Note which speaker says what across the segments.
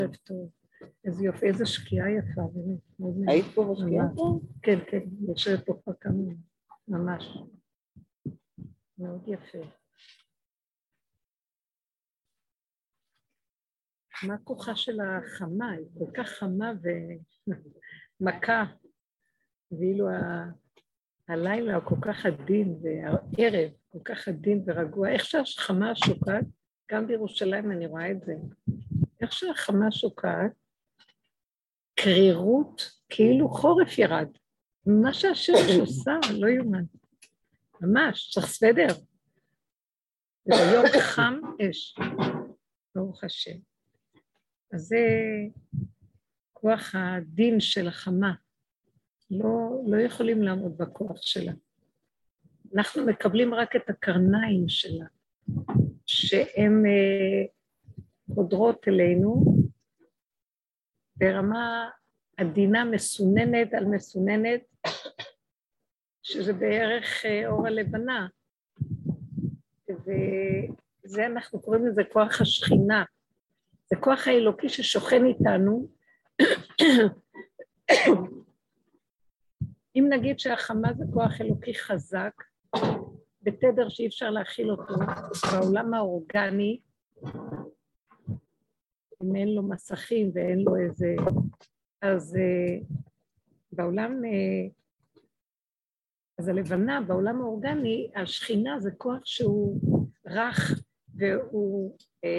Speaker 1: טוב. איזה יופי, איזה שקיעה יפה.
Speaker 2: היית פה בשקיעה?
Speaker 1: כן, כן, יושבת פה כבר כמה, ממש. מאוד יפה. מה כוחה של החמה? היא כל כך חמה ומכה, ואילו הלילה הוא כל כך עדין, והערב כל כך עדין ורגוע. איך שהחמה שוקעת, גם בירושלים אני רואה את זה, איך שהחמה שוקעת, קרירות, כאילו חורף ירד. מה שהשמש עושה, לא יומן. ממש, צריך סוודר. וביום חם אש. ברוך השם. אז זה כוח הדין של החמה. לא יכולים לעמוד בכוח שלה. אנחנו מקבלים רק את הקרניים שלה, שהן חודרות אלינו, ברמה עדינה מסוננת על מסוננת, שזה בערך אור הלבנה. וזה אנחנו קוראים לזה כוח השכינה. זה כוח האלוקי ששוכן איתנו. אם נגיד שהחמה זה כוח אלוקי חזק, בתדר שאי אפשר להכיל אותו, בעולם האורגני, אם אין לו מסכים ואין לו איזה, אז בעולם, אז הלבנה, בעולם האורגני, השכינה זה כוח שהוא רך, והוא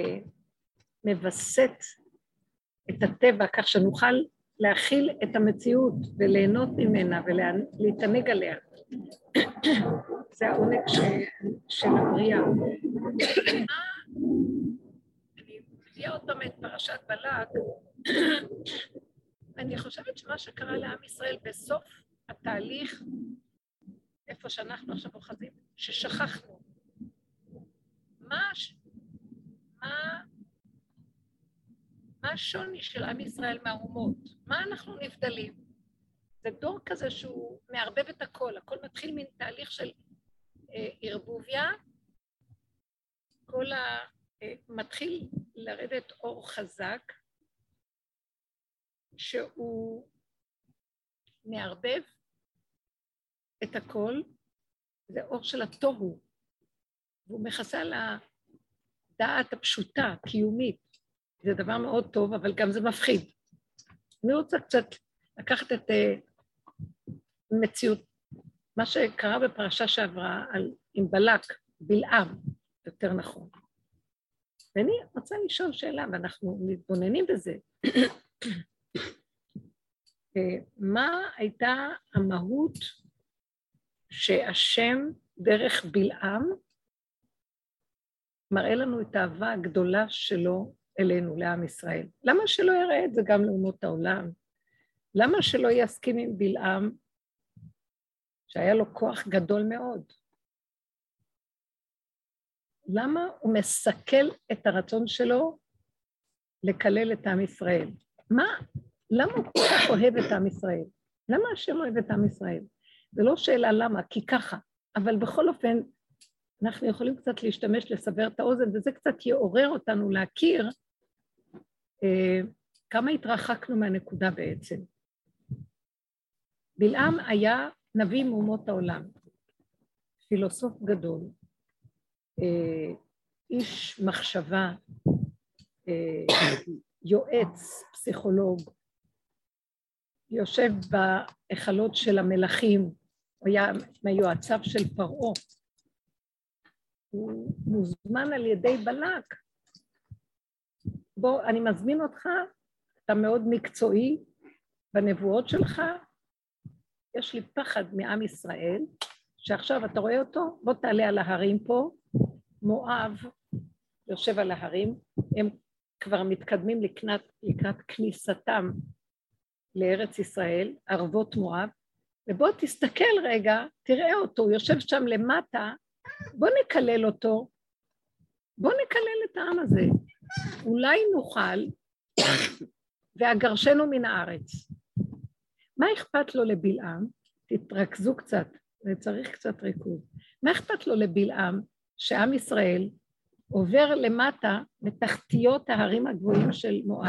Speaker 1: מבסט את הטבע, כך שנוכל להכיל את המציאות וליהנות ממנה ולהתענג עליה. זה העונג של הבריאה. אני מביאה אותם את פרשת בלק. אני חושבת שמה שקרה לעם ישראל בסוף התהליך, איפה שאנחנו עכשיו אוחזים, ששכחנו. מה השוני של עם ישראל מהאומות? מה אנחנו נבדלים? זה דור כזה שהוא מערבב את הכל, הכל מתחיל מן תהליך של ערבוביה, מתחיל לרדת אור חזק, שהוא מערבב את הכל, זה אור של התוהו, והוא מכסה על הדעת הפשוטה, קיומית. זה דבר מאוד טוב, אבל גם זה מפחיד. אני רוצה קצת לקחת את מציאות, מה שקרה בפרשה שעברה עם בלק, בלעם, יותר נכון. ואני רוצה לשאול שאלה, ואנחנו מתבוננים בזה. מה הייתה המהות שהשם דרך בלעם מראה לנו את האהבה הגדולה שלו אלינו, לעם ישראל? למה שלא יראה את זה גם לאומות העולם? למה שלא יסכים עם בלעם, שהיה לו כוח גדול מאוד? למה הוא מסכל את הרצון שלו לקלל את עם ישראל? למה הוא כל כך אוהב את עם ישראל? למה השם אוהב את עם ישראל? זה לא שאלה למה, כי ככה. אבל בכל אופן, אנחנו יכולים קצת להשתמש, לסבר את האוזן, וזה קצת יעורר אותנו להכיר כמה התרחקנו מהנקודה בעצם. בלעם היה נביא מאומות העולם, פילוסוף גדול, איש מחשבה, יועץ, פסיכולוג, יושב בהיכלות של המלכים, הוא היה מיועציו של פרעה, הוא מוזמן על ידי בלק. בוא, אני מזמין אותך, אתה מאוד מקצועי בנבואות שלך, יש לי פחד מעם ישראל, שעכשיו אתה רואה אותו, בוא תעלה על ההרים פה, מואב יושב על ההרים, הם כבר מתקדמים לקראת כניסתם לארץ ישראל, ערבות מואב, ובוא תסתכל רגע, תראה אותו, הוא יושב שם למטה, בוא נקלל אותו, בוא נקלל את העם הזה, אולי נוכל, והגרשנו מן הארץ. מה אכפת לו לבלעם? תתרכזו קצת, וצריך קצת ריכוז. מה אכפת לו לבלעם שעם ישראל עובר למטה בתחתיות ההרים הגבוהים של מואב,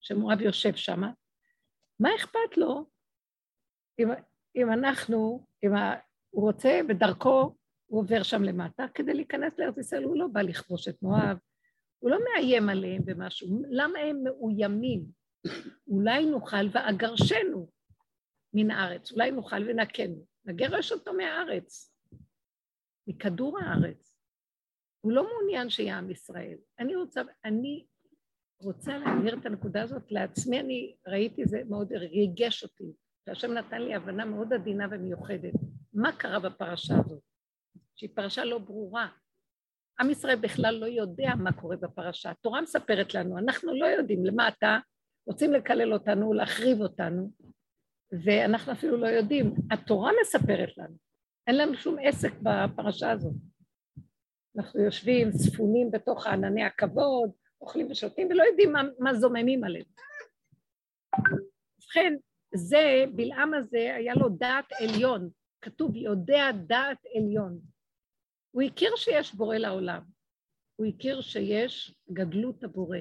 Speaker 1: שמואב יושב שם, מה אכפת לו אם אנחנו, הוא רוצה בדרכו, הוא עובר שם למטה, כדי להיכנס לארץ ישראל, הוא לא בא לכבוש את מואב, הוא לא מאיים עליהם במשהו, למה הם מאוימים? אולי נוכל ואגרשנו מן הארץ, אולי נוכל ונקנו, נגרש אותו מהארץ, מכדור הארץ. הוא לא מעוניין שיהיה עם ישראל. אני רוצה להעביר את הנקודה הזאת לעצמי, אני ראיתי זה מאוד ריגש אותי, והשם נתן לי הבנה מאוד עדינה ומיוחדת. מה קרה בפרשה הזאת? שהיא פרשה לא ברורה. עם ישראל בכלל לא יודע מה קורה בפרשה. התורה מספרת לנו, אנחנו לא יודעים למה אתה רוצים לקלל אותנו, להחריב אותנו, ואנחנו אפילו לא יודעים. התורה מספרת לנו. אין לנו שום עסק בפרשה הזאת. אנחנו יושבים, ספונים בתוך ענני הכבוד, אוכלים ושותים, ולא יודעים מה זוממים עליהם. ובכן, בלעם הזה היה לו דעת עליון, כתוב יודע דעת עליון. הוא הכיר שיש בורא לעולם, הוא הכיר שיש גדלות הבורא.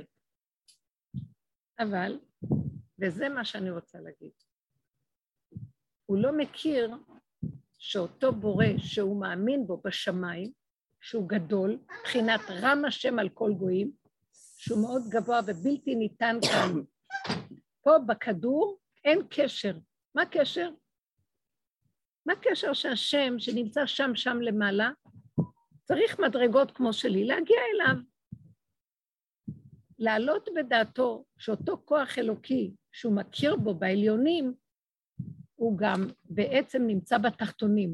Speaker 1: אבל, וזה מה שאני רוצה להגיד, הוא לא מכיר שאותו בורא שהוא מאמין בו בשמיים, שהוא גדול, בחינת רם השם על כל גויים, שהוא מאוד גבוה ובלתי ניתן כאן. פה בכדור אין קשר. מה קשר? מה קשר שהשם שנמצא שם למעלה, צריך מדרגות כמו שלי, להגיע אליו. לעלות בדעתו שאותו כוח אלוקי שהוא מכיר בו בעליונים, הוא גם בעצם נמצא בתחתונים.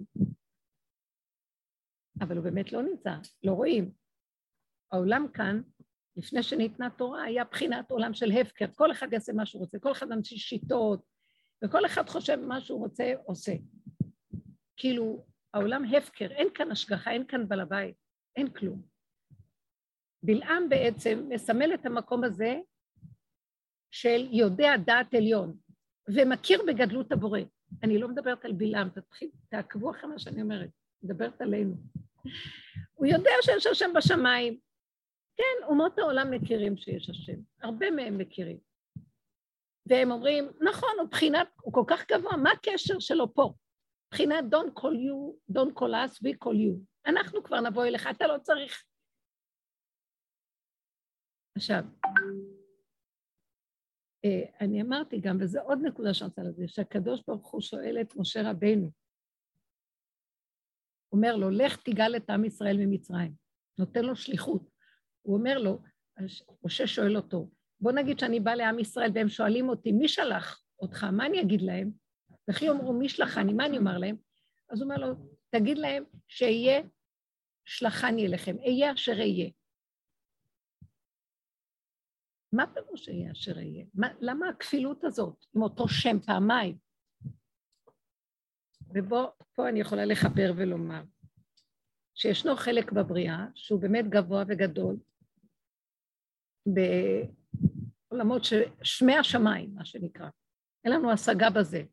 Speaker 1: אבל הוא באמת לא נמצא, לא רואים. העולם כאן, לפני שניתנה תורה, היה בחינת עולם של הפקר. כל אחד יעשה מה שהוא רוצה, כל אחד ממציא שיטות, וכל אחד חושב מה שהוא רוצה, עושה. כאילו, העולם הפקר, אין כאן השגחה, אין כאן בעל הבית, אין כלום. בלעם בעצם מסמל את המקום הזה של יודע דעת עליון, ומכיר בגדלות הבורא. אני לא מדברת על בלעם, תעקבו אחרי מה שאני אומרת, מדברת עלינו. הוא יודע שיש השם בשמיים. כן, אומות העולם מכירים שיש השם, הרבה מהם מכירים. והם אומרים, נכון, הוא כל כך גבוה, מה הקשר שלו פה? בחינת don't call you, don't call us, we call you. אנחנו כבר נבוא אליך, אתה לא צריך. עכשיו, אני אמרתי גם, וזה עוד נקודה שאני רוצה לזה, שהקדוש ברוך הוא שואל את משה רבינו, אומר לו, לך תיגל את עם ישראל ממצרים, נותן לו שליחות. הוא אומר לו, משה שואל אותו, בוא נגיד שאני בא לעם ישראל והם שואלים אותי, מי שלח אותך? מה אני אגיד להם? וכי אומרו, מי שלחני? מה אני אומר להם? אז הוא אומר לו, תגיד להם שיהיה שלחני אליכם, אהיה אשר אהיה. מה פירוש שיהיה אשר אהיה? למה הכפילות הזאת עם אותו שם פעמיים? ופה אני יכולה לחבר ולומר, שישנו חלק בבריאה, שהוא באמת גבוה וגדול, בעולמות שמי השמיים, מה שנקרא. אין לנו השגה בזה.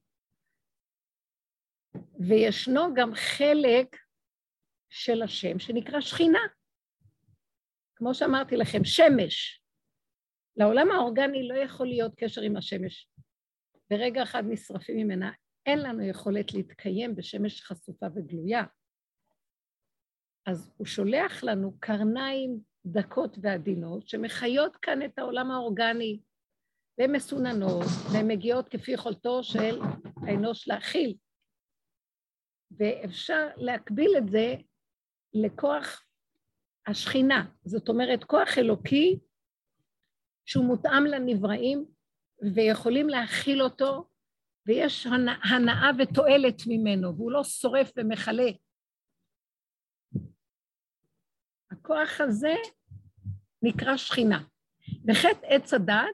Speaker 1: וישנו גם חלק של השם שנקרא שכינה. כמו שאמרתי לכם, שמש. לעולם האורגני לא יכול להיות קשר עם השמש. ברגע אחד נשרפים ממנה, אין לנו יכולת להתקיים בשמש חשופה וגלויה. אז הוא שולח לנו קרניים דקות ועדינות, שמחיות כאן את העולם האורגני, והן מסוננות, והן מגיעות כפי יכולתו של האנוש להכיל. ואפשר להקביל את זה לכוח השכינה, זאת אומרת, כוח אלוקי, שהוא מותאם לנבראים, ויכולים להכיל אותו, ויש הנאה ותועלת ממנו, והוא לא שורף ומחלה. הכוח הזה נקרא שכינה. בחטא עץ הדעת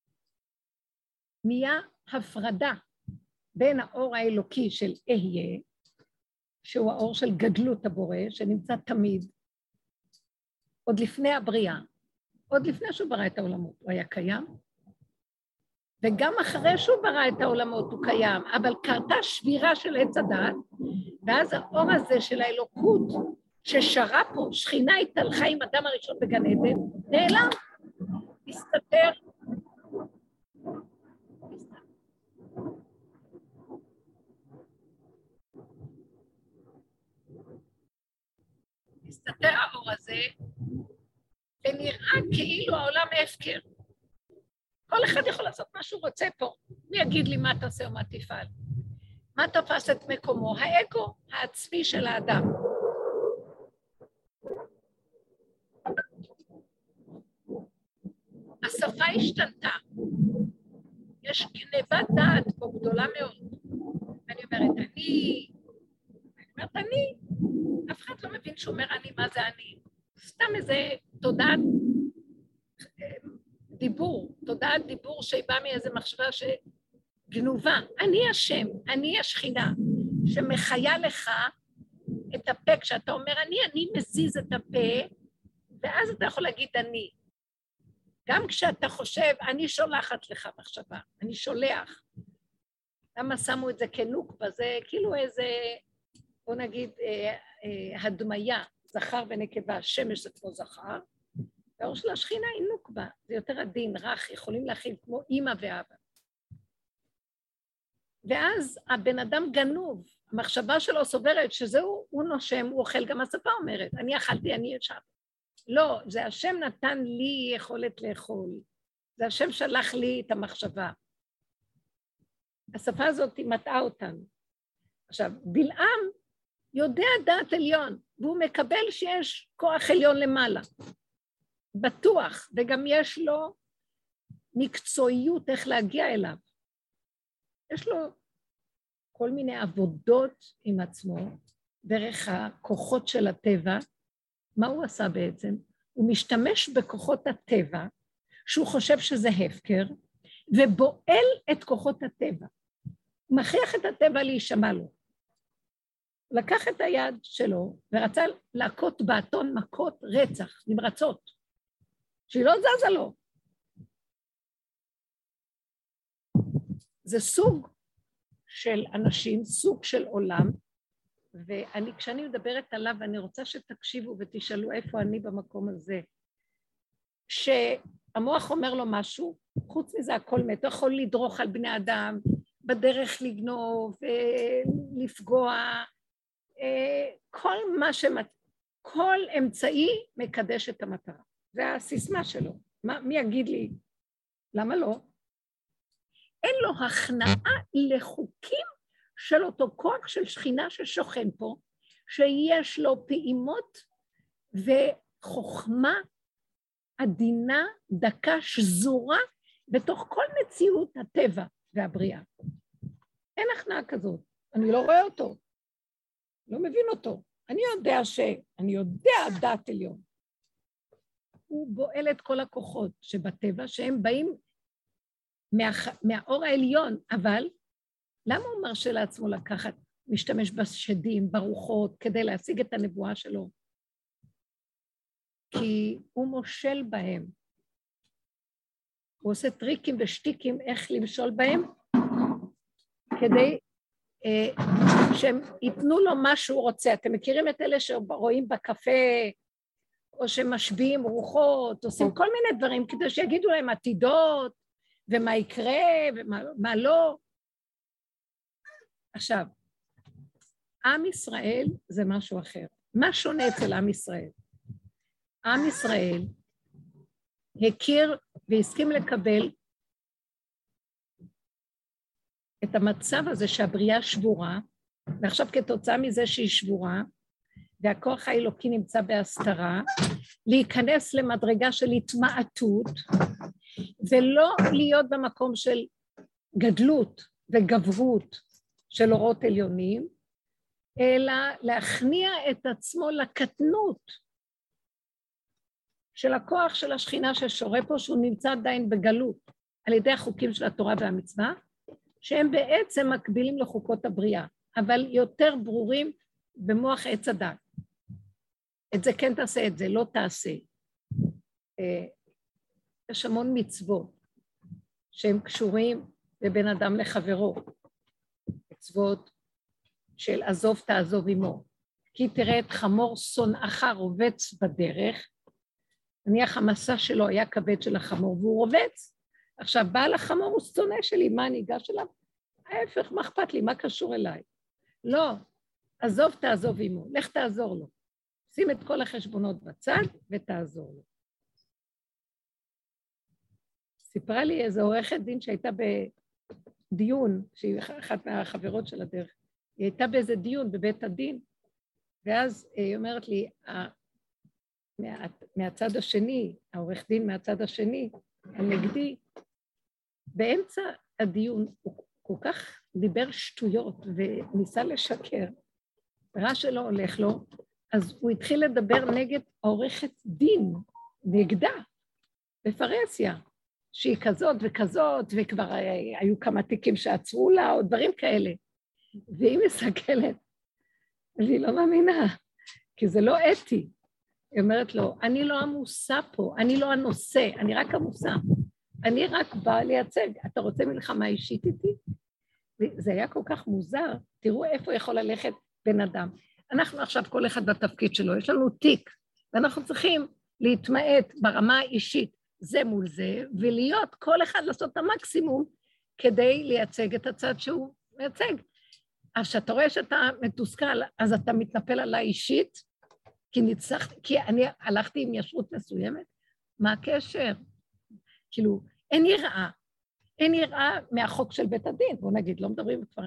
Speaker 1: נהיה הפרדה בין האור האלוקי של אהיה, שהוא האור של גדלות הבורא, שנמצא תמיד, עוד לפני הבריאה, עוד לפני שהוא ברא את העולמות, הוא היה קיים, וגם אחרי שהוא ברא את העולמות הוא קיים, אבל קרתה שבירה של עץ הדעת, ואז האור הזה של האלוקות, ששרה פה, שכינה התהלכה עם אדם הראשון בגן עדן, נעלם, הסתתר, מסתתר האור הזה, ונראה כאילו העולם הפקר. כל אחד יכול לעשות מה שהוא רוצה פה. מי יגיד לי מה תעשה או מה תפעל? מה תפס את מקומו? האגו העצמי של האדם. השפה השתנתה. יש גנבת דעת פה גדולה מאוד. ואני אומרת, אני, אף אחד לא מבין שאומר אני, מה זה אני. סתם איזה תודעת דיבור שבא מאיזה מחשבה שגנובה. אני השם, אני השכינה, שמחיה לך את הפה. כשאתה אומר אני מזיז את הפה, ואז אתה יכול להגיד אני. גם כשאתה חושב, אני שולחת לך מחשבה, אני שולח. למה שמו את זה כנוקבה? זה כאילו איזה, בוא נגיד, הדמיה, זכר ונקבה, שמש זה כמו זכר, והאור של השכינה היא נוקבה, זה יותר עדין, רך, יכולים להכיל כמו אמא ואבא. ואז הבן אדם גנוב, המחשבה שלו סוברת שזהו, הוא נושם, הוא אוכל, גם השפה אומרת, אני אכלתי, אני ישב. לא, זה השם נתן לי יכולת לאכול, זה השם שלח לי את המחשבה. השפה הזאת מטעה אותנו. עכשיו, בלעם יודע דעת עליון, והוא מקבל שיש כוח עליון למעלה. בטוח, וגם יש לו מקצועיות איך להגיע אליו. יש לו כל מיני עבודות עם עצמו, דרך הכוחות של הטבע. מה הוא עשה בעצם? הוא משתמש בכוחות הטבע, שהוא חושב שזה הפקר, ובועל את כוחות הטבע. הוא מכריח את הטבע להישמע לו. לקח את היד שלו, ורצה להכות באתון מכות רצח, נמרצות, שהיא לא זזה לו. זה סוג של אנשים, סוג של עולם, וכשאני מדברת עליו, אני רוצה שתקשיבו ותשאלו איפה אני במקום הזה. שהמוח אומר לו משהו, חוץ מזה הכל מת, הוא יכול לדרוך על בני אדם, בדרך לגנוב, לפגוע, כל אמצעי מקדש את המטרה. זה הסיסמה שלו. מי יגיד לי? למה לא? אין לו הכנעה לחוקים של אותו כוח של שכינה ששוכן פה, שיש לו פעימות וחוכמה עדינה, דקה, שזורה, בתוך כל מציאות הטבע והבריאה. אין הכנעה כזאת, אני לא רואה אותו, לא מבין אותו. אני יודע דעת עליון. הוא בועל את כל הכוחות שבטבע, שהם באים מהאור העליון, אבל למה הוא מרשה לעצמו לקחת, משתמש בשדים, ברוחות, כדי להשיג את הנבואה שלו? כי הוא מושל בהם. הוא עושה טריקים ושטיקים איך למשול בהם, כדי שהם ייתנו לו מה שהוא רוצה. אתם מכירים את אלה שרואים בקפה, או שמשביעים רוחות, עושים כל מיני דברים, כדי שיגידו להם עתידות, ומה יקרה, ומה לא. עכשיו, עם ישראל זה משהו אחר. מה שונה אצל עם ישראל? עם ישראל הכיר והסכים לקבל את המצב הזה שהבריאה שבורה, ועכשיו כתוצאה מזה שהיא שבורה, והכוח האלוקי נמצא בהסתרה, להיכנס למדרגה של התמעטות, ולא להיות במקום של גדלות וגברות של אורות עליונים, אלא להכניע את עצמו לקטנות של הכוח של השכינה ששורה פה, שהוא נמצא עדיין בגלות, על ידי החוקים של התורה והמצווה, שהם בעצם מקבילים לחוקות הבריאה, אבל יותר ברורים במוח עץ הדת. את זה כן תעשה, את זה לא תעשה. יש המון מצוות שהם קשורים בבין אדם לחברו. מצוות של עזוב תעזוב עמו. כי תראה את חמור שונאך רובץ בדרך, נניח המסע שלו היה כבד של החמור והוא רובץ. עכשיו בעל החמור הוא שונא שלי, מה אני אגש אליו? ההפך, מה אכפת לי, מה קשור אליי? לא, עזוב תעזוב עמו, לך תעזור לו. שים את כל החשבונות בצד ותעזור לו. סיפרה לי איזו עורכת דין שהייתה בדיון, שהיא אחת מהחברות של הדרך, היא הייתה באיזה דיון בבית הדין, ואז היא אומרת לי, מהצד השני, העורך דין מהצד השני, הנגדי, באמצע הדיון הוא כל כך דיבר שטויות וניסה לשקר, רע שלא הולך לו, אז הוא התחיל לדבר נגד העורכת דין, נגדה, בפרהסיה, שהיא כזאת וכזאת, וכבר היו כמה תיקים שעצרו לה, או דברים כאלה. והיא מסתכלת, והיא לא מאמינה, כי זה לא אתי. היא אומרת לו, אני לא עמוסה פה, אני לא הנושא, אני רק עמוסה. אני רק באה לייצג, אתה רוצה מלחמה אישית איתי? זה היה כל כך מוזר, תראו איפה יכול ללכת בן אדם. אנחנו עכשיו כל אחד בתפקיד שלו, יש לנו תיק, ואנחנו צריכים להתמעט ברמה האישית, זה מול זה, ולהיות כל אחד לעשות את המקסימום, כדי לייצג את הצד שהוא מייצג. אז כשאתה רואה שאתה מתוסכל, אז אתה מתנפל עליי אישית, כי אני הלכתי עם ישרות מסוימת, מה הקשר? כאילו, אין יראה מהחוק של בית הדין, בוא נגיד, לא מדברים כבר.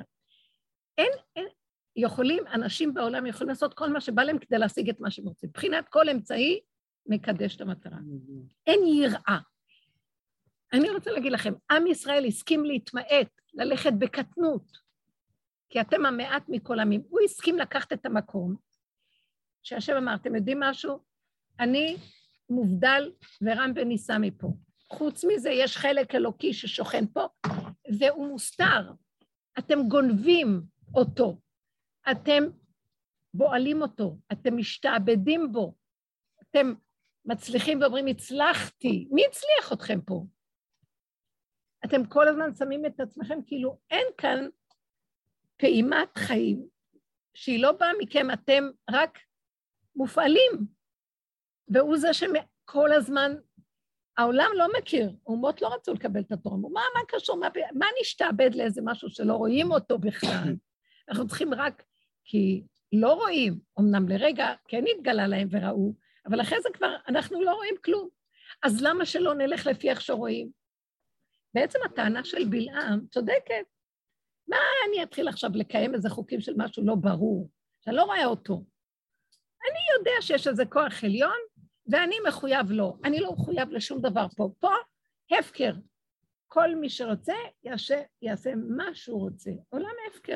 Speaker 1: אנשים בעולם יכולים לעשות כל מה שבא להם כדי להשיג את מה שהם רוצים. מבחינת כל אמצעי, מקדש את המטרה. אין יראה. אני רוצה להגיד לכם, עם ישראל הסכים להתמעט, ללכת בקטנות, כי אתם המעט מכל עמים. הוא הסכים לקחת את המקום, שהשם אמר, אתם יודעים משהו? אני מובדל ורם וניסה מפה. חוץ מזה, יש חלק אלוקי ששוכן פה, והוא מוסתר. אתם גונבים אותו, אתם בועלים אותו, אתם משתעבדים בו, אתם מצליחים ואומרים, הצלחתי. מי הצליח אתכם פה? אתם כל הזמן שמים את עצמכם, כאילו אין כאן פעימת חיים, שהיא לא באה מכם, אתם רק מופעלים, והוא זה שכל הזמן, העולם לא מכיר, אומות לא רצו לקבל את התורה, מה קשור, מה נשתעבד לאיזה משהו שלא רואים אותו בכלל? אנחנו צריכים רק, כי לא רואים, אמנם לרגע כן התגלה להם וראו, אבל אחרי זה כבר אנחנו לא רואים כלום. אז למה שלא נלך לפי איך שרואים? בעצם הטענה של בלעם צודקת. מה אני אתחיל עכשיו לקיים איזה חוקים של משהו לא ברור, שאני לא רואה אותו. אני יודע שיש איזה כוח עליון, ואני מחויב לו. אני לא מחויב לשום דבר פה. פה, הפקר. כל מי שרוצה, יעשה מה שהוא רוצה. עולם הפקר.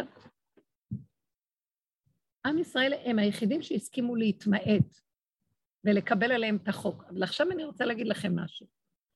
Speaker 1: עם ישראל הם היחידים שהסכימו להתמעט, ולקבל עליהם את החוק. אבל עכשיו אני רוצה להגיד לכם משהו.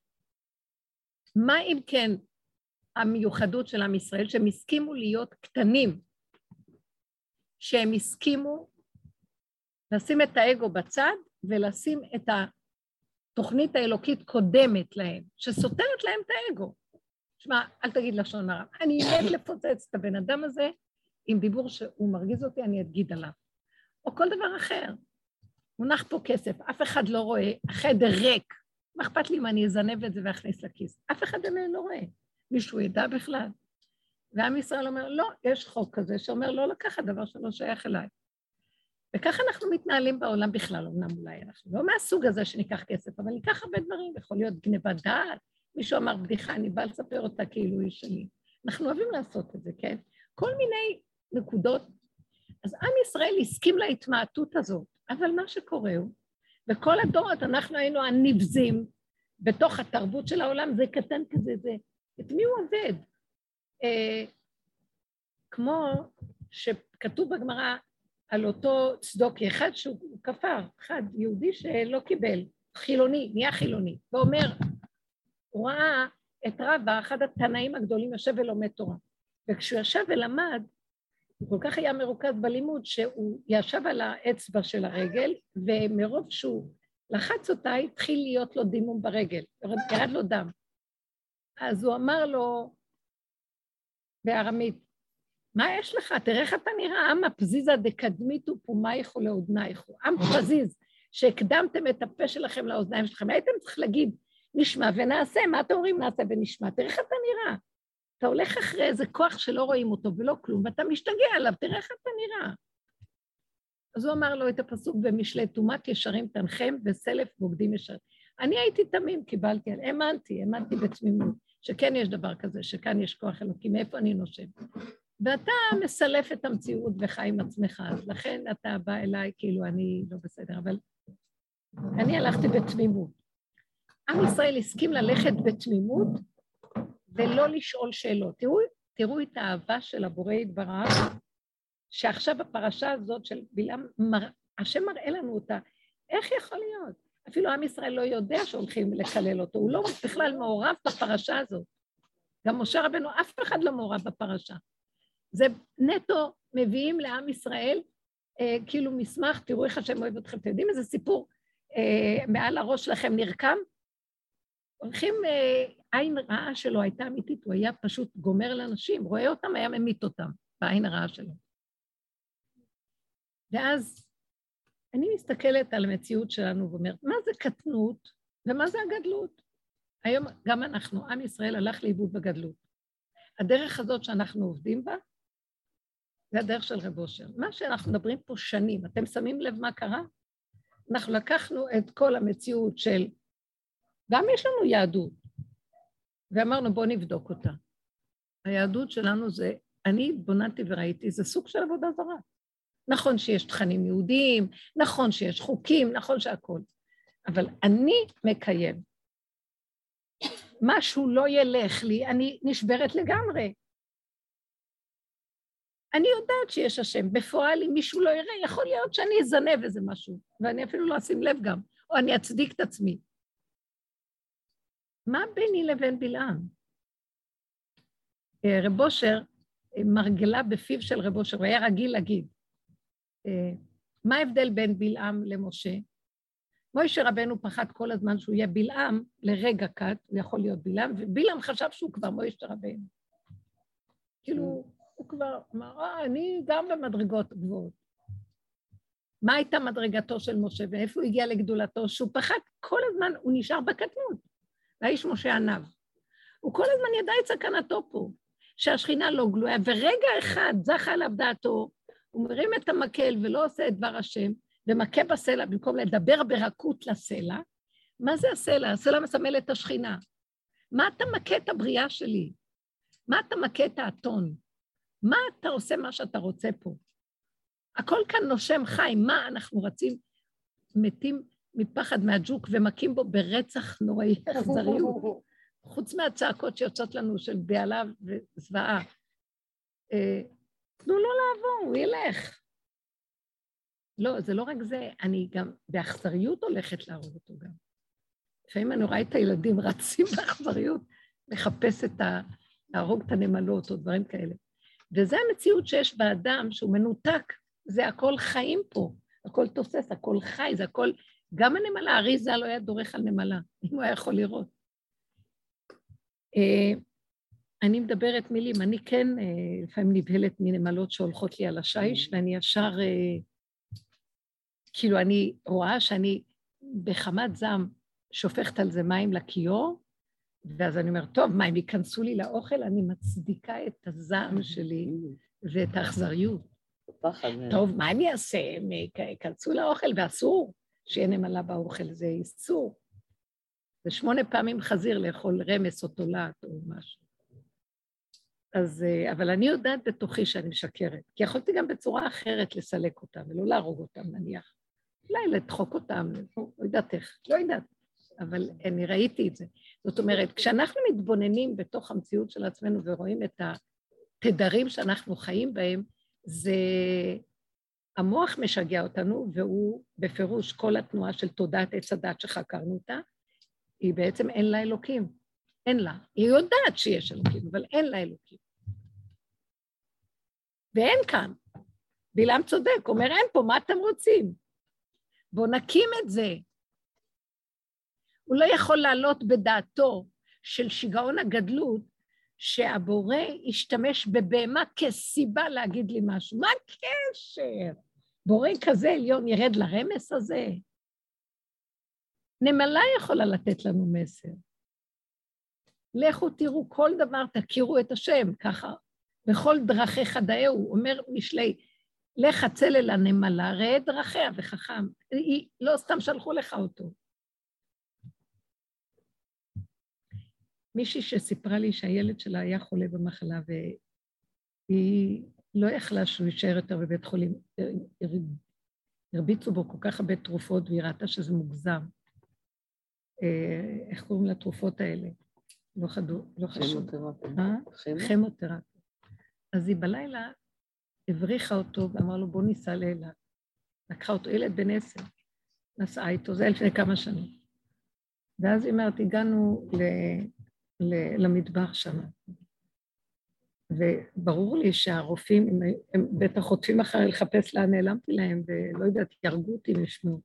Speaker 1: מה אם כן המיוחדות של עם ישראל, שהם הסכימו להיות קטנים, שהם הסכימו לשים את האגו בצד, ולשים את התוכנית האלוקית קודמת להם, שסותרת להם את האגו. תשמע, אל תגיד לשון הרע, אני מת לפוצץ את הבן אדם הזה, עם דיבור שהוא מרגיז אותי, אני אתגיד עליו. או כל דבר אחר. מונח פה כסף, אף אחד לא רואה, החדר ריק. מה אכפת לי אם אני אזנב את זה ואכניס לכיס? אף אחד לא רואה. מישהו ידע בכלל. ועם ישראל אומר, לא, יש חוק כזה שאומר לא לקחת דבר שלא שייך אליי. וככה אנחנו מתנהלים בעולם בכלל, אמנם אולי אנחנו לא מהסוג הזה שניקח כסף, אבל ניקח הרבה דברים, יכול להיות גנבת דעת, מישהו אמר בדיחה, אני באה לספר אותה כאילו היא שלי. אנחנו אוהבים לעשות את זה, כן? כל מיני נקודות. אז עם ישראל הסכים להתמעטות הזאת, אבל מה שקורה הוא, בכל הדורות אנחנו היינו הנבזים, בתוך התרבות של העולם, זה קטן כזה, זה, את מי הוא עובד? כמו שכתוב בגמרא, על אותו צדוקי, אחד שהוא כפר, אחד יהודי שלא קיבל, חילוני, נהיה חילוני, ואומר, הוא ראה את רבא, אחד התנאים הגדולים, יושב ולומד תורה, וכשהוא ישב ולמד, הוא כל כך היה מרוכז בלימוד, שהוא ישב על האצבע של הרגל, ומרוב שהוא לחץ אותה, התחיל להיות לו דימום ברגל, ירד לו דם. אז הוא אמר לו, בארמית, מה יש לך? תראה איך אתה נראה, עם הפזיזה דקדמיתו פומייכו לאודנייכו. עם פזיז, שהקדמתם את הפה שלכם לאוזניים שלכם. הייתם צריך להגיד, נשמע ונעשה, מה אתם אומרים נעשה ונשמע? תראה איך אתה נראה. אתה הולך אחרי איזה כוח שלא רואים אותו ולא כלום, ואתה משתגע עליו, תראה איך אתה נראה. אז הוא אמר לו את הפסוק במשלי, תומת ישרים תנחם וסלף בוגדים ישרים. אני הייתי תמים, קיבלתי, האמנתי בתמימות, שכן יש דבר כזה, שכאן יש כוח אלוקי, מאיפה אני נושב. ואתה מסלף את המציאות וחי עם עצמך, אז לכן אתה בא אליי כאילו אני לא בסדר, אבל אני הלכתי בתמימות. עם ישראל הסכים ללכת בתמימות ולא לשאול שאלות. תראו את האהבה של הבורא יתברך, שעכשיו הפרשה הזאת של בלעם, השם מראה לנו אותה, איך יכול להיות? אפילו עם ישראל לא יודע שהולכים לקלל אותו, הוא לא בכלל מעורב בפרשה הזאת. גם משה רבנו, אף אחד לא מעורב בפרשה. זה נטו מביאים לעם ישראל, כאילו מסמך, תראו איך השם אוהב אתכם, אתם יודעים איזה סיפור מעל הראש שלכם נרקם? הולכים, עין רעה שלו הייתה אמיתית, הוא היה פשוט גומר לאנשים, רואה אותם, היה ממית אותם, בעין הרעה שלו. ואז אני מסתכלת על המציאות שלנו ואומרת, מה זה קטנות ומה זה הגדלות? היום גם אנחנו, עם ישראל הלך לאיבוד בגדלות. הדרך הזאת שאנחנו עובדים בה, זה הדרך של רב אושר. מה שאנחנו מדברים פה שנים, אתם שמים לב מה קרה? אנחנו לקחנו את כל המציאות של, גם יש לנו יהדות, ואמרנו בואו נבדוק אותה. היהדות שלנו זה, אני התבוננתי וראיתי, זה סוג של עבודה זרה. נכון שיש תכנים יהודיים, נכון שיש חוקים, נכון שהכל. אבל אני מקיים. משהו לא ילך לי, אני נשברת לגמרי. אני יודעת שיש השם, בפועל אם מישהו לא יראה, יכול להיות שאני אזנב איזה משהו, ואני אפילו לא אשים לב גם, או אני אצדיק את עצמי. מה ביני לבין בלעם? רב אושר, מרגלה בפיו של רב אושר, והיה רגיל להגיד, מה ההבדל בין בלעם למשה? מוישה רבנו פחד כל הזמן שהוא יהיה בלעם, לרגע קט, הוא יכול להיות בלעם, ובלעם חשב שהוא כבר מוישה רבנו. כאילו, הוא כבר אמר, אני גם במדרגות גבוהות. מה הייתה מדרגתו של משה, ואיפה הוא הגיע לגדולתו? שהוא פחד כל הזמן, הוא נשאר בקטנות. והאיש משה עניו. הוא כל הזמן ידע את סכנתו פה, שהשכינה לא גלויה, ורגע אחד זכה עליו דעתו, הוא מרים את המקל ולא עושה את דבר השם, ומכה בסלע, במקום לדבר ברכות לסלע. מה זה הסלע? הסלע מסמל את השכינה. מה אתה מכה את הבריאה שלי? מה אתה מכה את האתון? מה אתה עושה מה שאתה רוצה פה? הכל כאן נושם חי, מה אנחנו רצים, מתים מפחד מהג'וק ומכים בו ברצח נוראי, אכזריות. חוץ מהצעקות שיוצאות לנו של בעלה וזוועה. תנו לו לעבור, הוא ילך. לא, זה לא רק זה, אני גם באכזריות הולכת להרוג אותו גם. לפעמים אני רואה את הילדים רצים באכזריות, לחפש להרוג את הנמלות או דברים כאלה. וזה המציאות שיש באדם שהוא מנותק, זה הכל חיים פה, הכל תוסס, הכל חי, זה הכל, גם הנמלה, אריזה לא היה דורך על נמלה, אם הוא היה יכול לראות. אני מדברת מילים, אני כן לפעמים נבהלת מנמלות שהולכות לי על השיש, ואני ישר, כאילו אני רואה שאני בחמת זעם שופכת על זה מים לכיור, ואז אני אומרת, טוב, מה, אם ייכנסו לי לאוכל, אני מצדיקה את הזעם שלי ואת האכזריות. טוב, מה אני אעשה? הם ייכנסו לאוכל, ואסור שיהיה נמלה באוכל, זה איסור. זה 8 פעמים חזיר לאכול רמס או תולעת או משהו. אז, אבל אני יודעת בתוכי שאני משקרת, כי יכולתי גם בצורה אחרת לסלק אותם, ולא להרוג אותם נניח. אולי לדחוק אותם, לא יודעת איך, לא יודעת. אבל אני ראיתי את זה. זאת אומרת, כשאנחנו מתבוננים בתוך המציאות של עצמנו ורואים את התדרים שאנחנו חיים בהם, זה המוח משגע אותנו, והוא בפירוש כל התנועה של תודעת עץ הדת שחקרנו אותה, היא בעצם אין לה אלוקים. אין לה. היא יודעת שיש אלוקים, אבל אין לה אלוקים. ואין כאן. בלעם צודק, אומר, אין פה, מה אתם רוצים? בואו נקים את זה. הוא לא יכול לעלות בדעתו של שיגעון הגדלות, שהבורא ישתמש בבהמה כסיבה להגיד לי משהו. מה הקשר? בורא כזה עליון ירד לרמס הזה? נמלה יכולה לתת לנו מסר. לכו תראו כל דבר, תכירו את השם, ככה, בכל דרכי חדאהו, אומר משלי, לך הצל אל הנמלה, ראה את דרכיה וחכם. היא לא סתם שלחו לך אותו. מישהי שסיפרה לי שהילד שלה היה חולה במחלה, והיא לא יכלה שהוא יישאר יותר בבית חולים. הרביצו בו כל כך הרבה תרופות, והיא ראתה שזה מוגזם. איך קוראים לתרופות האלה? לא חשוב. כימותרפיה. אז היא בלילה הבריחה אותו ואמרה לו, בוא ניסע לאילת. לקחה אותו, ילד בן 10, נסעה איתו, זה לפני כמה שנים. ואז היא אומרת, הגענו למטבח שם. וברור לי שהרופאים, הם בטח חוטפים אחרי לחפש לאן נעלמתי להם, ולא יודעת, ירגו אותי משמו.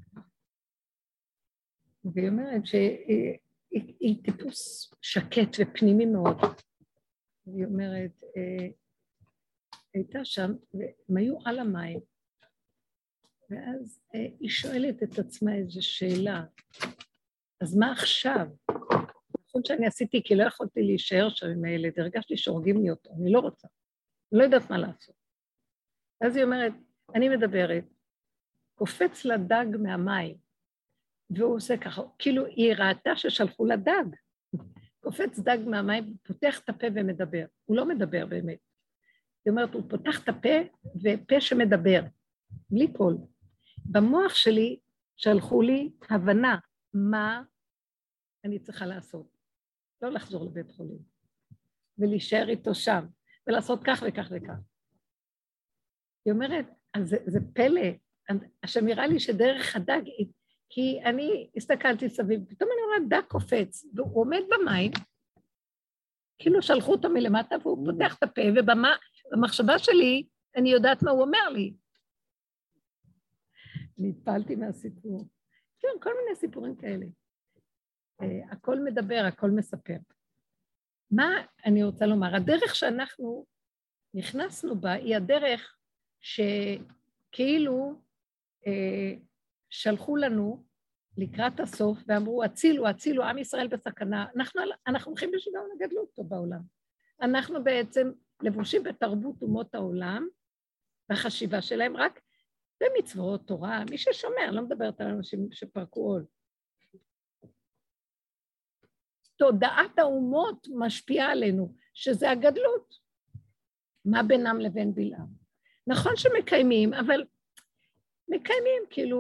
Speaker 1: והיא אומרת שהיא טיפוס שקט ופנימי מאוד. והיא אומרת, הייתה שם, והם היו על המים, ואז היא שואלת את עצמה איזו שאלה, אז מה עכשיו? נכון שאני עשיתי, כי לא יכולתי להישאר שם עם הילד, הרגשתי שהורגים לי אותו, אני לא רוצה, אני לא יודעת מה לעשות. אז היא אומרת, אני מדברת, קופץ לדג מהמים, והוא עושה ככה, כאילו היא ראתה ששלחו לדג, קופץ דג מהמים, פותח את הפה ומדבר, הוא לא מדבר באמת. היא אומרת, הוא פותח את הפה, ופה שמדבר, בלי קול. במוח שלי שלחו לי הבנה מה אני צריכה לעשות. לא לחזור לבית חולים, ולהישאר איתו שם, ולעשות כך וכך וכך. היא אומרת, אז זה פלא, עכשיו נראה לי שדרך הדג, כי אני הסתכלתי סביב, פתאום אני רואה דג קופץ, והוא עומד במים, כאילו שלחו אותו מלמטה, והוא פותח את הפה, ובמחשבה שלי, אני יודעת מה הוא אומר לי. אני התפעלתי מהסיפור. כן, כל מיני סיפורים כאלה. הכל מדבר, הכל מספר. מה אני רוצה לומר? הדרך שאנחנו נכנסנו בה, היא הדרך שכאילו שלחו לנו לקראת הסוף, ואמרו, הצילו, הצילו, עם ישראל בסכנה. אנחנו הולכים בשיגעון הגדלות פה בעולם. אנחנו בעצם לבושים בתרבות אומות העולם, בחשיבה שלהם רק במצוות תורה, מי ששומר, לא מדברת על אנשים שפרקו עול. תודעת האומות משפיעה עלינו, שזה הגדלות. מה בינם לבין בלעם? נכון שמקיימים, אבל מקיימים כאילו,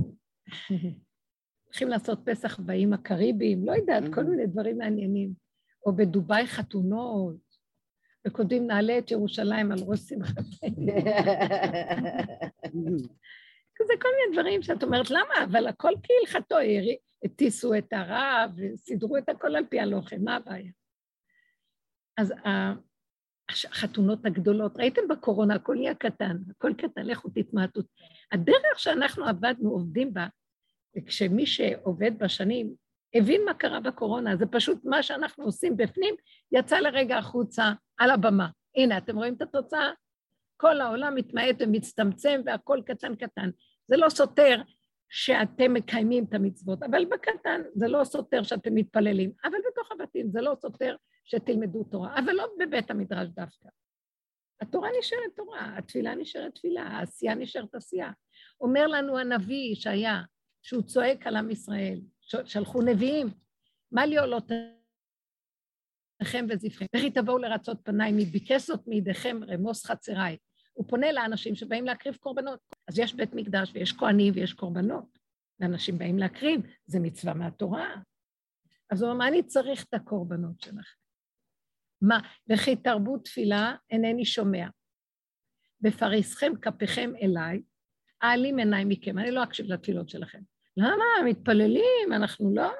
Speaker 1: הולכים לעשות פסח באים הקריביים, לא יודעת, כל מיני דברים מעניינים, או בדוביי חתונות, וכותבים נעלה את ירושלים על ראש שמחתנו. זה כל מיני דברים שאת אומרת, למה? אבל הכל כהלכתו, הטיסו את הרב, וסידרו את הכל על פי הלוחם, מה הבעיה? אז החתונות הגדולות, ראיתם בקורונה, הכל יהיה קטן, הכל קטן, לכו תתמעטו. הדרך שאנחנו עובדים בה, וכשמי שעובד בשנים, הבין מה קרה בקורונה, זה פשוט מה שאנחנו עושים בפנים, יצא לרגע החוצה על הבמה. הנה, אתם רואים את התוצאה? כל העולם מתמעט ומצטמצם, והכל קטן קטן. זה לא סותר שאתם מקיימים את המצוות, אבל בקטן זה לא סותר שאתם מתפללים, אבל בתוך הבתים זה לא סותר שתלמדו תורה, אבל לא בבית המדרש דווקא. התורה נשארת תורה, התפילה נשארת תפילה, העשייה נשארת עשייה. אומר לנו הנביא שהיה, שהוא צועק על עם ישראל, שלחו נביאים, מה לי עולות לכם וזבחם, וכי תבואו לרצות פניי, מביקש זאת מידיכם רמוס חצריי. הוא פונה לאנשים שבאים להקריב קורבנות. אז יש בית מקדש ויש כהנים ויש קורבנות, ואנשים באים להקריב, זה מצווה מהתורה. אז הוא אומר, מה אני צריך את הקורבנות שלכם? מה? וכי תרבו תפילה אינני שומע. בפריסכם כפיכם אליי, העלים עיניי מכם, אני לא אקשיב לתפילות שלכם. למה? מתפללים, אנחנו לא,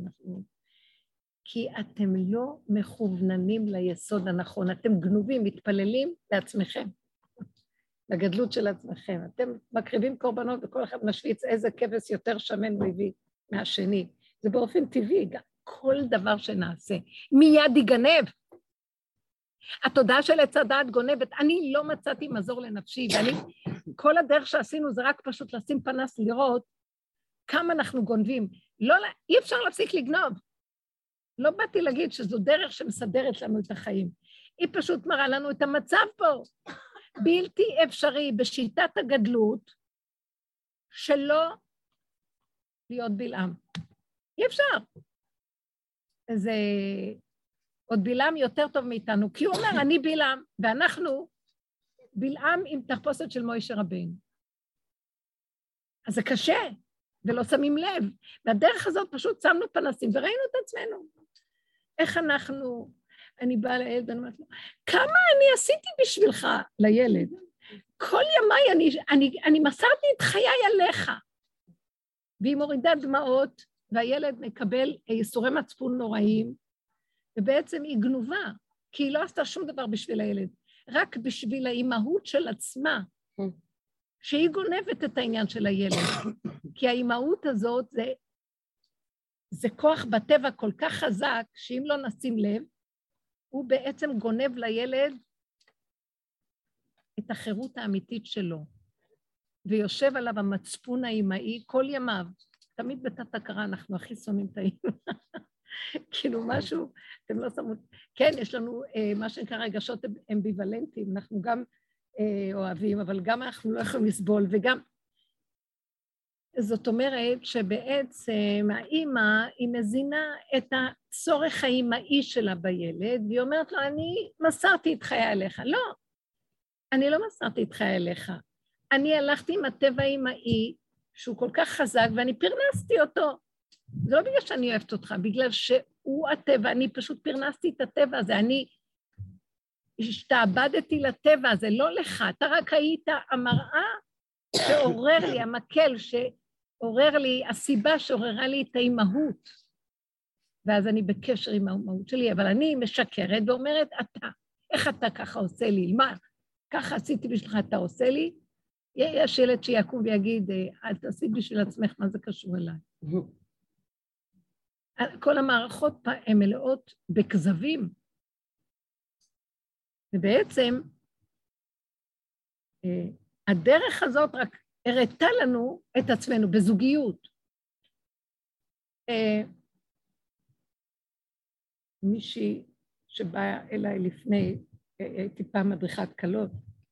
Speaker 1: כי אתם לא מכווננים ליסוד הנכון, אתם גנובים, מתפללים לעצמכם, לגדלות של עצמכם. אתם מקריבים קורבנות וכל אחד משוויץ איזה כבש יותר שמן הוא הביא מהשני. זה באופן טבעי, כל דבר שנעשה, מיד ייגנב. התודעה של עץ הדעת גונבת, אני לא מצאתי מזור לנפשי, כל הדרך שעשינו זה רק פשוט לשים פנס לראות כמה אנחנו גונבים. לא, אי אפשר להפסיק לגנוב. לא באתי להגיד שזו דרך שמסדרת לנו את החיים. היא פשוט מראה לנו את המצב פה. בלתי אפשרי בשיטת הגדלות שלא להיות בלעם. אי אפשר. זה עוד בלעם יותר טוב מאיתנו, כי הוא אומר, אני בלעם, ואנחנו בלעם עם תחפושת של מוישה רבינו. אז זה קשה, ולא שמים לב. והדרך הזאת פשוט שמנו פנסים, וראינו את עצמנו. איך אנחנו, אני באה לילד, אני אומרת לו, כמה אני עשיתי בשבילך, לילד? כל ימיי אני מסרתי את חיי עליך. והיא מורידה דמעות, והילד מקבל ייסורי מצפון נוראים, ובעצם היא גנובה, כי היא לא עשתה שום דבר בשביל הילד, רק בשביל האימהות של עצמה, שהיא גונבת את העניין של הילד, כי האימהות הזאת זה כוח בטבע כל כך חזק, שאם לא נשים לב, הוא בעצם גונב לילד את החירות האמיתית שלו, ויושב עליו המצפון האימהי כל ימיו. תמיד בתת הכרה אנחנו הכי שונאים את האימא. כאילו משהו, אתם לא שמו... כן, יש לנו מה שנקרא רגשות אמביוולנטיים, אנחנו גם אוהבים, אבל גם אנחנו לא יכולים לסבול, וגם... זאת אומרת שבעצם האימא היא מזינה את הצורך האימהי שלה בילד, והיא אומרת לו, אני מסרתי את חיי עליך. לא, אני לא מסרתי את חיי עליך. אני הלכתי עם הטבע האימהי, שהוא כל כך חזק, ואני פרנסתי אותו. זה לא בגלל שאני אוהבת אותך, בגלל שהוא הטבע, אני פשוט פרנסתי את הטבע הזה, אני השתעבדתי לטבע הזה, לא לך, אתה רק היית המראה שעורר לי, המקל שעורר לי, הסיבה שעוררה לי את האימהות, ואז אני בקשר עם האימהות שלי, אבל אני משקרת ואומרת, אתה, איך אתה ככה עושה לי? מה? ככה עשיתי בשבילך, אתה עושה לי? יש ילד שיקום ויגיד, אל תעשי בשביל עצמך, מה זה קשור אליי? כל המערכות הן מלאות בכזבים, ובעצם הדרך הזאת רק הראתה לנו את עצמנו בזוגיות. מישהי שבאה אליי לפני, הייתי פעם מדריכת קלות,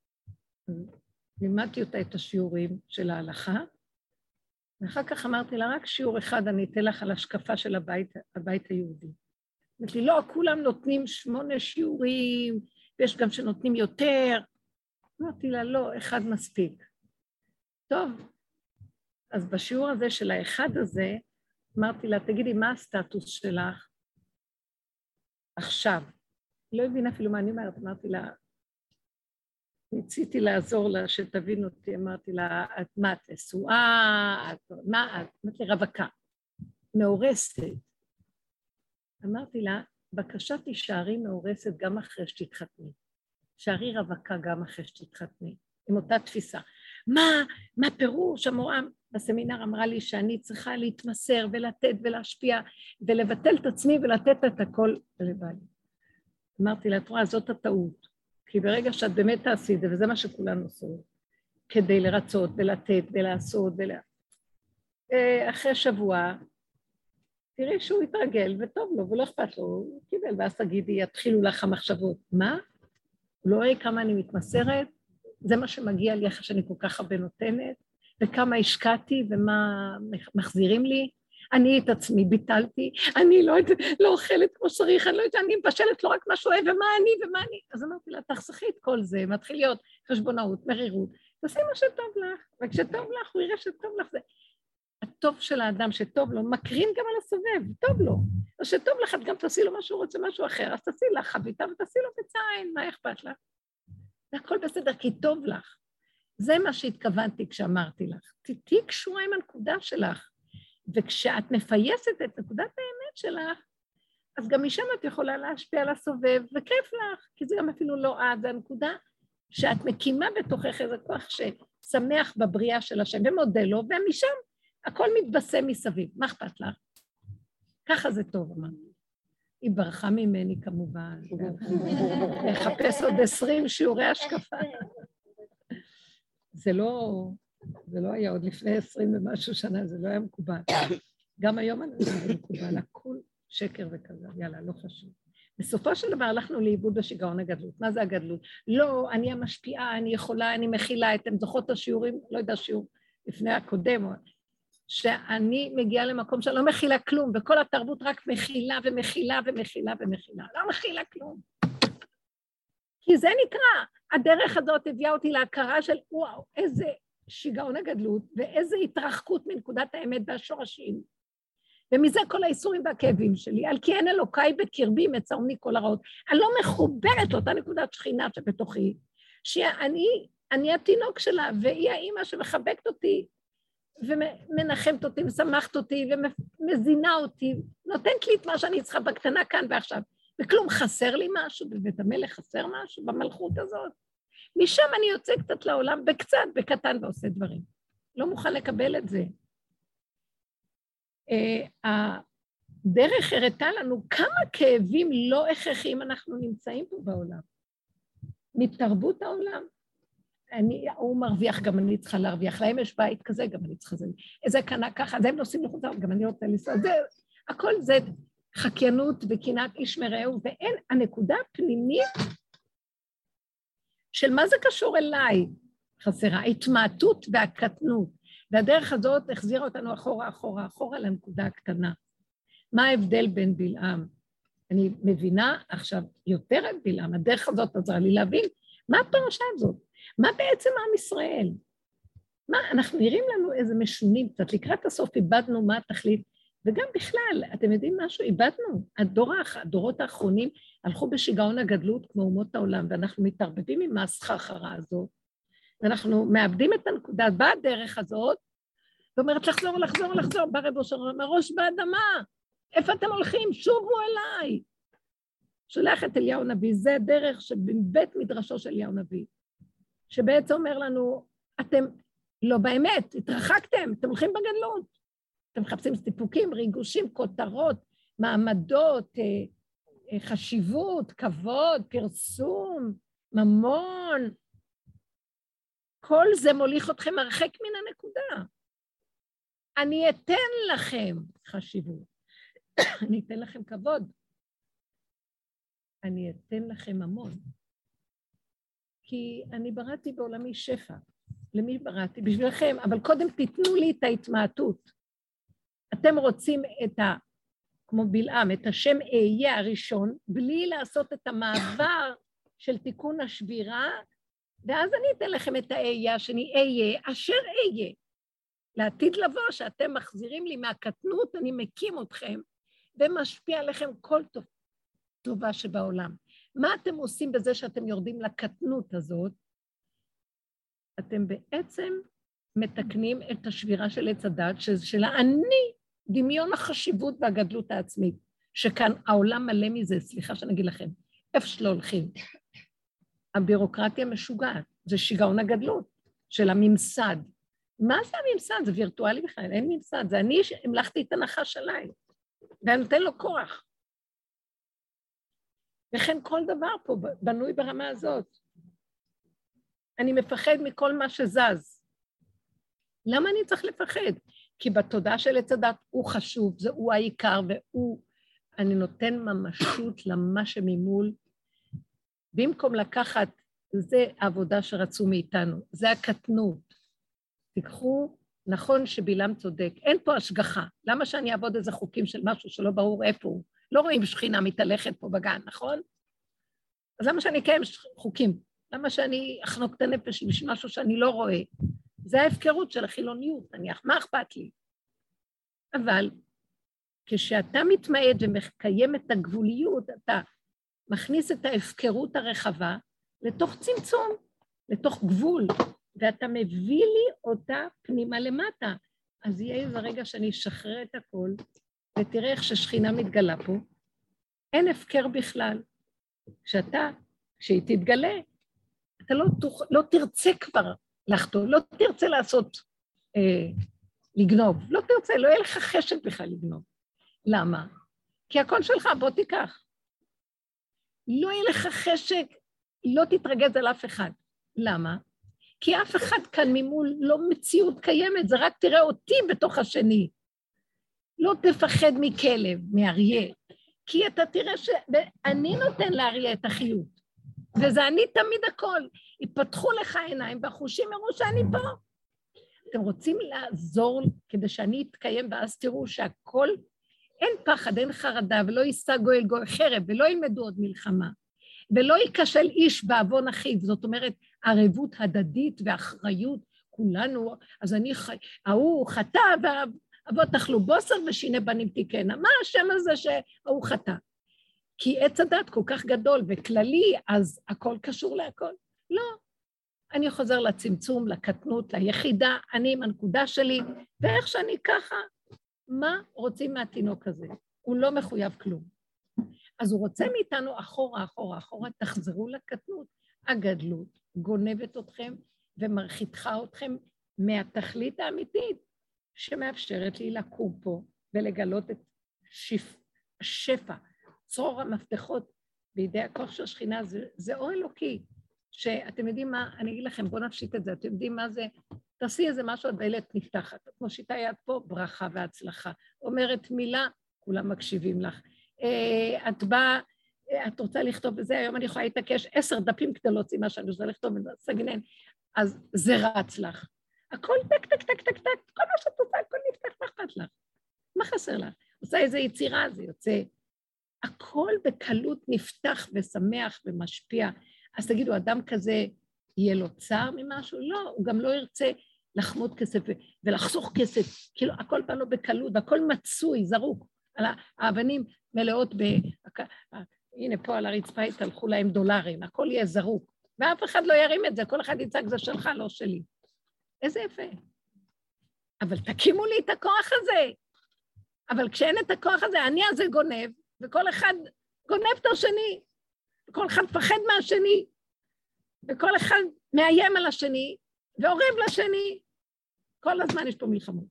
Speaker 1: לימדתי אותה את השיעורים של ההלכה, ואחר כך אמרתי לה, רק שיעור אחד אני אתן לך על השקפה של הבית היהודי. אמרתי לי, לא, כולם נותנים 8 שיעורים, ויש גם שנותנים יותר. אמרתי לה, לא, אחד מספיק. טוב, אז בשיעור הזה של האחד הזה, אמרתי לה, תגידי, מה הסטטוס שלך עכשיו? היא לא הבינה אפילו מה אני אומרת, אמרתי לה, ניסיתי לעזור לה שתבין אותי, אמרתי לה, מה את נשואה? מה את? אמרתי לי, רווקה, מאורסת. אמרתי לה, בבקשה תישארי מאורסת גם אחרי שתתחתני. שערי רווקה גם אחרי שתתחתני, עם אותה תפיסה. מה פירוש? המורה בסמינר אמרה לי שאני צריכה להתמסר ולתת ולהשפיע ולבטל את עצמי ולתת את הכל לבעלי. אמרתי לה, את רואה, זאת הטעות. כי ברגע שאת באמת תעשי את זה, וזה מה שכולנו עושים, כדי לרצות ולתת ולעשות אחרי שבוע, תראי שהוא יתרגל וטוב לו ולא אכפת לו, הוא קיבל, ואז תגידי, יתחילו לך המחשבות. מה? הוא לא רואה כמה אני מתמסרת, זה מה שמגיע לי אחרי שאני כל כך הרבה נותנת, וכמה השקעתי ומה מחזירים לי. אני את עצמי ביטלתי, אני לא אוכלת כמו שצריך, אני לא יודעת, אני מבשלת לא רק מה שהוא אוהב, ומה אני. אז אמרתי לה, תחסכי את כל זה, מתחיל להיות חשבונאות, מרירות, תעשי מה שטוב לך, וכשטוב לך, הוא יראה שטוב לך זה. הטוב של האדם שטוב לו, מקרין גם על הסובב, טוב לו. אז שטוב לך, את גם תעשי לו מה שהוא רוצה, משהו אחר, אז תעשי לך חביתה ותעשי לו בצעין, מה אכפת לך? זה הכל בסדר, כי טוב לך. זה מה שהתכוונתי כשאמרתי לך. תהיי קשורה עם הנקודה שלך. וכשאת מפייסת את נקודת האמת שלך, אז גם משם את יכולה להשפיע על הסובב, וכיף לך, כי זה גם אפילו לא את, זה הנקודה שאת מקימה בתוכך איזה כוח ששמח בבריאה של השם, ומודה לו, ומשם הכל מתבשם מסביב. מה אכפת לך? ככה זה טוב, אמרתי. היא ברחה ממני כמובן, לחפש עוד 20 שיעורי השקפה. זה לא היה עוד לפני 20 ומשהו שנה, זה לא היה מקובל. גם היום אני לא מקובל, הכל שקר וכזה, יאללה, לא חשוב. בסופו של דבר הלכנו לאיבוד בשיגעון הגדלות. מה זה הגדלות? לא, אני המשפיעה, אני יכולה, אני מכילה, אתם זוכרות את השיעורים, לא יודע, שיעור לפני הקודם, שאני מגיעה למקום שאני לא מכילה כלום, וכל התרבות רק מכילה ומכילה ומכילה ומכילה. לא מכילה כלום. כי זה נקרא, הדרך הזאת הביאה אותי להכרה של וואו, איזה שיגעון הגדלות, ואיזה התרחקות מנקודת האמת והשורשים. ומזה כל האיסורים והכאבים שלי, על כי אין אלוקיי בקרבי מצאוני כל הרעות. אני לא מחוברת לאותה נקודת שכינה שבתוכי, שאני התינוק שלה, והיא האמא שמחבקת אותי, ומנחמת אותי, ושמחת אותי, ומזינה אותי, נותנת לי את מה שאני צריכה בקטנה כאן ועכשיו. וכלום חסר לי משהו, בבית המלך חסר משהו במלכות הזאת. משם אני יוצא קצת לעולם, בקצת, בקטן, ועושה דברים. לא מוכן לקבל את זה. הדרך הראתה לנו כמה כאבים לא הכרחיים אנחנו נמצאים פה בעולם. מתרבות העולם. הוא מרוויח, גם אני צריכה להרוויח. להם יש בית כזה, גם אני צריכה זה. איזה קנה ככה, זה הם נוסעים לחוץ לארץ, גם אני רוצה לנסוע. הכל זה חקיינות וקנאת איש מרעהו, ואין הנקודה הפנימית של מה זה קשור אליי חסרה, ההתמעטות והקטנות. והדרך הזאת החזירה אותנו אחורה לנקודה הקטנה. מה ההבדל בין בלעם? אני מבינה עכשיו יותר את בלעם, הדרך הזאת עזרה לי להבין מה הפרשה הזאת, מה בעצם עם ישראל? מה, אנחנו נראים לנו איזה משונים קצת, לקראת הסוף איבדנו מה התכלית, וגם בכלל, אתם יודעים משהו? איבדנו. הדורות האחרונים הלכו בשיגעון הגדלות כמו אומות העולם, ואנחנו מתערבבים עם הסחרחרה הזאת, ואנחנו מאבדים את הנקודה, באה הדרך הזאת, ואומרת לחזור, בא רבו שאומר, ראש באדמה, איפה אתם הולכים? שובו אליי. שולח את אליהו נביא, זה הדרך שבבית מדרשו של אליהו נביא, שבעצם אומר לנו, אתם לא באמת, התרחקתם, אתם הולכים בגדלות, אתם מחפשים סיפוקים, ריגושים, כותרות, מעמדות, חשיבות, כבוד, פרסום, ממון, כל זה מוליך אתכם הרחק מן הנקודה. אני אתן לכם חשיבות, אני אתן לכם כבוד, אני אתן לכם המון, כי אני בראתי בעולמי שפע, למי בראתי? בשבילכם, אבל קודם תיתנו לי את ההתמעטות. אתם רוצים כמו בלעם, את השם אהיה הראשון, בלי לעשות את המעבר של תיקון השבירה, ואז אני אתן לכם את האהיה, שאני אהיה, אשר אהיה. לעתיד לבוא, שאתם מחזירים לי מהקטנות, אני מקים אתכם, ומשפיע עליכם כל טובה שבעולם. מה אתם עושים בזה שאתם יורדים לקטנות הזאת? אתם בעצם מתקנים את השבירה של עץ הדת, של האני, דמיון החשיבות והגדלות העצמית, שכאן העולם מלא מזה, סליחה שאני אגיד לכם, איפה שלא הולכים. הבירוקרטיה משוגעת, זה שיגעון הגדלות של הממסד. מה זה הממסד? זה וירטואלי בכלל, אין ממסד, זה אני שהמלכתי את הנחש עליי, ואני נותן לו כוח. וכן כל דבר פה בנוי ברמה הזאת. אני מפחד מכל מה שזז. למה אני צריך לפחד? כי בתודעה של עץ הדת הוא חשוב, זה הוא העיקר, אני נותן ממשות למה שממול, במקום לקחת, זה העבודה שרצו מאיתנו, זה הקטנות. תיקחו, נכון שבלעם צודק, אין פה השגחה, למה שאני אעבוד איזה חוקים של משהו שלא ברור איפה הוא? לא רואים שכינה מתהלכת פה בגן, נכון? אז למה שאני אקיים חוקים? למה שאני אחנוק את הנפש בשביל משהו שאני לא רואה? זה ההפקרות של החילוניות, מה אכפת לי? אבל כשאתה מתמעט ומקיים את הגבוליות, אתה מכניס את ההפקרות הרחבה לתוך צמצום, לתוך גבול, ואתה מביא לי אותה פנימה למטה. אז יהיה איזה רגע שאני אשחרר את הכל, ותראה איך ששכינה מתגלה פה, אין הפקר בכלל. כשהיא תתגלה, אתה לא תרצה כבר לחתום, לא תרצה לעשות, לגנוב, לא תרצה, לא יהיה לך חשק בכלל לגנוב. למה? כי הכל שלך, בוא תיקח. לא יהיה לך חשק, לא תתרגז על אף אחד. למה? כי אף אחד כאן ממול לא מציאות קיימת, זה רק תראה אותי בתוך השני. לא תפחד מכלב, מאריה, כי אתה תראה שאני נותן לאריה את החיות, וזה אני תמיד הכל. יפתחו לך עיניים, והחושים יראו שאני פה. אתם רוצים לעזור כדי שאני אתקיים, ואז תראו שהכל, אין פחד, אין חרדה, ולא יישא גוי אל גוי חרב, ולא ילמדו עוד מלחמה, ולא ייכשל איש בעוון אחיו, זאת אומרת, ערבות הדדית ואחריות, כולנו, אז ההוא חטא, ואבות אכלו בוסר ושיני בנים תיקנה, מה השם הזה שההוא חטא? כי עץ הדת כל כך גדול וכללי, אז הכל קשור להכל. לא. אני חוזר לצמצום, לקטנות, ליחידה, אני עם הנקודה שלי, ואיך שאני ככה, מה רוצים מהתינוק הזה? הוא לא מחויב כלום. אז הוא רוצה מאיתנו אחורה, אחורה, אחורה, תחזרו לקטנות. הגדלות גונבת אתכם ומרחיתך אתכם מהתכלית האמיתית, שמאפשרת לי לקום פה ולגלות את השפע. צרור המפתחות בידי הכוח של השכינה, זה אור אלוקי, שאתם יודעים מה, אני אגיד לכם, בואו נפשיט את זה, אתם יודעים מה זה, תעשי איזה משהו, הדלת נפתחת, את מושיטה יד פה, ברכה והצלחה, אומרת מילה, כולם מקשיבים לך, את באה, את רוצה לכתוב בזה, היום אני יכולה להתעקש 10 דפים כדי להוציא מה שאני רוצה לכתוב, סגנן, אז זה רץ לך, הכל טק, טק, טק, טק, טק, כל מה שאת רוצה, הכל נפתח, מה אכפת לך? מה חסר לך? עושה איזו יצירה, זה יוצא, הכל בקלות נפתח ושמח ומשפיע, אז תגידו, אדם כזה יהיה לו צער ממשהו? לא, הוא גם לא ירצה לחמוד כסף ולחסוך כסף, כאילו הכל בא לו בקלות, והכל מצוי, זרוק, על האבנים מלאות הנה פה על הרצפה התהלכו להם דולרים, הכל יהיה זרוק, ואף אחד לא ירים את זה, כל אחד יצג זה שלך, לא שלי. איזה יפה. אבל תקימו לי את הכוח הזה. אבל כשאין את הכוח הזה, אני הזה גונב, וכל אחד גונב את השני, וכל אחד פחד מהשני, וכל אחד מאיים על השני, ועורב לשני, כל הזמן יש פה מלחמות.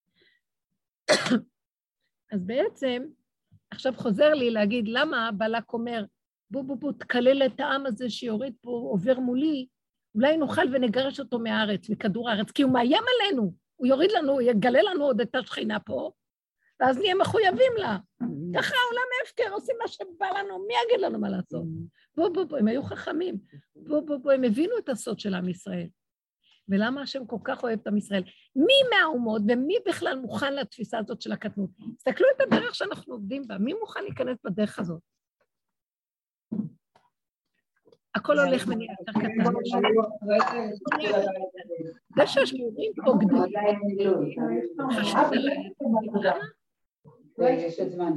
Speaker 1: אז בעצם, עכשיו חוזר לי להגיד, למה בלק אומר, בוא, תקלל את העם הזה שיורד פה, עובר מולי, אולי נוכל ונגרש אותו מהארץ, מכדור הארץ, כי הוא מאיים עלינו, הוא יוריד לנו, הוא יגלה לנו עוד את השכינה פה, ואז נהיה מחויבים לה. ככה העולם הפקר, עושים מה שבא לנו, מי יגיד לנו מה לעשות? בוא, הם היו חכמים. בוא, הם הבינו את הסוד של עם ישראל. ולמה השם כל כך אוהב את עם ישראל? מי מהאומות ומי בכלל מוכן לתפיסה הזאת של הקטנות? תסתכלו את הדרך שאנחנו עובדים בה, מי מוכן להיכנס בדרך הזאת? הכל הולך ונהיה יותר קטן. זה שהשיעורים פה גדולים, חשוב עליי.
Speaker 2: יש זמן.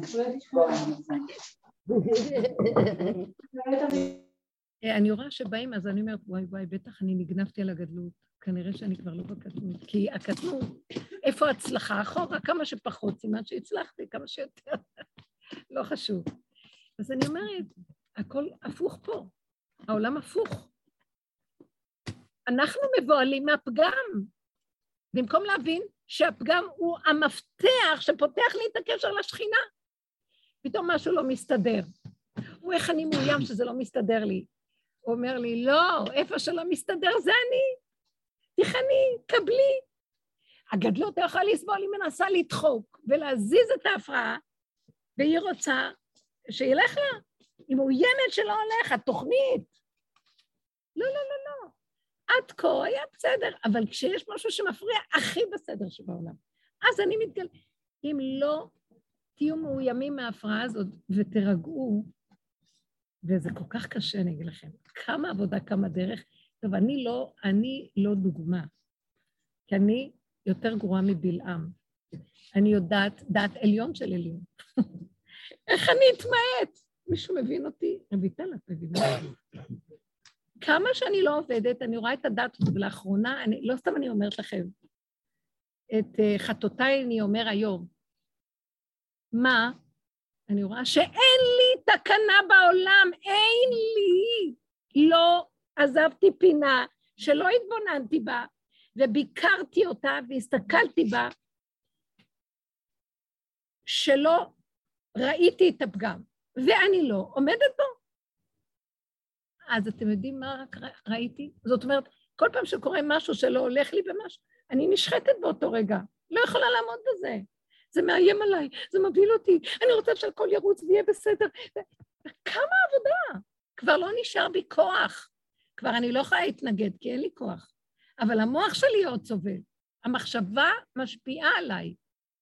Speaker 1: אני רואה שבאים, אז אני אומרת, וואי, בטח אני נגנבתי על הגדלות, כנראה שאני כבר לא בקטנות, כי הקטנות, איפה ההצלחה? אחורה, כמה שפחות, סימן שהצלחתי, כמה שיותר, לא חשוב. אז אני אומרת, הכל הפוך פה, העולם הפוך. אנחנו מבועלים מהפגם, במקום להבין שהפגם הוא המפתח שפותח לי את הקשר לשכינה. פתאום משהו לא מסתדר. הוא איך אני מאוים שזה לא מסתדר לי. הוא אומר לי, לא, איפה שלא מסתדר זה אני. תכני, קבלי. הגדלות יכולה לסבול, היא מנסה לדחוק ולהזיז את ההפרעה, והיא רוצה שילך לה. היא מאוימת שלא הולך, התוכנית. לא. עד כה היה בסדר, אבל כשיש משהו שמפריע, הכי בסדר שבעולם. אז אני מתגלה. אם לא תהיו מאוימים מההפרעה הזאת ותרגעו, וזה כל כך קשה, אני אגיד לכם, כמה עבודה, כמה דרך. טוב, אני לא דוגמה, כי אני יותר גרועה מבלעם. אני יודעת, דעת עליון של עליון. איך אני אתמעט? מישהו מבין אותי? רויטל, את מבינה אותי. כמה שאני לא עובדת, אני רואה את הדת, ולאחרונה, לא סתם אני אומרת לכם, את חטאותיי אני אומר היום, מה? אני רואה שאין לי תקנה בעולם, אין לי, לא עזבתי פינה, שלא התבוננתי בה, וביקרתי אותה והסתכלתי בה, שלא ראיתי את הפגם, ואני לא עומדת בו. אז אתם יודעים מה ראיתי? זאת אומרת, כל פעם שקורה משהו שלא הולך לי במשהו, אני נשחטת באותו רגע, לא יכולה לעמוד בזה. זה מאיים עליי, זה מבהיל אותי, אני רוצה שהכל ירוץ ויהיה בסדר. כמה עבודה? כבר לא נשאר בי כוח. כבר אני לא יכולה להתנגד, כי אין לי כוח. אבל המוח שלי עוד סובל. המחשבה משפיעה עליי.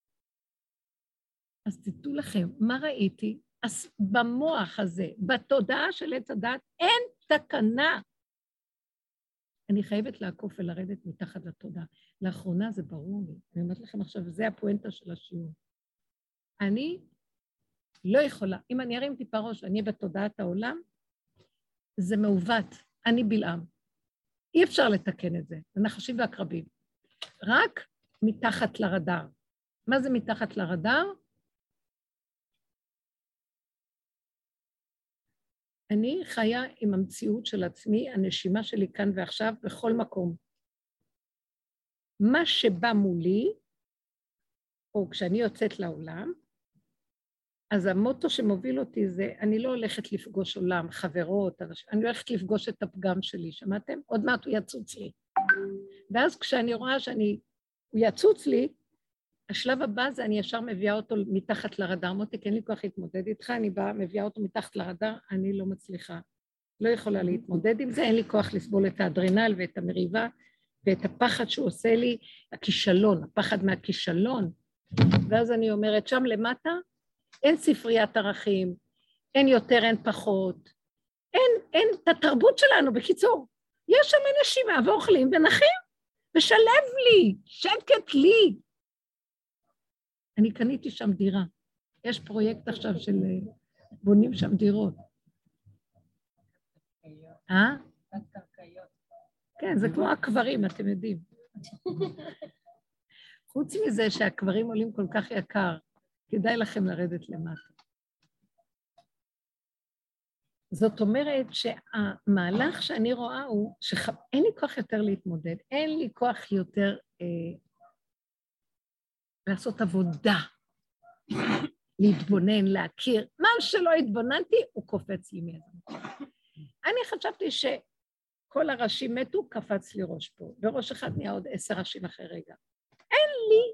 Speaker 1: אז תדעו לכם, מה ראיתי? אז במוח הזה, בתודעה של עץ הדת, אין תקנה. אני חייבת לעקוף ולרדת מתחת לתודעה. לאחרונה זה ברור לי. אני אומרת לכם עכשיו, זה הפואנטה של השיעור. אני לא יכולה. אם אני ארים טיפה ראש, אני בתודעת העולם, זה מעוות. אני בלעם. אי אפשר לתקן את זה. זה נחשים ועקרבים. רק מתחת לרדאר. מה זה מתחת לרדאר? אני חיה עם המציאות של עצמי, הנשימה שלי כאן ועכשיו, בכל מקום. מה שבא מולי, או כשאני יוצאת לעולם, אז המוטו שמוביל אותי זה, אני לא הולכת לפגוש עולם, חברות, אני הולכת לפגוש את הפגם שלי, שמעתם? עוד מעט הוא יצוץ לי. ואז כשאני רואה הוא יצוץ לי, השלב הבא זה אני ישר מביאה אותו מתחת לרדאר, מותק, אין לי כוח להתמודד איתך, אני באה, מביאה אותו מתחת לרדאר, אני לא מצליחה, לא יכולה להתמודד עם זה, אין לי כוח לסבול את האדרנל ואת המריבה, ואת הפחד שהוא עושה לי, הכישלון, הפחד מהכישלון, ואז אני אומרת, שם למטה, אין ספריית ערכים, אין יותר, אין פחות, אין את התרבות שלנו, בקיצור, יש שם נשימה ואוכלים ונחים, ושלב לי, שקט לי, אני קניתי שם דירה. יש פרויקט עכשיו של בונים שם דירות. כן, זה כמו הקברים, אתם יודעים. חוץ מזה שהקברים עולים כל כך יקר, כדאי לכם לרדת למטה. זאת אומרת שהמהלך שאני רואה הוא שאין לי כוח יותר להתמודד, אין לי כוח יותר לעשות עבודה, להתבונן, להכיר. מה שלא התבוננתי, הוא קופץ לי מאיזה מקום. אני חשבתי שכל הראשים מתו, קפץ לי ראש פה, וראש אחד נהיה עוד 10 ראשים אחרי רגע. אין לי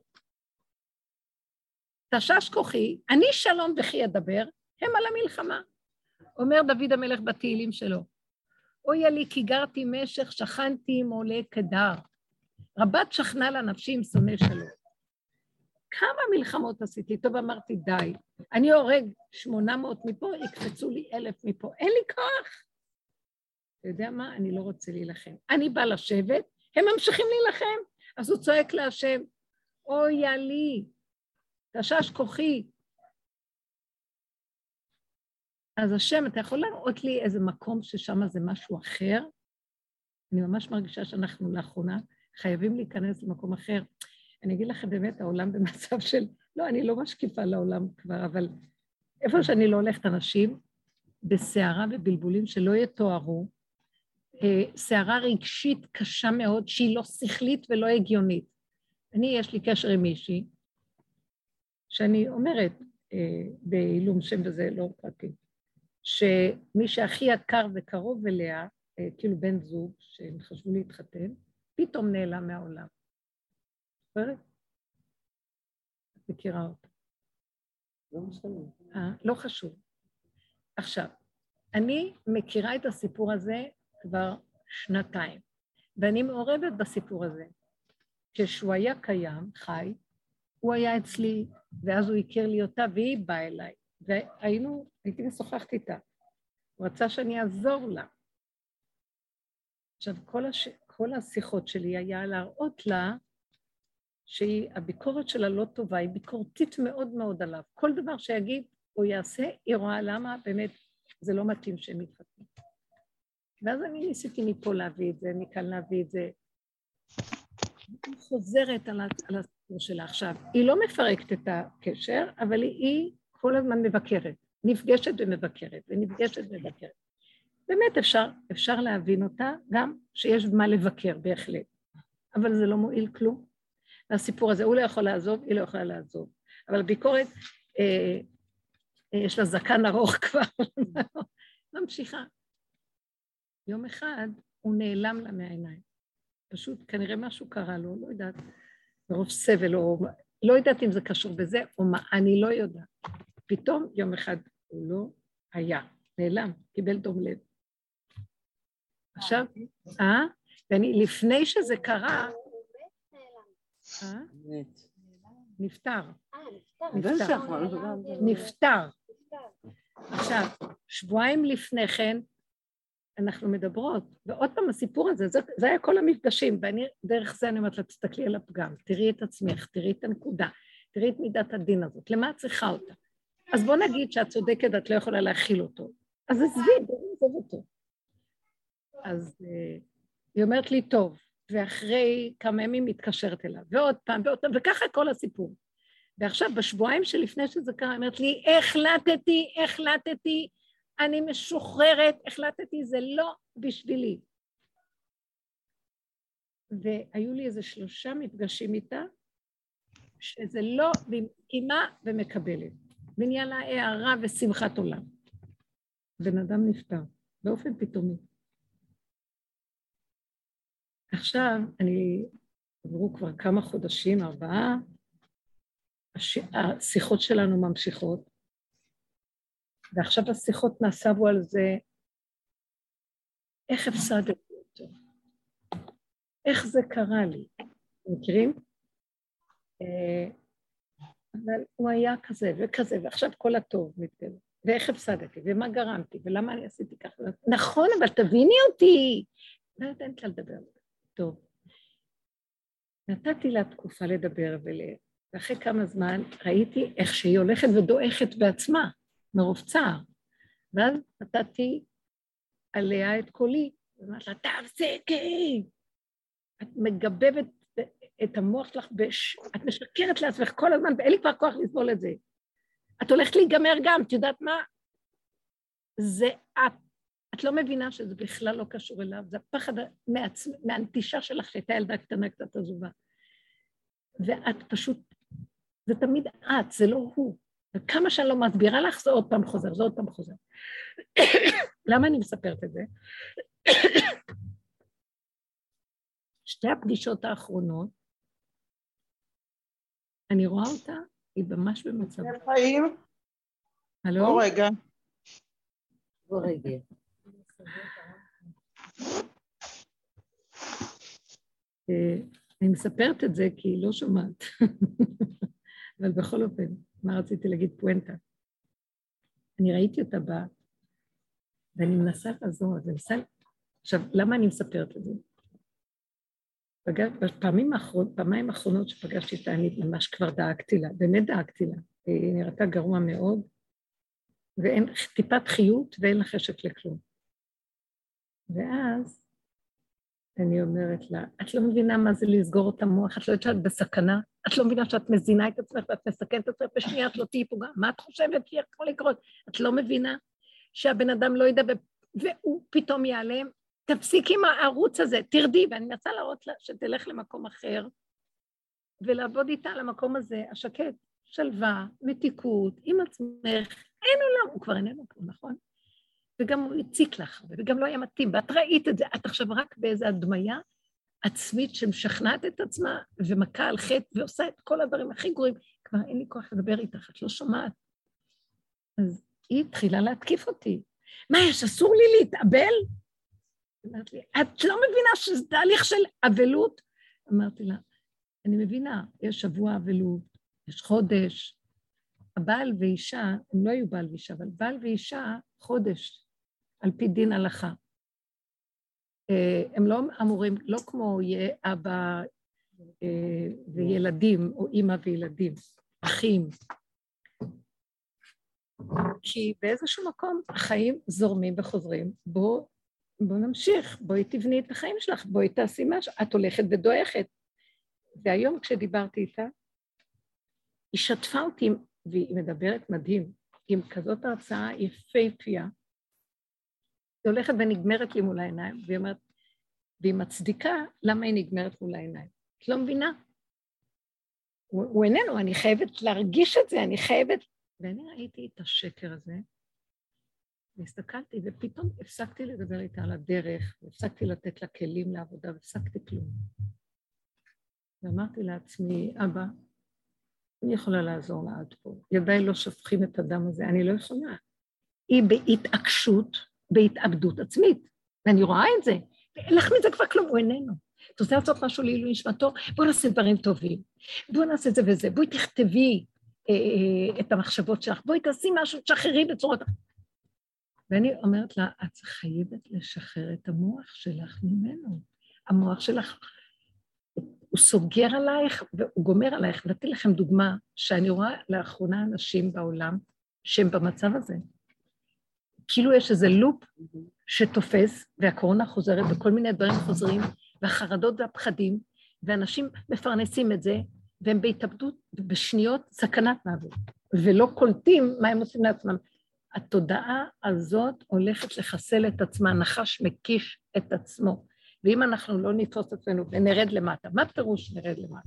Speaker 1: תשש כוחי, אני שלום וכי אדבר, הם על המלחמה. אומר דוד המלך בתהילים שלו, אוי לי כי גרתי משך, שכנתי עם עולה כדר, רבת שכנה לנפשי עם שונא שלום. כמה מלחמות עשיתי, טוב אמרתי די, אני הורג 800 מפה, יקפצו לי 1000 מפה, אין לי כוח. אתה יודע מה? אני לא רוצה להילחם. אני בא לשבת, הם ממשיכים להילחם, אז הוא צועק להשם, אוי לי, תשש כוחי. אז השם, אתה יכול להראות לי איזה מקום ששם זה משהו אחר? אני ממש מרגישה שאנחנו לאחרונה חייבים להיכנס למקום אחר. אני אגיד לכם באמת, העולם במצב של, לא, אני לא משקיפה לעולם כבר, אבל איפה שאני לא הולכת אנשים, בסערה ובלבולים שלא יתוארו, סערה רגשית קשה מאוד, שהיא לא שכלית ולא הגיונית. יש לי קשר עם מישהי, שאני אומרת, בעילום שם וזה לא פרטי, שמי שהכי יקר וקרוב אליה, כאילו בן זוג, שהם חשבו להתחתן, פתאום נעלם מהעולם. בסדר? את מכירה אותה.
Speaker 2: לא משנה.
Speaker 1: לא חשוב. עכשיו, אני מכירה את הסיפור הזה כבר 2 ואני מעורבת בסיפור הזה. כשהוא היה קיים, חי, הוא היה אצלי, ואז הוא הכיר לי אותה, והיא באה אליי. הייתי משוחחת איתה. הוא רצה שאני אעזור לה. עכשיו, כל השיחות שלי היה להראות לה, שהביקורת שלה לא טובה, היא ביקורתית מאוד מאוד עליו. כל דבר שיגיד או יעשה, היא רואה למה באמת זה לא מתאים שהם יתחתנו. ואז אני ניסיתי מפה להביא את זה, מכאן להביא את זה. היא חוזרת על הסיפור שלה עכשיו. היא לא מפרקת את הקשר, אבל היא כל הזמן מבקרת. נפגשת ומבקרת, ונפגשת ומבקרת. באמת אפשר להבין אותה, גם שיש מה לבקר בהחלט. אבל זה לא מועיל כלום. והסיפור הזה, הוא לא יכול לעזוב, היא לא יכולה לעזוב. אבל ביקורת, יש לה זקן ארוך כבר, ממשיכה. יום אחד הוא נעלם לה מהעיניים. פשוט כנראה משהו קרה לו, לא יודעת, ברוב סבל, או לא יודעת אם זה קשור בזה או מה, אני לא יודעת. פתאום יום אחד הוא לא היה, נעלם, קיבל דום לב. עכשיו, ואני לפני שזה קרה, נפטר. נפטר. עכשיו, שבועיים לפני כן, אנחנו מדברות, ועוד פעם הסיפור הזה, זה היה כל המפגשים, ואני, דרך זה אני אומרת לה, תסתכלי על הפגם, תראי את עצמך, תראי את הנקודה, תראי את מידת הדין הזאת, למה את צריכה אותה? אז בוא נגיד שאת צודקת, את לא יכולה להכיל אותו. אז עזבי, עזוב אותו. אז היא אומרת לי, טוב, ואחרי כמה ימים מתקשרת אליו, ועוד פעם, וככה כל הסיפור. ועכשיו, בשבועיים שלפני שזה קרה, היא אומרת לי, החלטתי, אני משוחררת, החלטתי, זה לא בשבילי. והיו לי איזה 3 מפגשים איתה, שזה לא במקימה ומקבלת. ונהיה לה הערה ושמחת עולם. בן אדם נפטר, באופן פתאומי. עכשיו, עברו כבר כמה חודשים, 4, השיחות שלנו ממשיכות, ועכשיו השיחות נסבו על זה, איך הפסדתי אותו? איך זה קרה לי? מכירים? אבל הוא היה כזה וכזה, ועכשיו כל הטוב מתגלה. ואיך הפסדתי, ומה גרמתי, ולמה אני עשיתי ככה? נכון, אבל תביני אותי. לא יודעת לה לדבר. טוב. נתתי לה תקופה לדבר, ואחרי כמה זמן ראיתי איך שהיא הולכת ודועכת בעצמה, מרוב צער. ואז נתתי עליה את קולי, ואמרתי לה, תפסיקי! את מגבבת את המוח שלך, את משקרת לעצמך כל הזמן, ואין לי כבר כוח לסבול את זה. את הולכת להיגמר גם, את יודעת מה? זה את לא מבינה שזה בכלל לא קשור אליו, זה הפחד מהנטישה שלך שהייתה ילדה קטנה קצת עזובה. ואת פשוט, זה תמיד את, זה לא הוא. וכמה שאני לא מסבירה לך, זה עוד פעם חוזר, זה עוד פעם חוזר. למה אני מספרת את זה? שתי הפגישות האחרונות, אני רואה אותה, היא ממש במצב.
Speaker 3: חיים?
Speaker 1: הלו?
Speaker 3: בוא רגע.
Speaker 1: אני מספרת את זה כי היא לא שומעת. אבל בכל אופן, מה רציתי להגיד? פואנטה. אני ראיתי אותה בה, ואני מנסה לעזור, אז אני מנסה... עכשיו, למה אני מספרת את זה? פעמיים האחרונות שפגשתי איתה, אני ממש כבר דאגתי לה, באמת דאגתי לה. היא נראתה גרוע מאוד, ואין טיפת חיות ואין לה חשק לכלום. ואז אני אומרת לה, את לא מבינה מה זה לסגור את המוח, את לא יודעת שאת בסכנה, את לא מבינה שאת מזינה את עצמך ואת מסכנת את עצמך, בשנייה את לא תהיי פוגע, מה את חושבת שיכול לקרות? את לא מבינה שהבן אדם לא ידע והוא פתאום ייעלם? תפסיק עם הערוץ הזה, תרדי, ואני מנסה להראות לה שתלך למקום אחר, ולעבוד איתה למקום הזה, השקט, שלווה, מתיקות, עם עצמך, אין עולם, הוא כבר איננו פה, נכון? וגם הוא הציק לך, וגם לא היה מתאים, ואת ראית את זה, את עכשיו רק באיזו הדמיה עצמית שמשכנעת את עצמה, ומכה על חטא, ועושה את כל הדברים הכי גרועים, כבר אין לי כוח לדבר איתך, את לא שומעת. אז היא התחילה להתקיף אותי. מה יש, אסור לי להתאבל? אמרת לי, את לא מבינה שזה תהליך של אבלות? אמרתי לה, אני מבינה, יש שבוע אבלות, יש חודש, הבעל ואישה, הם לא היו בעל ואישה, אבל בעל ואישה חודש, על פי דין הלכה. הם לא אמורים, לא כמו יהיה אבא וילדים, או אמא וילדים, אחים. כי באיזשהו מקום החיים זורמים וחוזרים, בוא נמשיך, בואי תבני את החיים שלך, בואי תעשי משהו, את הולכת ודואכת. והיום כשדיברתי איתה, היא שתפה אותי, והיא מדברת מדהים, עם כזאת הרצאה יפהפייה, היא הולכת ונגמרת לי מול העיניים, והיא אומרת, והיא מצדיקה למה היא נגמרת מול העיניים. את לא מבינה? הוא איננו, אני חייבת להרגיש את זה, אני חייבת... ואני ראיתי את השקר הזה, והסתכלתי, ופתאום הפסקתי לדבר איתה על הדרך, והפסקתי לתת לה כלים לעבודה, והפסקתי כלום. ואמרתי לעצמי, אבא, אני יכולה לעזור לה עד פה. ידיי לא שפכים את הדם הזה, אני לא יכולה. היא בהתעקשות, בהתאבדות עצמית, ואני רואה את זה, ואין לך מזה כבר כלום, הוא איננו. אתה רוצה לעשות משהו לעילוי נשמתו? בואו נעשה דברים טובים, בואו נעשה זה וזה, בואי תכתבי את המחשבות שלך, בואי תעשי משהו, תשחררי בצורות. ואני אומרת לה, את חייבת לשחרר את המוח שלך ממנו. המוח שלך, הוא סוגר עלייך והוא גומר עלייך. נתתי לכם דוגמה שאני רואה לאחרונה אנשים בעולם שהם במצב הזה. כאילו יש איזה לופ שתופס, והקורונה חוזרת, וכל מיני דברים חוזרים, והחרדות והפחדים, ואנשים מפרנסים את זה, והם בהתאבדות בשניות סכנת מוות, ולא קולטים מה הם עושים לעצמם. התודעה הזאת הולכת לחסל את עצמה, נחש מקיש את עצמו, ואם אנחנו לא נתפוס עצמנו ונרד למטה, מה פירוש נרד למטה?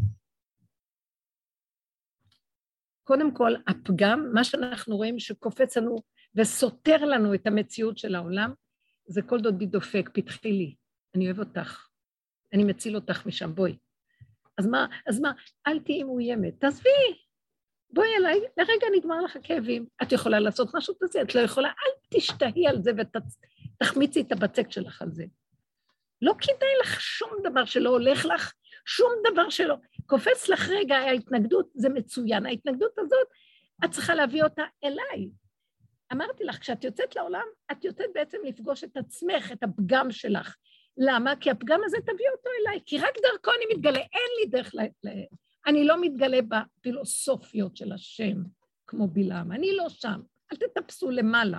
Speaker 1: קודם כל, הפגם, מה שאנחנו רואים שקופץ לנו וסותר לנו את המציאות של העולם, זה כל דודי דופק, פתחי לי, אני אוהב אותך, אני מציל אותך משם, בואי. אז מה, אל תהיי מאוימת, תעזבי, בואי אליי, לרגע נגמר לך כאבים, את יכולה לעשות משהו כזה, את לא יכולה, אל תשתהי על זה ותחמיצי את הבצק שלך על זה. לא כדאי לך שום דבר שלא הולך לך, שום דבר שלא, קופץ לך רגע, ההתנגדות זה מצוין, ההתנגדות הזאת, את צריכה להביא אותה אליי. אמרתי לך, כשאת יוצאת לעולם, את יוצאת בעצם לפגוש את עצמך, את הפגם שלך. למה? כי הפגם הזה תביא אותו אליי, כי רק דרכו אני מתגלה, אין לי דרך אני לא מתגלה בפילוסופיות של השם, כמו בלעם, אני לא שם, אל תטפסו למעלה.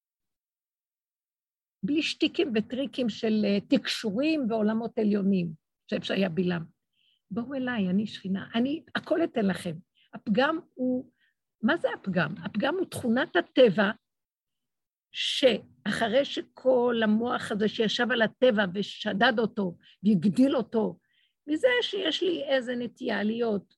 Speaker 1: בלי שטיקים וטריקים של תקשורים ועולמות עליונים, שאפשר היה בלעם. בואו אליי, אני שכינה, הכל אתן לכם. הפגם הוא, מה זה הפגם? הפגם הוא תכונת הטבע, שאחרי שכל המוח הזה שישב על הטבע ושדד אותו והגדיל אותו, מזה שיש לי איזה נטייה להיות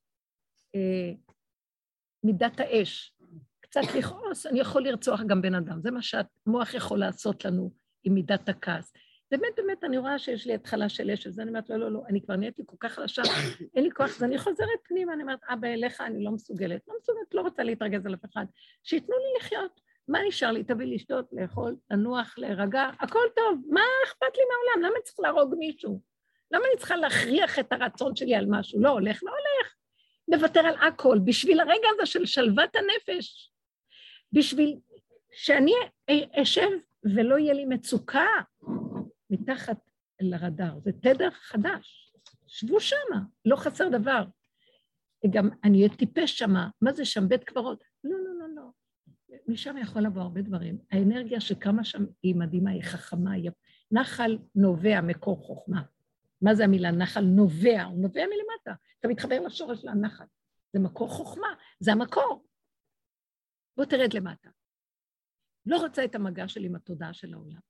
Speaker 1: מידת האש, קצת לכעוס, אני יכול לרצוח גם בן אדם, זה מה שהמוח יכול לעשות לנו עם מידת הכעס. באמת, אני רואה שיש לי התחלה של אש, אז אני אומרת, לא, אני כבר נהייתי כל כך חלשה, אין לי כוח, אז אני חוזרת פנימה, אני אומרת, אבא, אליך אני לא מסוגלת, לא רוצה להתרגז על אף אחד, שיתנו לי לחיות, מה נשאר לי? תביא לשתות, לאכול, לנוח, להירגע, הכל טוב, מה אכפת לי מהעולם? למה אני צריך להרוג מישהו? למה אני צריכה להכריח את הרצון שלי על משהו? לא הולך, לוותר על הכל, בשביל הרגע הזה של שלוות הנפש, בשביל שאני אשב ולא יהיה לי מצוקה מתחת לרדאר, זה תדר חדש, שבו שמה, לא חסר דבר. גם אני אהיה טיפש שמה, מה זה שם? בית קברות? לא. משם יכול לבוא הרבה דברים. האנרגיה שקמה שם היא מדהימה, היא חכמה, נחל נובע מקור חוכמה. מה זה המילה? נחל נובע, הוא נובע מלמטה. אתה מתחבר לשורש של הנחל. זה מקור חוכמה, זה המקור. בוא תרד למטה. לא רוצה את המגע שלי עם התודעה של העולם.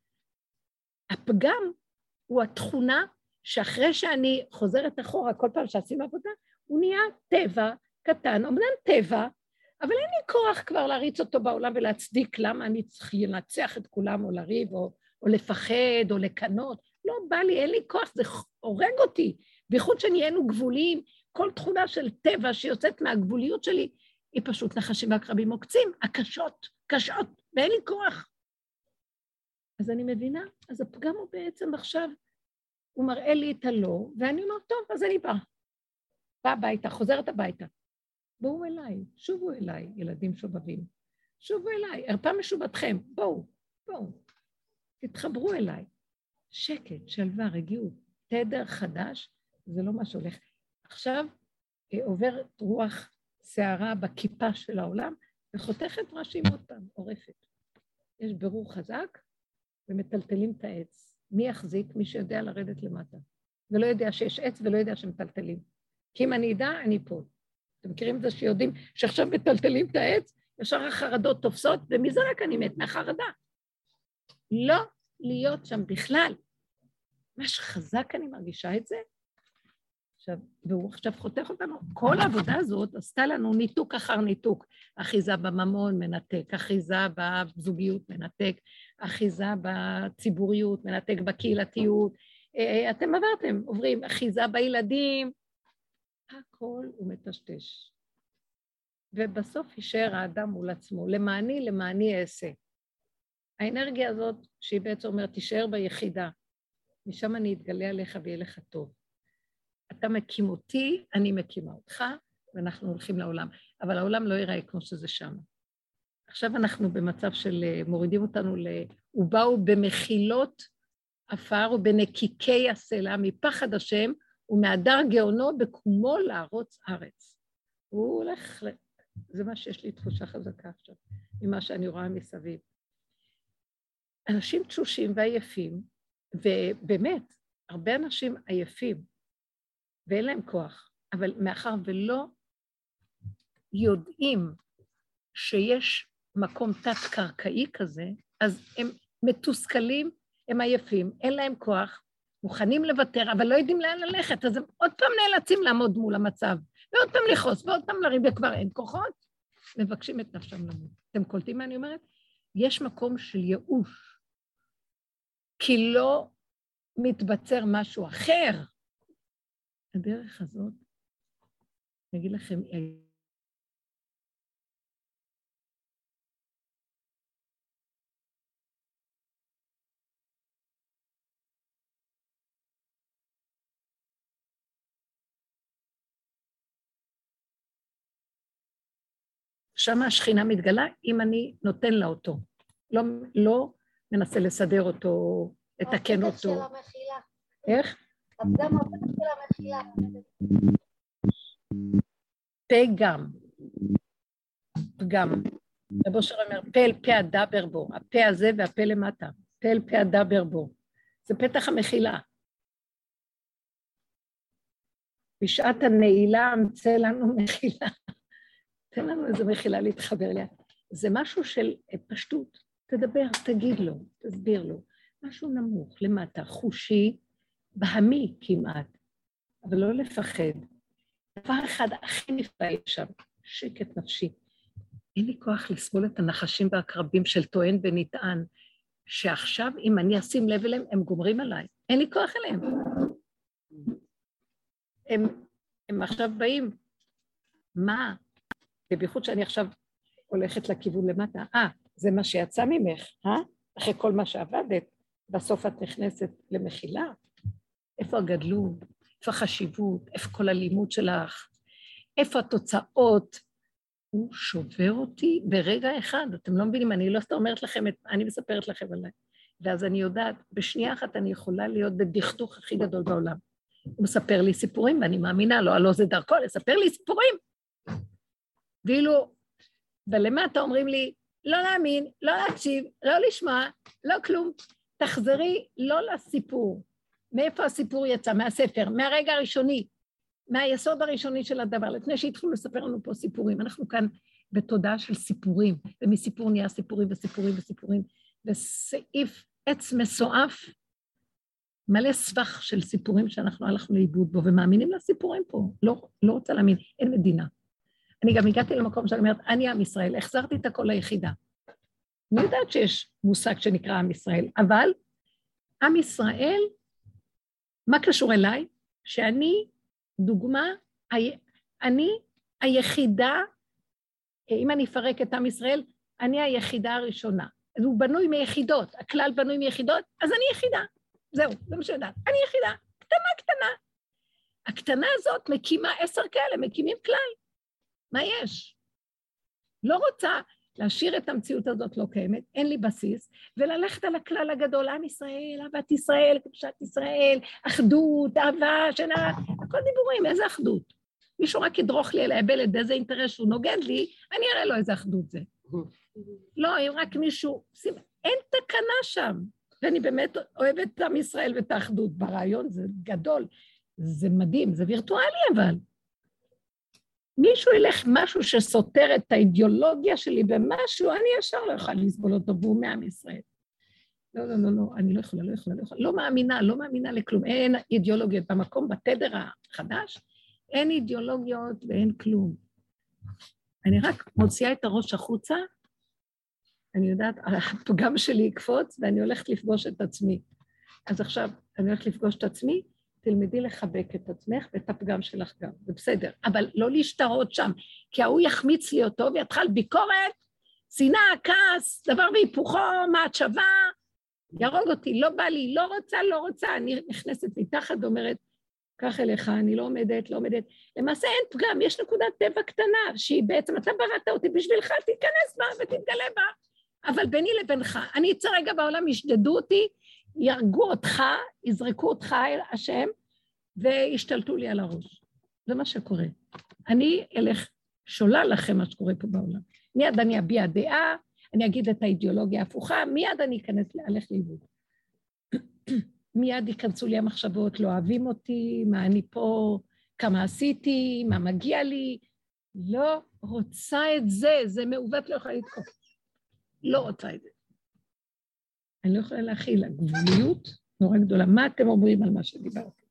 Speaker 1: הפגם הוא התכונה שאחרי שאני חוזרת אחורה, כל פעם שעשינו עבודה, הוא נהיה טבע קטן, אומנם טבע, אבל אין לי כוח כבר להריץ אותו בעולם ולהצדיק למה אני צריך לנצח את כולם או לריב או לפחד או לקנות. לא בא לי, אין לי כוח, זה הורג אותי. בייחוד שנהיינו גבוליים, כל תכונה של טבע שיוצאת מהגבוליות שלי, היא פשוט נחשים ועקרבים מוקצים, הקשות, קשות, ואין לי כוח. אז אני מבינה, אז הפגם הוא בעצם עכשיו, הוא מראה לי את הלא, ואני אומר, טוב, אז אני באה הביתה, חוזרת הביתה. בואו אליי, שובו אליי, ילדים שובבים. שובו אליי, הרפה משובתכם, בואו, תתחברו אליי. שקט, שלווה, רגיעות, תדר חדש, זה לא מה שהולך. עכשיו עובר רוח שערה בכיפה של העולם, וחותכת ראשים עוד פעם, עורפת. יש ברור חזק, ומטלטלים את העץ. מי יחזיק? מי שיודע לרדת למטה. ולא יודע שיש עץ ולא יודע שמטלטלים. כי אם אני אדע, אני פה. אתם מכירים את זה שיודעים שעכשיו מטלטלים את העץ, ישר החרדות תופסות, ומזה רק אני מת מהחרדה. לא להיות שם בכלל. מה שחזק אני מרגישה את זה, והוא עכשיו חותך אותנו, כל העבודה הזאת עשתה לנו ניתוק אחר ניתוק, אחיזה בממון מנתק, אחיזה בזוגיות מנתק, אחיזה בציבוריות מנתק, בקהילתיות, אתם עברתם, עוברים, אחיזה בילדים, הכל הוא מטשטש. ובסוף יישאר האדם מול עצמו, למעני אעשה. האנרגיה הזאת, שהיא בעצם אומרת, תישאר ביחידה, משם אני אתגלה עליך ויהיה לך טוב. אתה מקים אותי, אני מקימה אותך, ואנחנו הולכים לעולם. אבל העולם לא ייראה כמו שזה שם. עכשיו אנחנו במצב של מורידים אותנו ובאו במחילות עפר ובנקיקי הסלע, מפחד השם ומהדר גאונו בקומו לערוץ ארץ. הוא הולך, זה מה שיש לי תחושה חזקה עכשיו, ממה שאני רואה מסביב. אנשים תשושים ועייפים, ובאמת, הרבה אנשים עייפים, ואין להם כוח, אבל מאחר ולא יודעים שיש מקום תת-קרקעי כזה, אז הם מתוסכלים, הם עייפים, אין להם כוח, מוכנים לוותר, אבל לא יודעים לאן ללכת, אז הם עוד פעם נאלצים לעמוד מול המצב, ועוד פעם לחוס, ועוד פעם לריב, וכבר אין כוחות, מבקשים את נפשם למות. אתם קולטים מה אני אומרת? יש מקום של ייאוש, כי לא מתבצר משהו אחר. הדרך הזאת, אני אגיד לכם, שם השכינה מתגלה אם אני נותן לה אותו. לא מנסה לסדר אותו, לתקן אותו.
Speaker 3: הפתח של המחילה.
Speaker 1: איך?
Speaker 3: הפגם הפתח של המחילה.
Speaker 1: פגם. רב אושר אומר, פה אל פה הדבר בו, הפה הזה והפה למטה, פה אל פה הדבר בו. זה פתח המחילה. בשעת הנעילה אמצא לנו מחילה. תן לנו איזו מחילה להתחבר אליה. זה משהו של פשטות. תדבר, תגיד לו, תסביר לו. משהו נמוך, למטה, חושי, בהמי כמעט, אבל לא לפחד. דבר אחד הכי נפלא שם, שקט נפשי. אין לי כוח לסבול את הנחשים והקרבים של טוען ונטען, שעכשיו אם אני אשים לב אליהם, הם גומרים עליי. אין לי כוח אליהם. הם עכשיו באים. מה? ובייחוד שאני עכשיו הולכת לכיוון למטה. זה מה שיצא ממך, אחרי כל מה שעבדת, בסוף את נכנסת למחילה. איפה הגדלות? איפה החשיבות? איפה כל הלימוד שלך? איפה התוצאות? הוא שובר אותי ברגע אחד. אתם לא מבינים, אני לא סתם אומרת לכם, אני מספרת לכם עליי. ואז אני יודעת, בשנייה אחת אני יכולה להיות בדכדוך הכי גדול בעולם. הוא מספר לי סיפורים, ואני מאמינה לו, הלא זה דרכו, לספר לי סיפורים. ואילו, ולמטה אומרים לי, לא להאמין, לא להקשיב, לא לשמוע, לא כלום. תחזרי לא לסיפור. מאיפה הסיפור יצא? מהספר, מהרגע הראשוני, מהיסוד הראשוני של הדבר, לפני שהתחילו לספר לנו פה סיפורים. אנחנו כאן בתודעה של סיפורים, ומסיפור נהיה סיפורים וסיפורים וסיפורים, וסעיף עץ מסועף, מלא סבך של סיפורים שאנחנו הלכנו לאיבוד בו, ומאמינים לסיפורים פה. לא רוצה להאמין, אין מדינה. אני גם הגעתי למקום שאני אומרת, אני עם ישראל, החזרתי את הכל ליחידה. אני יודעת שיש מושג שנקרא עם ישראל, אבל עם ישראל, מה קשור אליי? שאני, דוגמה, אני היחידה, אם אני אפרק את עם ישראל, אני היחידה הראשונה. אז הוא בנוי מיחידות, הכלל בנוי מיחידות, אז אני יחידה. זהו, זה מה שיודעת. אני יחידה, קטנה. הקטנה הזאת מקימה 10 כאלה, מקימים כלל. מה יש? לא רוצה להשאיר את המציאות הזאת לא קיימת, אין לי בסיס, וללכת על הכלל הגדול, עם ישראל, אהבת ישראל, קדושת ישראל, אחדות, אהבה, שינה, הכל דיבורים, איזה אחדות? מישהו רק ידרוך לי אל הבלד, איזה אינטרס שהוא נוגד לי, אני אראה לו איזה אחדות זה. לא, אם רק מישהו, אין תקנה שם, ואני באמת אוהבת את עם ישראל ואת האחדות, ברעיון זה גדול, זה מדהים, זה וירטואלי אבל. מישהו ילך משהו שסותר את האידיאולוגיה שלי במשהו, אני ישר לא יכולה לסבול אותו, והוא מעם ישראל. לא, אני לא יכולה. לא מאמינה לכלום. אין אידיאולוגיות במקום, בתדר החדש, אין אידיאולוגיות ואין כלום. אני רק מוציאה את הראש החוצה, אני יודעת, הפגם שלי יקפוץ, ואני הולכת לפגוש את עצמי. אז עכשיו אני הולכת לפגוש את עצמי, תלמדי לחבק את עצמך ואת הפגם שלך גם, זה בסדר, אבל לא להשתרות שם, כי ההוא יחמיץ לי אותו ויתחל ביקורת, שנאה, כעס, דבר והיפוכו, מעצבה, ירוג אותי, לא בא לי, לא רוצה, אני נכנסת מתחת ואומרת, קח אליך, אני לא עומדת, למעשה אין פגם, יש נקודת טבע קטנה, שהיא בעצם, אתה בראת אותי בשבילך, תיכנס בה ותתגלה בה, אבל ביני לבינך, אני אצא רגע בעולם, ישדדו אותי, ירגו אותך, יזרקו אותך אל השם, וישתלטו לי על הראש. זה מה שקורה. אני אלך שולל לכם מה שקורה פה בעולם. מיד אני אביע דעה, אני אגיד את האידיאולוגיה ההפוכה, מיד אני אלך לאיבוד. מיד ייכנסו לי המחשבות, לא אוהבים אותי, מה אני פה, כמה עשיתי, מה מגיע לי. לא רוצה את זה, זה מעוות, לא יכולה לתקוף. לא רוצה את זה. אני לא יכולה להכיל, הגבוליות נורא גדולה. מה אתם אומרים על מה שדיברתי?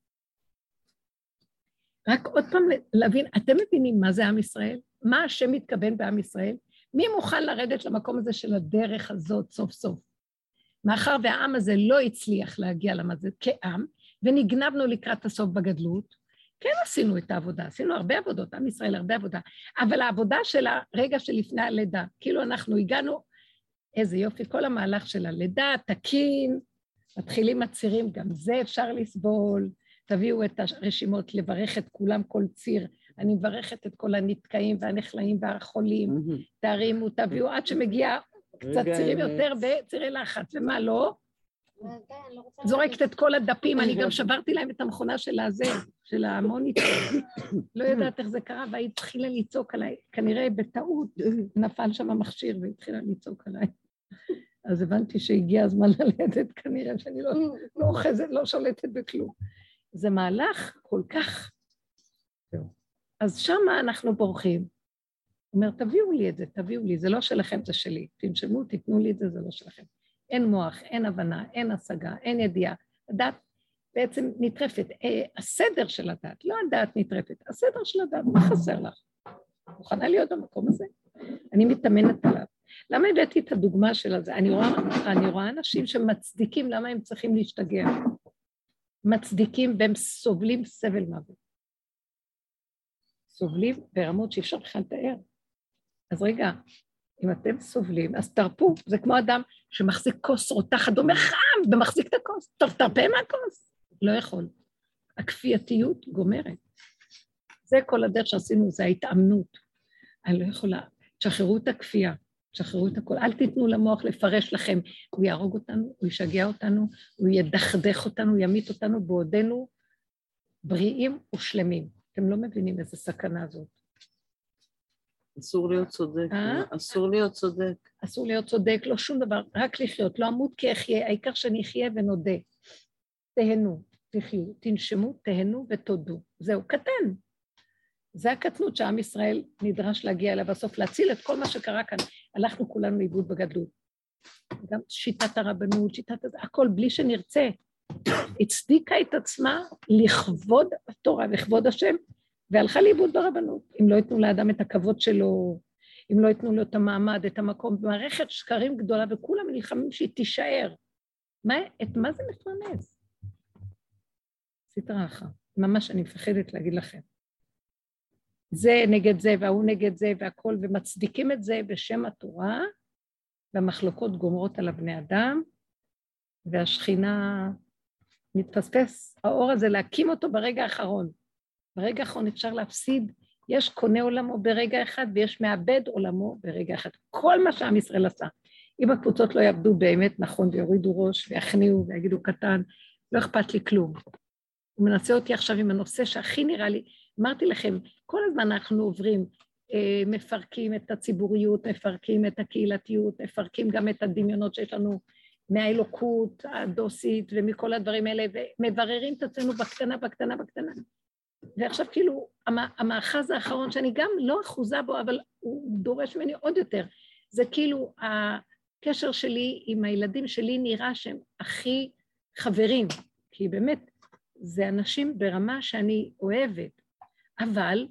Speaker 1: רק עוד פעם להבין, אתם מבינים מה זה עם ישראל? מה השם מתכוון בעם ישראל? מי מוכן לרדת למקום הזה של הדרך הזאת סוף סוף? מאחר והעם הזה לא הצליח להגיע למה זה כעם, ונגנבנו לקראת הסוף בגדלות, כן עשינו את העבודה, עשינו הרבה עבודות, עם ישראל הרבה עבודה, אבל העבודה של הרגע שלפני הלידה, כאילו אנחנו הגענו, איזה יופי, כל המהלך של הלידה, תקין, מתחילים הצירים, גם זה אפשר לסבול, תביאו את הרשימות, לברך את כולם, כל ציר, אני מברכת את כל הנתקעים והנחלאים והחולים, תרימו, תביאו, עד שמגיע קצת צירים יותר בצירי לחץ, ומה לא? זורקת את כל הדפים, אני גם שברתי להם את המכונה של הזה, של המוניטור, לא יודעת איך זה קרה, והיא התחילה לצעוק עליי, כנראה בטעות נפל שם המכשיר והתחילה לצעוק עליי. אז הבנתי שהגיע הזמן ללדת, כנראה שאני לא אוחזת, לא שולטת בכלום. זה מהלך כל כך... אז שמה אנחנו בורחים. הוא אומר, תביאו לי את זה, תביאו לי, זה לא שלכם, זה שלי. תנשמו, תיתנו לי את זה, זה לא שלכם. אין מוח, אין הבנה, אין השגה, אין ידיעה. הדת בעצם נטרפת. הסדר של הדת, לא הדת נטרפת, הסדר של הדת, מה חסר לך? מוכנה להיות במקום הזה? אני מתאמנת עליו. למה הבאתי את הדוגמה של זה? אני רואה אנשים שמצדיקים למה הם צריכים להשתגע. מצדיקים והם סובלים סבל מוות. סובלים ברמות שאי אפשר בכלל לתאר. אז רגע, אם אתם סובלים, אז תרפו. זה כמו אדם שמחזיק כוס רותחת, אומר חם, ומחזיק את הכוס. טוב, תרפה מהכוס. לא יכול. הכפייתיות גומרת. זה כל הדרך שעשינו, זה ההתאמנות. אני לא יכולה. תשחררו את הכפייה, תשחררו את הכל. אל תיתנו למוח לפרש לכם. הוא יהרוג אותנו, הוא ישגע אותנו, הוא ידחדך אותנו, הוא ימית אותנו, בעודנו בריאים ושלמים. אתם לא מבינים איזה סכנה זאת.
Speaker 2: אסור להיות צודק, אסור להיות צודק.
Speaker 1: אסור להיות צודק, לא שום דבר, רק לחיות, לא אמות כי אחיה, העיקר שאני אחיה ונודה. תהנו, תחיו, תנשמו, תהנו ותודו. זהו, קטן. זה הקטנות שעם ישראל נדרש להגיע אליה בסוף, להציל את כל מה שקרה כאן. הלכנו כולנו לאיבוד בגדלות. גם שיטת הרבנות, שיטת הזה, הכל בלי שנרצה. הצדיקה את עצמה לכבוד התורה וכבוד השם, והלכה לאיבוד ברבנות. אם לא יתנו לאדם את הכבוד שלו, אם לא יתנו לו את המעמד, את המקום, במערכת שקרים גדולה, וכולם נלחמים שהיא תישאר. את מה זה מפרנס? סתרה אחת. ממש אני מפחדת להגיד לכם. זה נגד זה, והוא נגד זה, והכל, ומצדיקים את זה בשם התורה, והמחלוקות גומרות על הבני אדם, והשכינה מתפספס, האור הזה להקים אותו ברגע האחרון. ברגע האחרון אפשר להפסיד, יש קונה עולמו ברגע אחד, ויש מאבד עולמו ברגע אחד. כל מה שעם ישראל עשה. אם הקבוצות לא יעבדו באמת נכון, ויורידו ראש, ויכניעו, ויגידו קטן, לא אכפת לי כלום. הוא מנסה אותי עכשיו עם הנושא שהכי נראה לי, אמרתי לכם, כל הזמן אנחנו עוברים, מפרקים את הציבוריות, מפרקים את הקהילתיות, מפרקים גם את הדמיונות שיש לנו מהאלוקות הדוסית ומכל הדברים האלה, ומבררים את עצמנו בקטנה, בקטנה, בקטנה. ועכשיו כאילו, המאחז האחרון שאני גם לא אחוזה בו, אבל הוא דורש ממני עוד יותר, זה כאילו הקשר שלי עם הילדים שלי נראה שהם הכי חברים, כי באמת זה אנשים ברמה שאני אוהבת, אבל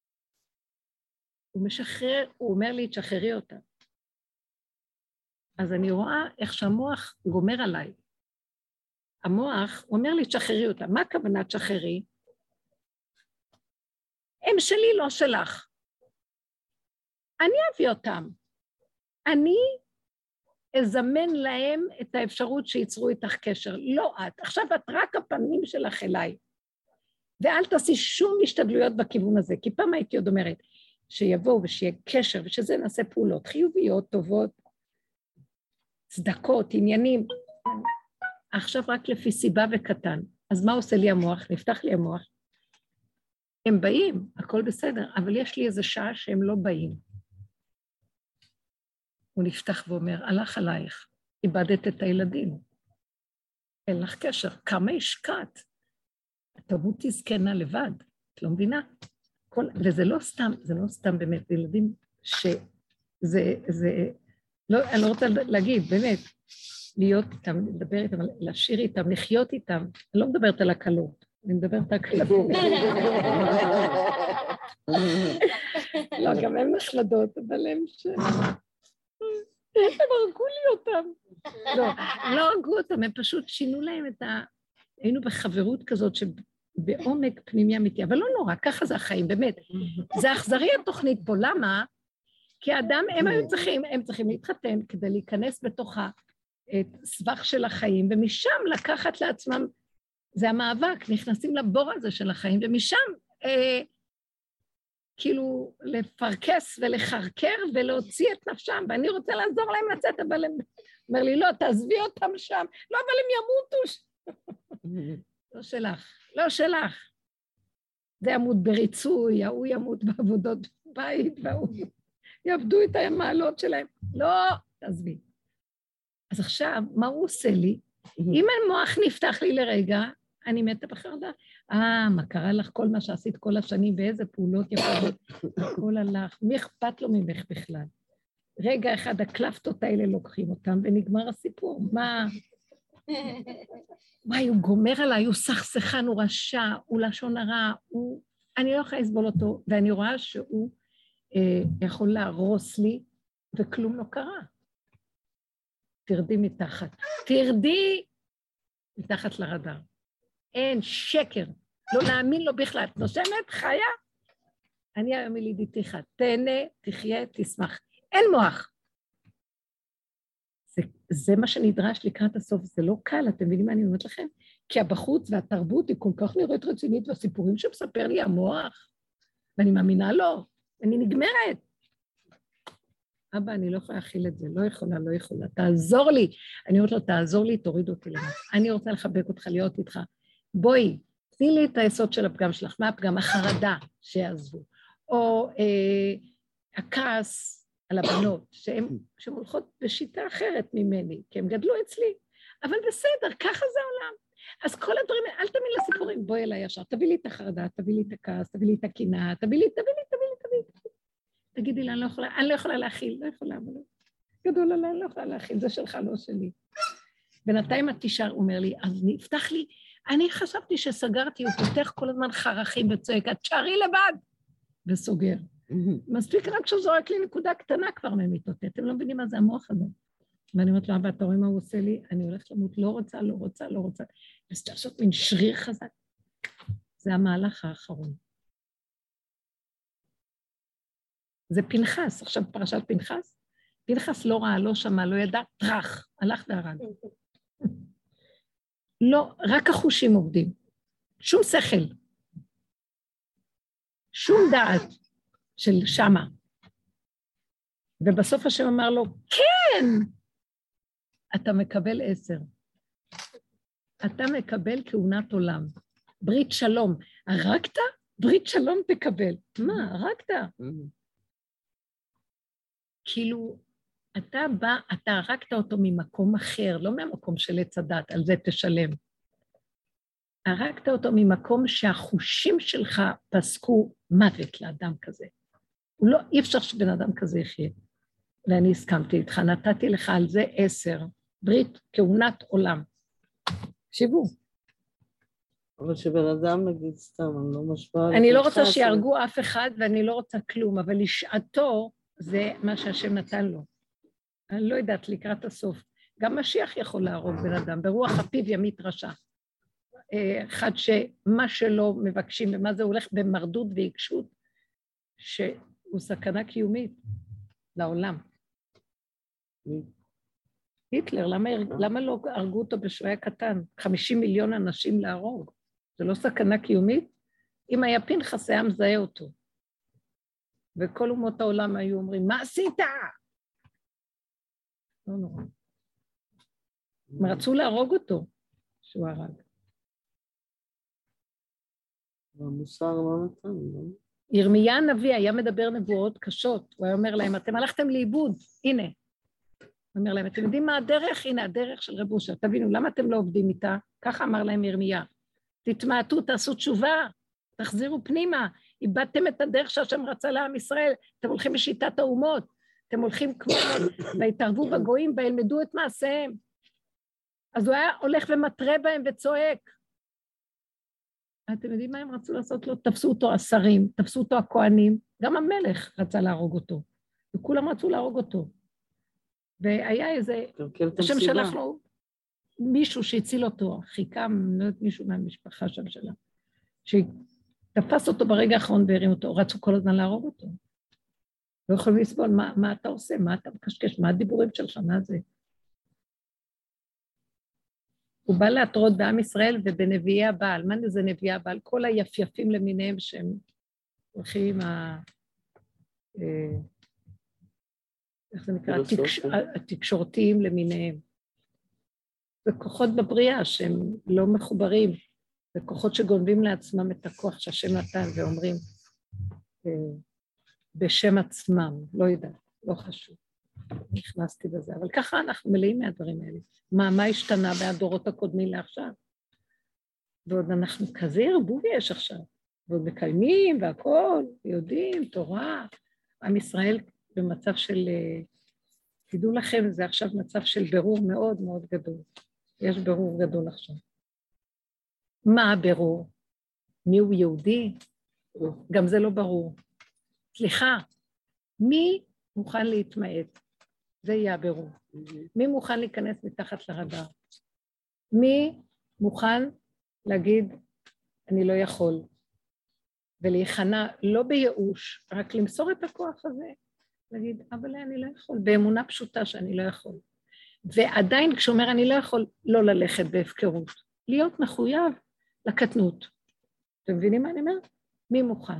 Speaker 1: הוא משחרר, הוא אומר לי, תשחררי אותה. אז אני רואה איך שהמוח גומר עליי. המוח, הוא אומר לי, תשחררי אותה. מה הכוונה תשחררי? הם שלי, לא שלך. אני אביא אותם. אני אזמן להם את האפשרות שיצרו איתך קשר. לא את. עכשיו את רק הפנים שלך אליי. ואל תעשי שום השתדלויות בכיוון הזה. כי פעם הייתי עוד אומרת, שיבואו ושיהיה קשר, ושזה נעשה פעולות חיוביות, טובות, צדקות, עניינים. עכשיו רק לפי סיבה וקטן. אז מה עושה לי המוח? נפתח לי המוח. הם באים, הכל בסדר, אבל יש לי איזו שעה שהם לא באים. הוא נפתח ואומר, הלך עלייך, איבדת את הילדים. אין לך קשר, כמה השקעת? תמותי זקנה לבד, את לא מבינה? וזה לא סתם, זה לא סתם באמת, זה ילדים לא, אני לא רוצה להגיד, באמת, להיות איתם, לדבר איתם, לשיר איתם, לחיות איתם, אני לא מדברת על הקלות, אני מדברת על הקלות. לא, גם הם נחמדות, אבל הם הם הרגו לי אותם. לא הרגו אותם, הם פשוט שינו להם את היינו בחברות כזאת שבעומק פנימי אמיתי, אבל לא נורא, ככה זה החיים, באמת. זה אכזרי התוכנית פה, למה? כי האדם, הם צריכים להתחתן כדי להיכנס בתוך הסבך של החיים, ומשם לקחת לעצמם, זה המאבק, נכנסים לבור הזה של החיים, ומשם כאילו לפרקס ולחרקר ולהוציא את נפשם, ואני רוצה לעזור להם לצאת, אבל הם אומר לי, לא, תעזבי אותם שם, לא, אבל הם ימותו. לא שלך, לא שלך. זה ימות בריצוי, ההוא ימות בעבודות בית, והוא יעבדו את המעלות שלהם. לא, תעזבי. אז עכשיו, מה הוא עושה לי? אם המוח נפתח לי לרגע, אני מתה בחרדה. מה קרה לך כל מה שעשית כל השנים, ואיזה פעולות יפות, הכל הלך, מי אכפת לו ממך בכלל? רגע אחד הקלפטות האלה לוקחים אותם, ונגמר הסיפור. מה? וואי, הוא גומר עליי, הוא סכסכן, הוא רשע, הוא לשון הרע, אני לא יכולה לסבול אותו, ואני רואה שהוא יכול להרוס לי, וכלום לא קרה. תרדי מתחת. תרדי מתחת לרדאר. אין, שקר. לא להאמין לו בכלל. את נושמת, חיה? אני היום ילידיתיך. תהנה, תחיה, תשמח. אין מוח. זה מה שנדרש לקראת הסוף. זה לא קל, אתם מבינים מה אני אומרת לכם? כי הבחוץ והתרבות היא כל כך נראית רצינית, והסיפורים שמספר לי המוח, ואני מאמינה לו, אני נגמרת. אבא, אני לא יכולה להכיל את זה, לא יכולה, תעזור לי. אני אומרת לו, תעזור לי, תוריד אותי למטה. אני רוצה לחבק אותך, להיות איתך. בואי, תני לי את היסוד של הפגם שלך, מה הפגם? החרדה שיעזבו, או הכעס על הבנות, שהן הולכות בשיטה אחרת ממני, כי הן גדלו אצלי, אבל בסדר, ככה זה העולם. אז כל הדברים, אל תמיד לסיפורים, בואי אליי ישר, תביא לי את החרדה, תביא לי את הכעס, תביא לי את הקנאה, תביא לי. תגידי לה, אני לא יכולה להכיל, לא יכולה, אבל גדול עליי, אני לא יכולה להכיל, זה שלך, לא שלי. בינתיים התישר אומר לי, אז נפתח לי, אני חשבתי שסגרתי, הוא פותח כל הזמן חרכים וצועק, את שערי לבד, וסוגר. מספיק רק שזורק לי נקודה קטנה כבר ממיתות, אתם לא מבינים מה זה המוח הזה. ואני אומרת לו, אבא, אתה רואה מה הוא עושה לי? אני הולכת למות, לא רוצה. וצריך לעשות מין שריר חזק. זה המהלך האחרון. זה פנחס, עכשיו פרשת פנחס. פנחס לא ראה, לא שמע, לא ידע, טרח, הלך והרג. לא, רק החושים עובדים. שום שכל. שום דעת של שמה. ובסוף השם אמר לו, כן! אתה מקבל 10. אתה מקבל כהונת עולם. ברית שלום. הרגת? ברית שלום תקבל. מה, הרגת? כאילו, אתה בא, אתה הרגת אותו ממקום אחר, לא מהמקום של עץ הדת, על זה תשלם. הרגת אותו ממקום שהחושים שלך פסקו מוות לאדם כזה. אי אפשר שבן אדם כזה יחיה. ואני הסכמתי איתך, נתתי לך על זה 10, ברית כהונת עולם. תקשיבו.
Speaker 2: אבל שבן אדם נגיד סתם, אני לא משוואה...
Speaker 1: אני לא רוצה שיהרגו אף אחד ואני לא רוצה כלום, אבל לשעתו זה מה שהשם נתן לו. אני לא יודעת לקראת הסוף. גם משיח יכול להרוג בן אדם, ברוח אפיו ימית רשע. אחד שמה שלא מבקשים, ומה זה הולך במרדות ועיקשות, שהוא סכנה קיומית לעולם. היטלר, למה לא הרגו אותו בשווי קטן? 50 מיליון אנשים להרוג. זה לא סכנה קיומית? אם היה פנחס היה מזהה אותו. וכל אומות העולם היו אומרים, מה עשית? לא נורא. הם רצו להרוג אותו, שהוא הרג.
Speaker 2: והמוסר לא נתן, לא?
Speaker 1: ירמיה הנביא היה מדבר נבואות קשות, הוא היה אומר להם, אתם הלכתם לאיבוד, הנה. הוא אומר להם, אתם יודעים מה הדרך? הנה הדרך של רב אושר, תבינו, למה אתם לא עובדים איתה? ככה אמר להם ירמיה. תתמעטו, תעשו תשובה, תחזירו פנימה, איבדתם את הדרך שהשם רצה לעם ישראל, אתם הולכים בשיטת האומות, אתם הולכים כמו, והתערבו בגויים, וילמדו את מעשיהם. אז הוא היה הולך ומטרה בהם וצועק. אתם יודעים מה הם רצו לעשות לו? תפסו אותו השרים, תפסו אותו הכהנים, גם המלך רצה להרוג אותו, וכולם רצו להרוג אותו. והיה איזה, השם שלח לו מישהו שהציל אותו, חיכה, לא יודעת מישהו מהמשפחה שם שלה, שתפס אותו ברגע האחרון והרים אותו, רצו כל הזמן להרוג אותו. לא יכולים לסבול, מה אתה עושה? מה אתה מקשקש? מה הדיבורים שלך? מה זה? הוא בא להטרות בעם ישראל ובנביאי הבעל. מה זה נביאי הבעל? כל היפייפים למיניהם שהם הולכים איך זה נקרא? התקשורתיים למיניהם. זה כוחות בבריאה שהם לא מחוברים, זה כוחות שגונבים לעצמם את הכוח שהשם נתן ואומרים בשם עצמם, לא יודע, לא חשוב. נכנסתי בזה, אבל ככה אנחנו מלאים מהדברים האלה. מה השתנה מהדורות הקודמים לעכשיו? ועוד אנחנו כזה ערבוב יש עכשיו, ועוד מקיימים והכל, יודעים, תורה, עם ישראל במצב של, תדעו לכם, זה עכשיו מצב של ברור מאוד מאוד גדול. יש ברור גדול עכשיו. מה הברור? מי הוא יהודי? גם זה לא ברור. סליחה, מי מוכן להתמעט? זה יהיה הברור. מי מוכן להיכנס מתחת לרדאר? מי מוכן להגיד, אני לא יכול, ולהיכנע לא בייאוש, רק למסור את הכוח הזה, להגיד, אבל אני לא יכול, באמונה פשוטה שאני לא יכול. ועדיין כשאומר אני לא יכול, לא ללכת בהפקרות, להיות מחויב לקטנות. אתם מבינים מה אני אומר? מי מוכן?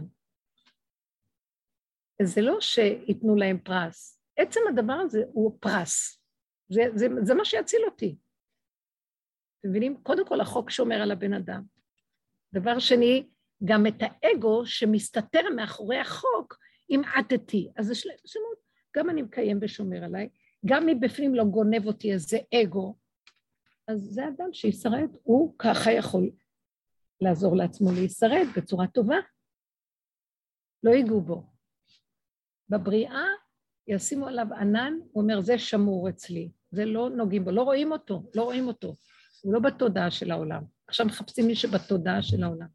Speaker 1: זה לא שיתנו להם פרס, עצם הדבר הזה הוא פרס, זה מה שיציל אותי. אתם מבינים? קודם כל החוק שומר על הבן אדם. דבר שני, גם את האגו שמסתתר מאחורי החוק, אם עטתי, אז זה שמות, גם אני מקיים ושומר עליי, גם מבפנים לא גונב אותי איזה אגו, אז זה אדם שישרד, הוא ככה יכול לעזור לעצמו להישרד בצורה טובה, לא ייגעו בו. בבריאה ישימו עליו ענן, הוא אומר זה שמור אצלי, זה לא נוגעים בו, לא רואים אותו, לא רואים אותו, הוא לא בתודעה של העולם, עכשיו מחפשים מי שבתודעה של העולם.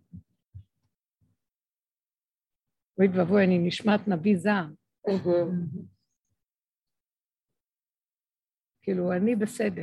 Speaker 1: אוי ואבוי, אני נשמעת נביא זעם. כאילו, אני בסדר.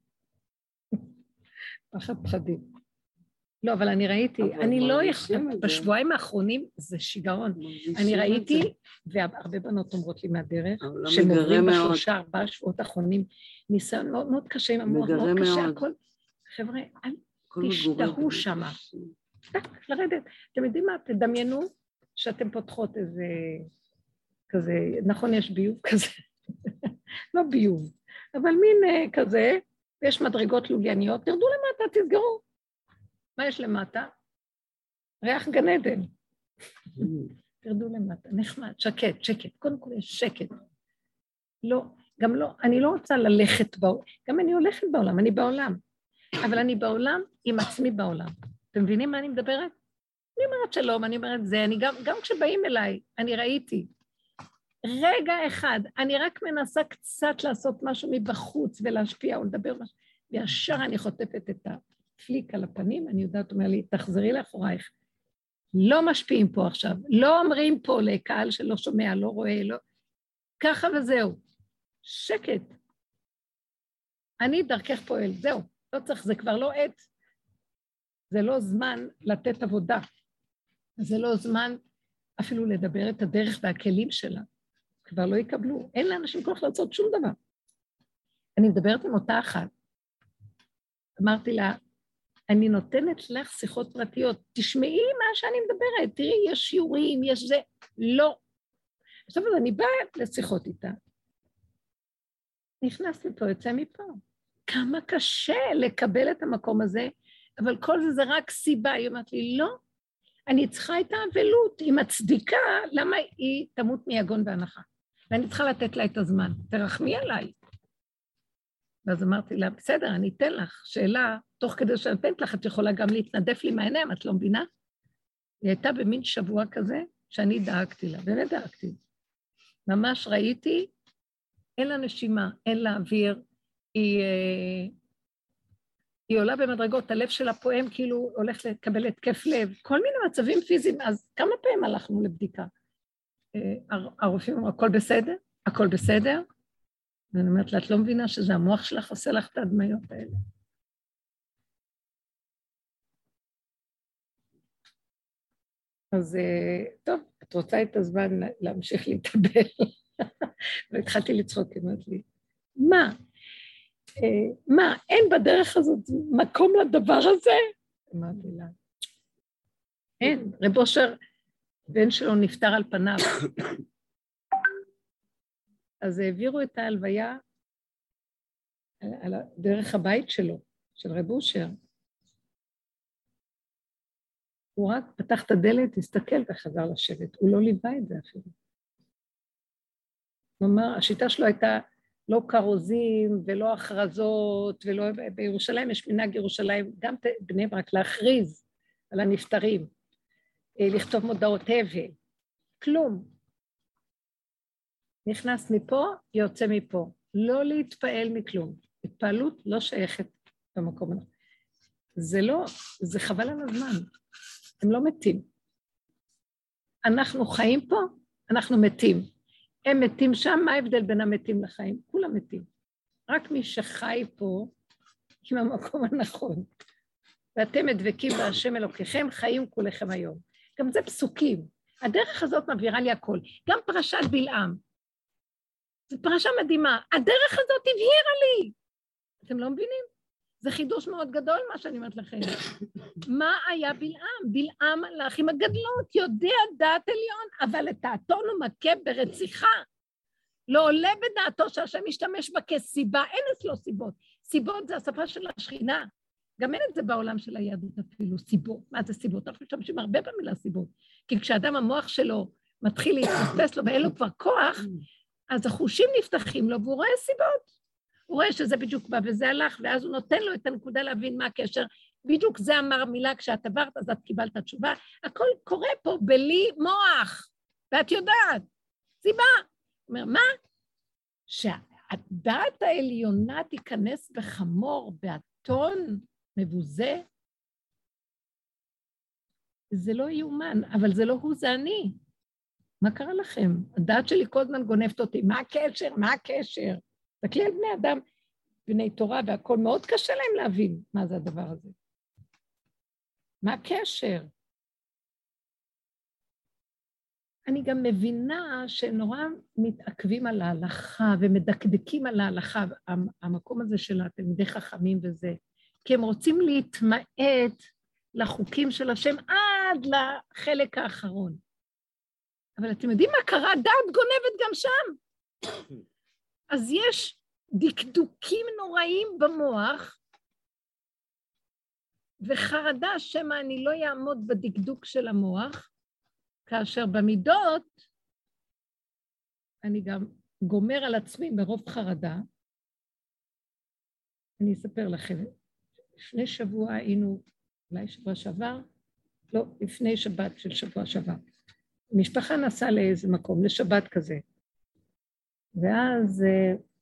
Speaker 1: פחד פחדים. לא, אבל אני ראיתי, אני לא יכול, בשבועיים האחרונים זה שיגעון. אני ראיתי, והרבה בנות אומרות לי מהדרך, שהם עוברים ב3-4 שבועות האחרונים, ניסיון מאוד מאוד קשה, עם המוח מאוד קשה, הכל. חבר'ה, אל תשתהו שם. לרדת. אתם יודעים מה? תדמיינו שאתם פותחות איזה, כזה, נכון, יש ביוב כזה, לא ביוב, אבל מין כזה, ויש מדרגות לולייניות, תרדו למטה, תסגרו. מה יש למטה? ריח גן עדן. תרדו למטה, נחמד, שקט, קודם כל יש שקט. לא, גם לא, אני לא רוצה ללכת בעולם, גם אני הולכת בעולם, אני בעולם, אבל אני בעולם עם עצמי בעולם. אתם מבינים מה אני מדברת? אני אומרת שלום, אני אומרת זה, אני גם כשבאים אליי, אני ראיתי, רגע אחד, אני רק מנסה קצת לעשות משהו מבחוץ ולהשפיע או לדבר משהו, וישר אני חוטפת את הפליק על הפנים, אני יודעת, אומר לי, תחזרי לאחורייך, לא משפיעים פה עכשיו, לא אומרים פה לקהל שלא שומע, לא רואה, לא, ככה וזהו, שקט. אני דרכך פועל, זהו, לא צריך, זה כבר לא עת, זה לא זמן לתת עבודה, זה לא זמן אפילו לדבר את הדרך והכלים שלה, כבר לא יקבלו, אין לאנשים כוח לעשות שום דבר. אני מדברת עם אותה אחת, אמרתי לה, אני נותנת לך שיחות פרטיות, תשמעי מה שאני מדברת, תראי, יש שיעורים, יש זה, לא. עכשיו אני באה לשיחות איתה, נכנס מפה, יוצא מפה. כמה קשה לקבל את המקום הזה, אבל כל זה רק סיבה. היא אומרת לי, לא, אני צריכה את האבלות, היא מצדיקה, למה היא תמות מיגון והנחה. ואני צריכה לתת לה את הזמן, תרחמי עליי. ואז אמרתי לה, בסדר, אני אתן לך שאלה, תוך כדי שאני אתן לך, את יכולה גם להתנדף לי מהעיניים, את לא מבינה? היא הייתה במין שבוע כזה, שאני דאגתי לה, באמת דאגתי. ממש ראיתי, אין לה נשימה, אין לה אוויר, היא עולה במדרגות, הלב שלה פועם כאילו הולך לקבל התקף לב, כל מיני מצבים פיזיים, אז כמה פעמים הלכנו לבדיקה? הרופאים אמרו, הכל בסדר? הכל בסדר? ואני אומרת לה, את לא מבינה שזה המוח שלך עושה לך את הדמיות האלה. אז טוב, את רוצה את הזמן להמשיך להתאבל. והתחלתי לצחוק, אמרת לי, מה, אין בדרך הזאת מקום לדבר הזה? אמרתי לה, אין, רב אושר, בן שלו נפטר על פניו. אז העבירו את ההלוויה על דרך הבית שלו, של רב אושר. הוא רק פתח את הדלת, הסתכל וחזר לשבת, הוא לא ליווה את זה אפילו. כלומר, השיטה שלו הייתה לא קרוזים ולא הכרזות, ולא בירושלים, יש מנהג ירושלים, גם בני ברק, להכריז על הנפטרים, לכתוב מודעות אבל, כלום. נכנס מפה, יוצא מפה, לא להתפעל מכלום. התפעלות לא שייכת במקום הזה. זה לא, זה חבל על הזמן, הם לא מתים. אנחנו חיים פה, אנחנו מתים. הם מתים שם, מה ההבדל בין המתים לחיים? כולם מתים. רק מי שחי פה, עם המקום הנכון. ואתם מדבקים בהשם אלוקיכם, חיים כולכם היום. גם זה פסוקים. הדרך הזאת מבהירה לי הכל. גם פרשת בלעם. זו פרשה מדהימה. הדרך הזאת הבהירה לי. אתם לא מבינים? זה חידוש מאוד גדול מה שאני אומרת לכם. מה היה בלעם? בלעם הלך עם הגדלות, יודע דעת עליון, אבל את דעתון הוא מכה ברציחה. לא עולה בדעתו שהשם משתמש בה כסיבה, אין אצלו סיבות. סיבות זה השפה של השכינה. גם אין את זה בעולם של היהדות אפילו, סיבות. מה זה סיבות? אנחנו משתמשים הרבה במילה סיבות. כי כשאדם המוח שלו מתחיל להתפספס לו ואין לו כבר כוח, אז החושים נפתחים לו והוא רואה סיבות. הוא רואה שזה בדיוק בא וזה הלך, ואז הוא נותן לו את הנקודה להבין מה הקשר. בדיוק זה אמר מילה, כשאת עברת, אז את קיבלת תשובה. הכל קורה פה בלי מוח, ואת יודעת, סיבה. הוא אומר, מה? שהדעת העליונה תיכנס בחמור, באתון מבוזה, זה לא יאומן, אבל זה לא הוא, זה אני. מה קרה לכם? הדעת שלי כל הזמן גונבת אותי, מה הקשר? מה הקשר? תקלי על בני אדם, בני תורה, והכל מאוד קשה להם להבין מה זה הדבר הזה. מה הקשר? אני גם מבינה שנורא מתעכבים על ההלכה, ומדקדקים על ההלכה, המקום הזה של התלמידי חכמים וזה, כי הם רוצים להתמעט לחוקים של השם עד לחלק האחרון. אבל אתם יודעים מה קרה? דעת גונבת גם שם. אז יש דקדוקים נוראים במוח, וחרדה שמה אני לא אעמוד בדקדוק של המוח, כאשר במידות אני גם גומר על עצמי מרוב חרדה. אני אספר לכם, לפני שבוע היינו, אולי שבוע שעבר, לא, לפני שבת של שבוע שעבר, המשפחה נסעה לאיזה מקום, לשבת כזה, ואז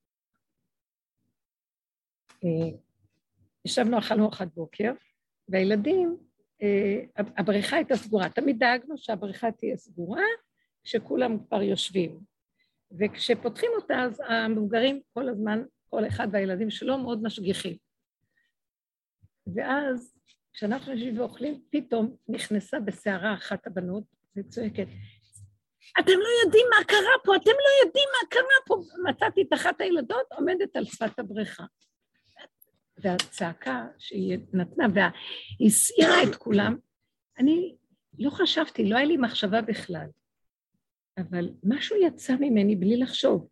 Speaker 1: ישבנו אכלנו ארוחת בוקר, והילדים, הבריכה הייתה סגורה, תמיד דאגנו שהבריכה תהיה סגורה, כשכולם כבר יושבים, וכשפותחים אותה, אז המבוגרים כל הזמן כל אחד והילדים שלו מאוד משגיחים. ואז, כשאנחנו יושבים ואוכלים, פתאום נכנסה בסערה אחת הבנות, וצועקת, אתם לא יודעים מה קרה פה, אתם לא יודעים מה קרה פה. מצאתי את אחת הילדות, עומדת על שפת הבריכה. והצעקה שהיא נתנה, והסעירה את כולם, אני לא חשבתי, לא היה לי מחשבה בכלל, אבל משהו יצא ממני בלי לחשוב.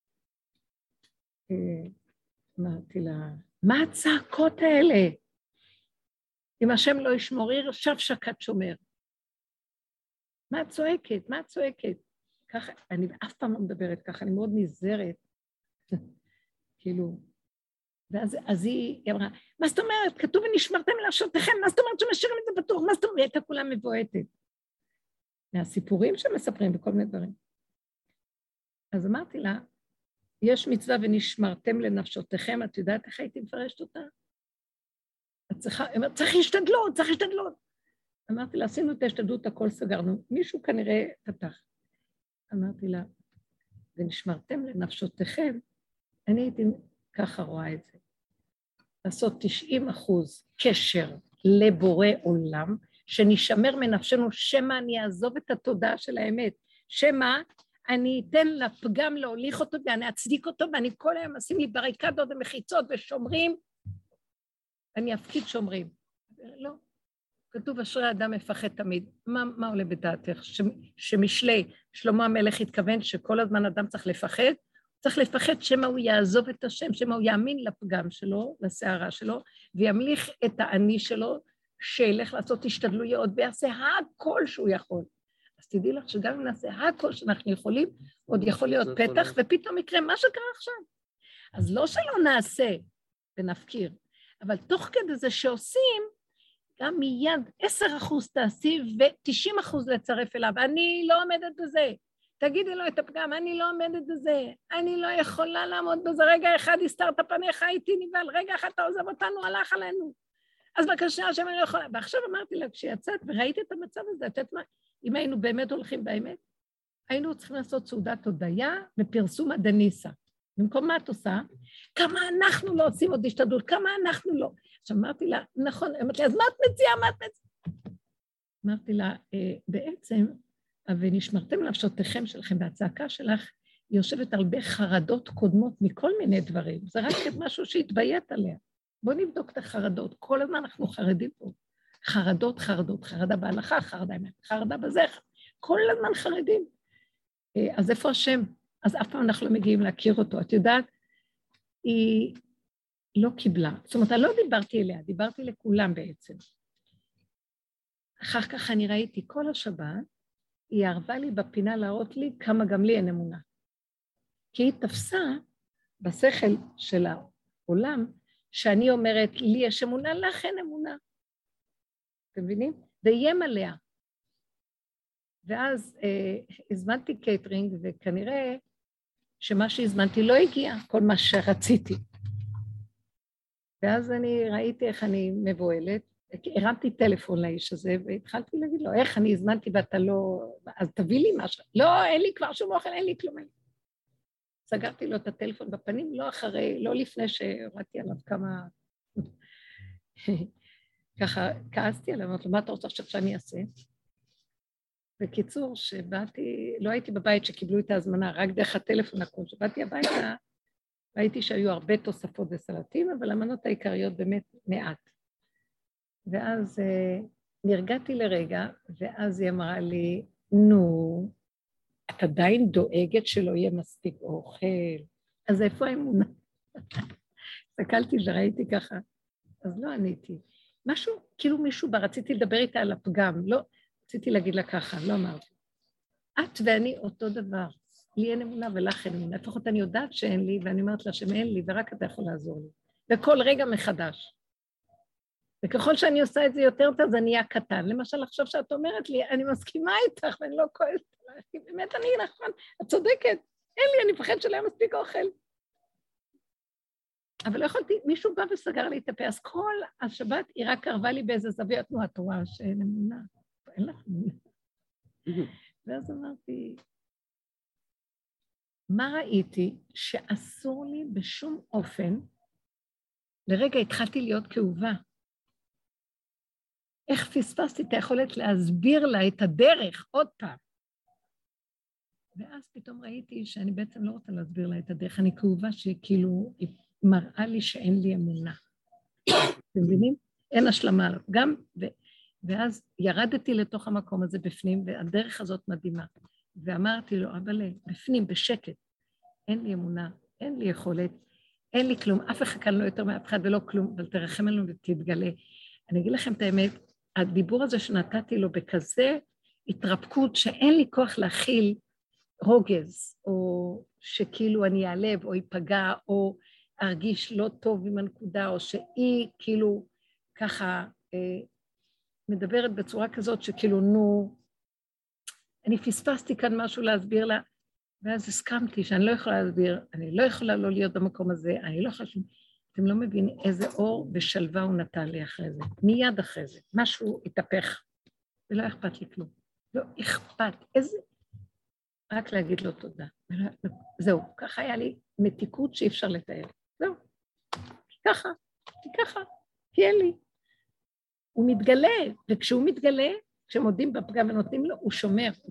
Speaker 1: אמרתי לה, מה הצעקות האלה? אם השם לא ישמור, שב שקד שומר. מה את צועקת? מה את צועקת? ככה, אני אף פעם לא מדברת ככה, אני מאוד נזהרת. כאילו, ואז היא אמרה, מה זאת אומרת? כתוב ונשמרתם לנפשותיכם, מה זאת אומרת שמשאירים את זה בטוח? מה זאת אומרת? הייתה כולה מבועטת. מהסיפורים שמספרים בכל מיני דברים. אז אמרתי לה, יש מצווה ונשמרתם לנפשותיכם, את יודעת איך הייתי מפרשת אותה? את צריכה, צריך השתדלות, צריך השתדלות. אמרתי לה, עשינו את ההשתדלות, הכל סגרנו, מישהו כנראה פתח. אמרתי לה, ונשמרתם לנפשותיכם, אני הייתי ככה רואה את זה. לעשות 90% קשר לבורא עולם, שנשמר מנפשנו, שמה אני אעזוב את התודעה של האמת, שמה אני אתן לפגם להוליך אותו, ואני אצדיק אותו, ואני כל היום אשים לי בריקדות ומחיצות ושומרים, אני אפקיד שומרים. לא. כתוב, אשרי האדם מפחד תמיד. מה עולה בדעתך? שמשלי, שלמה המלך התכוון שכל הזמן אדם צריך לפחד, צריך לפחד שמה הוא יעזוב את השם, שמה הוא יאמין לפגם שלו, לסערה שלו, וימליך את האני שלו, שילך לעשות השתדלויות, ויעשה הכל שהוא יכול. אז תדעי לך שגם אם נעשה הכל שאנחנו יכולים, עוד יכול להיות פתח, ופתאום יקרה מה שקרה עכשיו. אז לא שלא נעשה ונפקיר, אבל תוך כדי זה שעושים, גם מיד 10% תעשי ו90% לצרף אליו. אני לא עומדת בזה. תגידי לו את הפגם, אני לא עומדת בזה. אני לא יכולה לעמוד בזה. רגע אחד הסתרת פניך, הייתי נבהל. רגע אחד אתה עוזב אותנו, הלך עלינו. אז בבקשה, השם אני לא יכולה. ועכשיו אמרתי לה, כשיצאת וראיתי את המצב הזה, את יודעת מה? אם היינו באמת הולכים באמת, היינו צריכים לעשות סעודת הודיה בפרסום הדניסה. במקום מה את עושה? כמה אנחנו לא עושים עוד השתדלות, כמה אנחנו לא. עכשיו אמרתי לה, נכון, אמרתי לה, אז מה את מציעה, מה את מציעה? אמרתי לה, בעצם, ונשמרתם לנפשותיכם שלכם, והצעקה שלך היא יושבת על הרבה חרדות קודמות מכל מיני דברים. זה רק משהו שהתביית עליה. בואו נבדוק את החרדות. כל הזמן אנחנו חרדים פה. חרדות, חרדות, חרדה בהלכה, חרדה בזה, כל הזמן חרדים. אז איפה השם? אז אף פעם אנחנו לא מגיעים להכיר אותו. את יודעת, היא לא קיבלה. זאת אומרת, אני לא דיברתי אליה, דיברתי לכולם בעצם. אחר כך אני ראיתי כל השבת, היא ערבה לי בפינה להראות לי כמה גם לי אין אמונה. כי היא תפסה בשכל של העולם, שאני אומרת, לי יש אמונה, לך אין אמונה. אתם מבינים? ואיים עליה. ואז הזמנתי קייטרינג, וכנראה שמה שהזמנתי לא הגיע, כל מה שרציתי. ואז אני ראיתי איך אני מבועלת, הרמתי טלפון לאיש הזה, והתחלתי להגיד לו, איך אני הזמנתי ואתה לא... אז תביא לי משהו. לא, אין לי כבר שום אוכל, אין לי כלום. סגרתי לו את הטלפון בפנים, לא אחרי, לא לפני שהורדתי עליו כמה... ככה כעסתי עליו, אמרתי לו, מה אתה רוצה עכשיו שאני אעשה? בקיצור, שבאתי, לא הייתי בבית שקיבלו את ההזמנה, רק דרך הטלפון הכל, שבאתי הביתה, ראיתי שהיו הרבה תוספות וסלטים, אבל המנות העיקריות באמת מעט. ואז נרגעתי לרגע, ואז היא אמרה לי, נו, את עדיין דואגת שלא יהיה מספיק אוכל, אז איפה האמונה? הסתכלתי וראיתי ככה, אז לא עניתי. משהו, כאילו מישהו בה, רציתי לדבר איתה על הפגם, לא, רציתי להגיד לה ככה, לא אמרתי. את ואני אותו דבר, לי אין אמונה ולך אין אמונה, לפחות אני יודעת שאין לי, ואני אומרת לה שאין לי, ורק אתה יכול לעזור לי. וכל רגע מחדש. וככל שאני עושה את זה יותר טוב, זה נהיה קטן. למשל, עכשיו שאת אומרת לי, אני מסכימה איתך, ואני לא כועסת עליך, כי באמת אני נכון, את צודקת, אין לי, אני מפחד שלא יהיה מספיק אוכל. אבל לא יכולתי, מישהו בא וסגר לי את הפה, אז כל השבת היא רק קרבה לי באיזה זוויות, נו, את רואה שאין אמונה, אין לך אמונה. ואז אמרתי, מה ראיתי? שאסור לי בשום אופן, לרגע התחלתי להיות כאובה. איך פספסתי את היכולת להסביר לה את הדרך עוד פעם. ואז פתאום ראיתי שאני בעצם לא רוצה להסביר לה את הדרך, אני כאובה שכאילו היא מראה לי שאין לי אמונה. אתם מבינים? אין השלמה. גם, ואז ירדתי לתוך המקום הזה בפנים, והדרך הזאת מדהימה. ואמרתי לו, אבל בפנים, בשקט, אין לי אמונה, אין לי יכולת, אין לי כלום, אף אחד כאן לא יותר מאף אחד ולא כלום, אבל תרחם עלינו ותתגלה. אני אגיד לכם את האמת, הדיבור הזה שנתתי לו בכזה התרפקות, שאין לי כוח להכיל רוגז, או שכאילו אני אעלב, או ייפגע, או ארגיש לא טוב עם הנקודה, או שהיא כאילו ככה מדברת בצורה כזאת שכאילו אני פספסתי כאן משהו להסביר לה, ואז הסכמתי שאני לא יכולה להסביר, אני לא יכולה לא להיות במקום הזה, אני לא יכולה, אתם לא מבינים איזה אור ושלווה הוא נתן לי אחרי זה, מיד אחרי זה, משהו התהפך, ולא אכפת לי כלום, לא אכפת, איזה, רק להגיד לו תודה, זהו, ככה היה לי מתיקות שאי אפשר לתאר, זהו, ככה, כי אין לי, הוא מתגלה, וכשהוא מתגלה, כשמודים בפגם ונותנים לו, הוא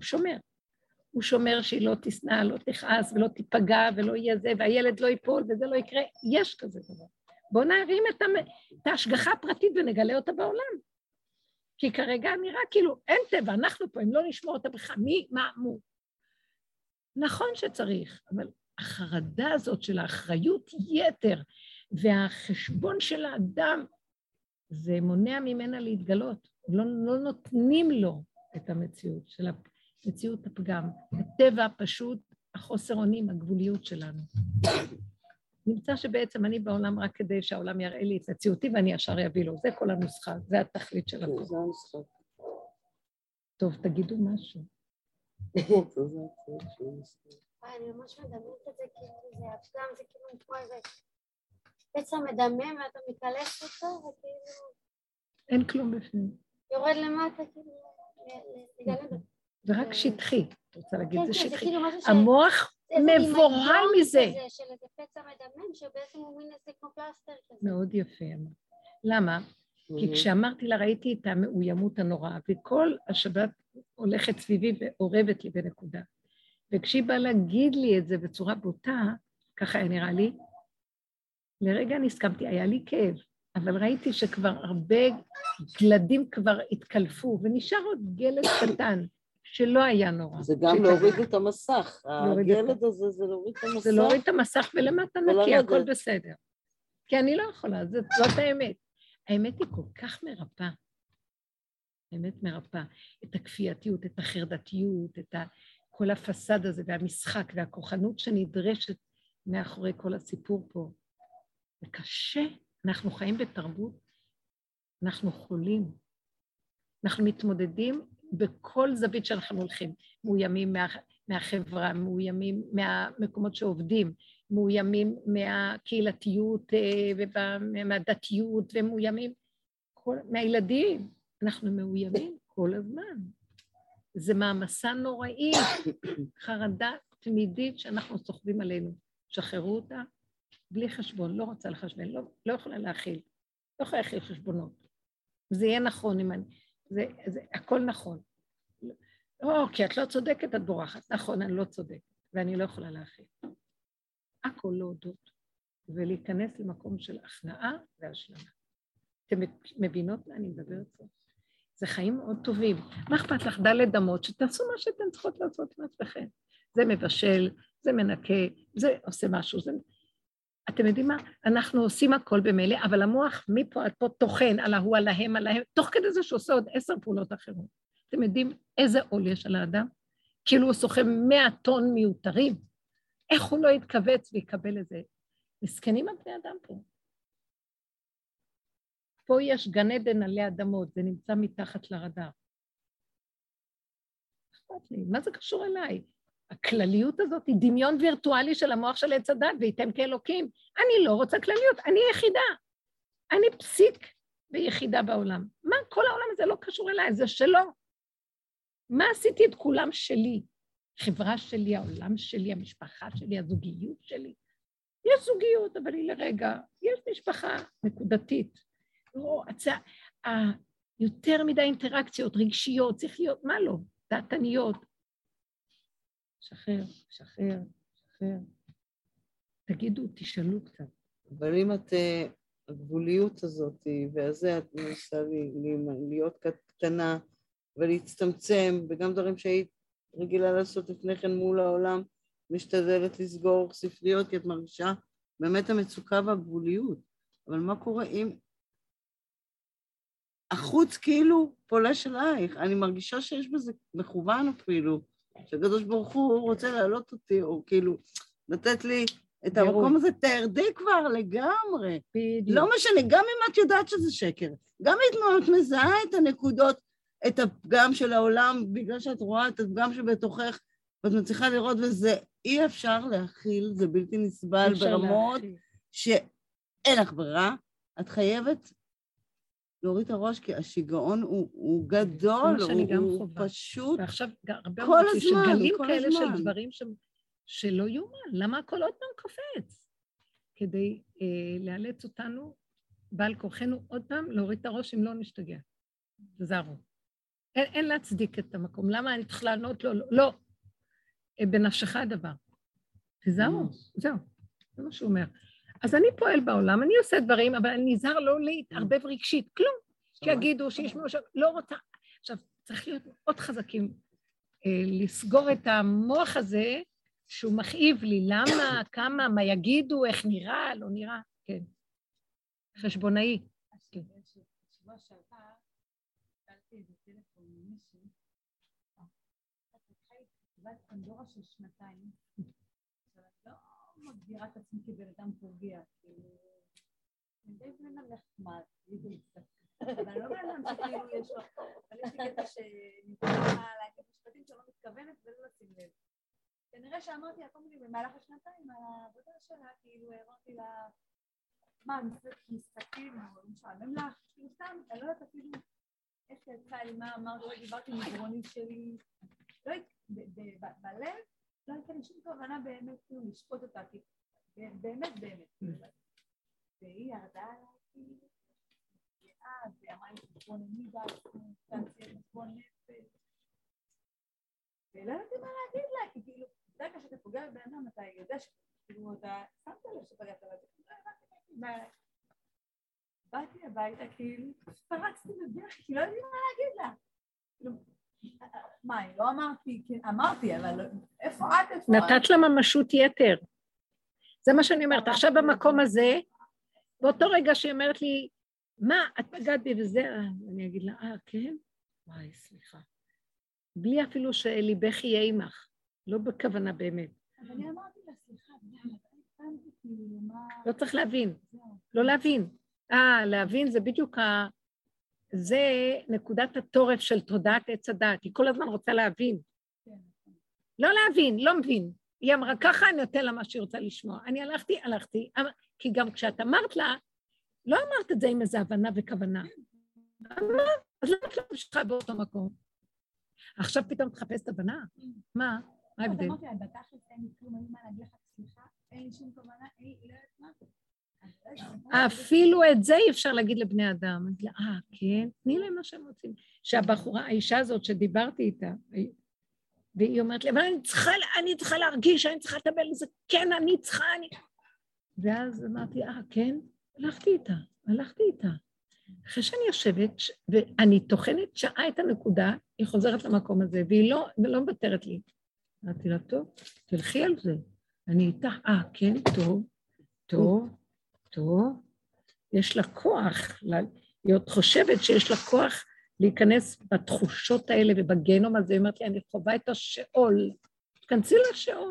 Speaker 1: שומר שהיא לא תשנא, לא תכעס ולא תיפגע ולא יהיה זה, והילד לא ייפול וזה לא יקרה, יש כזה דבר. בואו נערים את ההשגחה הפרטית ונגלה אותה בעולם. כי כרגע נראה כאילו אין טבע, אנחנו פה, אם לא נשמור אותה בכלל, מה, מו. נכון שצריך, אבל החרדה הזאת של האחריות יתר, והחשבון של האדם, זה מונע ממנה להתגלות, לא נותנים לו את המציאות של מציאות הפגם, הטבע פשוט, החוסר אונים, הגבוליות שלנו. נמצא שבעצם אני בעולם רק כדי שהעולם יראה לי את מציאותי ואני ישר יביא לו, זה כל הנוסחה, זה התכלית של הכל.
Speaker 2: זה הנוסחה.
Speaker 1: טוב, תגידו משהו.
Speaker 3: אני ממש מדמיינת את זה כאילו זה הפגם, זה כאילו כמו איזה פצע מדמם ואתה מתעלף אותו וכאילו...
Speaker 1: אין כלום בפנים.
Speaker 3: יורד למטה כאילו לגלד.
Speaker 1: זה רק שטחי, את רוצה להגיד, זה שטחי.
Speaker 3: המוח
Speaker 1: מבוהל מזה.
Speaker 3: של איזה פצע מדמם שבעצם הוא מין איזה כמו פלסטר כזה.
Speaker 1: מאוד יפה. למה? כי כשאמרתי לה, ראיתי את המאוימות הנוראה, וכל השבת הולכת סביבי ועורבת לי בנקודה. וכשהיא באה להגיד לי את זה בצורה בוטה, ככה היה נראה לי, לרגע אני הסכמתי, היה לי כאב, אבל ראיתי שכבר הרבה גלדים כבר התקלפו, ונשאר עוד גלד קטן, שלא היה נורא.
Speaker 2: זה גם להוריד את המסך, הגלד הזה זה להוריד את המסך.
Speaker 1: זה להוריד את המסך ולמטה נקי, הכל בסדר. כי אני לא יכולה, זאת האמת. האמת היא כל כך מרפאה. האמת מרפאה. את הכפייתיות, את החרדתיות, את כל הפסד הזה והמשחק והכוחנות שנדרשת מאחורי כל הסיפור פה. זה קשה, אנחנו חיים בתרבות, אנחנו חולים. אנחנו מתמודדים בכל זווית שאנחנו הולכים, מאוימים מהחברה, מאוימים מהמקומות שעובדים, מאוימים מהקהילתיות ומהדתיות, ומאוימים מהילדים. אנחנו מאוימים כל הזמן. זה מעמסה נוראית, חרדה תמידית שאנחנו סוחבים עלינו. שחררו אותה בלי חשבון, לא רוצה לחשבן, לא יכולה להכיל, לא יכולה להכיל חשבונות. זה יהיה נכון אם אני... זה הכל נכון. כי את לא צודקת, את בורחת. נכון, אני לא צודקת, ואני לא יכולה להכיל. הכל לא הודות, ולהיכנס למקום של הכנעה והשלמה. אתם מבינות מה אני מדברת פה? זה חיים מאוד טובים. מה אכפת לך דלת אמות, שתעשו מה שאתם צריכות לעשות עם עצמכם. זה מבשל, זה מנקה, זה עושה משהו, זה... אתם יודעים מה? אנחנו עושים הכל במילא, אבל המוח מפה עד פה תוכן על ההוא, עליהם, תוך כדי זה שעושה עוד 10 פעולות אחרות. אתם יודעים איזה עול יש על האדם? כאילו הוא סוחב 100 טון מיותרים. איך הוא לא יתכווץ ויקבל איזה? מסכנים הבני אדם פה. פה יש גן עדן עלי אדמות, זה נמצא מתחת לרדאר. אכפת לי, מה זה קשור אליי? הכלליות הזאת היא דמיון וירטואלי של המוח של עץ הדת, והייתם כאלוקים. אני לא רוצה כלליות, אני יחידה. אני פסיק ויחידה בעולם. מה? כל העולם הזה לא קשור אליי, זה שלו. מה עשיתי את כולם שלי? החברה שלי, העולם שלי, המשפחה שלי, הזוגיות שלי. יש זוגיות, אבל היא לרגע, יש משפחה נקודתית. יותר מדי אינטראקציות, רגשיות, צריך להיות, מה לא? דעתניות. שחרר, שחרר, שחרר. תגידו, תשאלו קצת.
Speaker 2: אבל אם את, הגבוליות הזאת, וזה את מנסה להיות קטנה ולהצטמצם, וגם דברים שהיית רגילה לעשות לפני כן מול העולם, משתדלת לסגור ספריות, כי את מרגישה באמת המצוקה והגבוליות. אבל מה קורה אם החוץ כאילו פולש עלייך? אני מרגישה שיש בזה מכוון אפילו, שהקדוש ברוך הוא רוצה להעלות אותי, או כאילו לתת לי את המקום הזה, תרדי כבר לגמרי.
Speaker 1: בדיוק.
Speaker 2: לא משנה, גם אם את יודעת שזה שקר, גם אם את מזהה את הנקודות, את הפגם של העולם, בגלל שאת רואה את הפגם שבתוכך, ואת מצליחה לראות, וזה אי אפשר להכיל, זה בלתי נסבל ברמות, שאין לך ברירה, את חייבת להוריד את הראש, כי השיגעון הוא גדול, הוא פשוט
Speaker 1: ועכשיו הרבה
Speaker 2: כל
Speaker 1: אומרת לי
Speaker 2: הזמן,
Speaker 1: שגלים
Speaker 2: כל
Speaker 1: כאלה
Speaker 2: הזמן.
Speaker 1: של דברים שלא יאומן, למה הכל עוד פעם קופץ? כדי לאלץ אותנו, בעל כוחנו עוד פעם, להוריד את הראש אם לא נשתגע. תזהרו. אין להצדיק את המקום. למה אני צריך לענות לו? לא. בנפשך הדבר. תזהרו. זהו. זה מה שהוא אומר. אז אני פועל בעולם, אני עושה דברים, אבל אני נזהר לא להתערבב רגשית. כלום. שיגידו, שישמעו שם. לא רוצה. עכשיו, צריך להיות מאוד חזקים. לסגור את המוח הזה, שהוא מכאיב לי. למה? כמה? מה יגידו? איך נראה? לא נראה? כן. חשבונאי.
Speaker 4: שבוע שעבר, קלתי איזה טלפון ממישהי, בת פנדורה של 2 עכשיו, אני לא מגדירה את עצמי כבן אדם פוגע, כאילו, אני די בן אדם נחמד, אבל אני לא בן אדם שכאילו יש לו, אבל יש לי קטע שנתחילה להגיד משפטים שלא מתכוונת ולא לשים לב. כנראה שאמרתי הכל מיני במהלך השנתיים על העבודה שלה, כאילו הראיתי לה, מה, משחקים, או משעמם לך, כאילו סתם, אני לא יודעת אפילו איך יצא לי, מה אמרת, לא דיברתי עם גרונית שלי, לא בלב, לא הייתה לי שום כוונה באמת כאילו לשפוט אותה, כי באמת, והיא ירדה עליי, ואמרה לי חשבונני בעצמי, תעשי חשבון נפש, ולא יודעת מה להגיד לה, כי כאילו, אתה יודע כשאתה פוגע בבן אדם, אתה יודע שכאילו אתה שמת לב שפגעת עליו, באתי הביתה, כאילו, פרצתי בדרך, כי לא יודעים מה להגיד לה. מה, אני לא אמרתי, אמרתי, אבל איפה את?
Speaker 1: נתת לה ממשות יתר. זה מה שאני אומרת. עכשיו במקום הזה, באותו רגע שהיא אומרת לי, מה, את פגעת בי וזה, אני אגיד לה, כן? וואי, סליחה. בלי אפילו שליבך יהיה עמך, לא בכוונה באמת.
Speaker 4: אבל אני אמרתי לה, סליחה,
Speaker 1: לא צריך להבין, לא להבין. להבין זה בדיוק זה נקודת התורף של תודעת עץ הדעת, היא כל הזמן רוצה להבין. לא להבין, לא מבין. היא אמרה, ככה אני נותן לה מה שהיא רוצה לשמוע. אני הלכתי, כי גם כשאת אמרת לה, לא אמרת את זה עם איזו הבנה וכוונה. אז למה את לא משכה באותו מקום? עכשיו פתאום תחפש את הבנה? מה? מה ההבדל?
Speaker 4: אמרתי לה, בתכלס אין לי כלום, אין מה להגיד לך סליחה, אין לי שום כוונה, אין לי, לא יודעת מה.
Speaker 1: אפילו את זה אי אפשר להגיד לבני אדם. כן, תני להם מה שהם רוצים. שהבחורה, האישה הזאת שדיברתי איתה, והיא אומרת לי, אבל אני צריכה להרגיש, אני צריכה לטבל לזה, כן, אני צריכה, ואז אמרתי, כן, הלכתי איתה. אחרי שאני יושבת, ואני תוכנת שעה את הנקודה, היא חוזרת למקום הזה, והיא לא מבטרת לי. אמרתי לה, טוב, תלכי על זה. אני איתה, כן, טוב, יש לה כוח, להיות חושבת שיש לה כוח להיכנס בתחושות האלה ובגנום הזה, היא אומרת לי, אני חובה את השאול, תכנסי לשאול.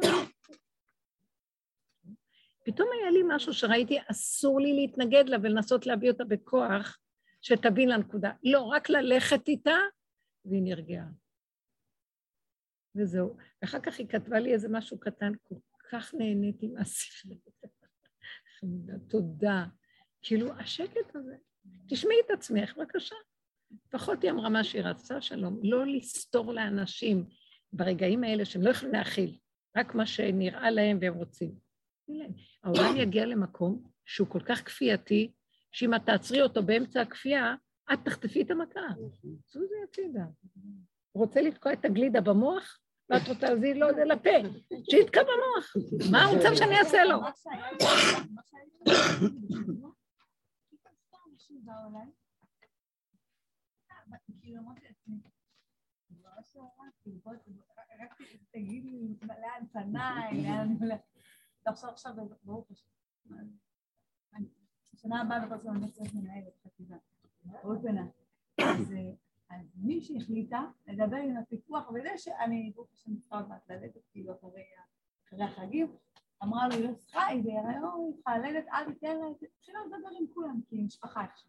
Speaker 1: פתאום היה לי משהו שראיתי, אסור לי להתנגד לה ולנסות להביא אותה בכוח, שתבין לנקודה. לא, רק ללכת איתה, והיא נרגעה. וזהו. ואחר כך היא כתבה לי איזה משהו קטן, כל כך נהניתי מהספר. תודה. כאילו, השקט הזה. תשמעי את עצמך, בבקשה. פחות היא אמרה מה שהיא רצתה, שלום. לא לסתור לאנשים ברגעים האלה שהם לא יכולים להכיל, רק מה שנראה להם והם רוצים. העולם יגיע למקום שהוא כל כך כפייתי, שאם את תעצרי אותו באמצע הכפייה, את תחטפי את המכה. זו זה הצידה. הוא רוצה לתקוע את הגלידה במוח, ואת רוצה להזיז לו את זה לפה, שיתקע במוח. מה הוא רוצה שאני אעשה לו?
Speaker 4: כאילו אמרתי לעצמי, רק תגיד לי לאן פניי, לאן... עכשיו ברוך השם. בשנה הבאה בכל זאת אני צריך מנהלת חטיבה. אולפנה. אז מי שהחליטה לדבר עם הפיקוח, וזה שאני ברוך השם צריכה עוד מעט ללדת, כאילו אחרי החגים, אמרה לו, לא צריכה, היא בהיריון, היא צריכה ללדת, אל תיתן לה, תתחילה לדבר עם כולם, כי היא משפחה עכשיו.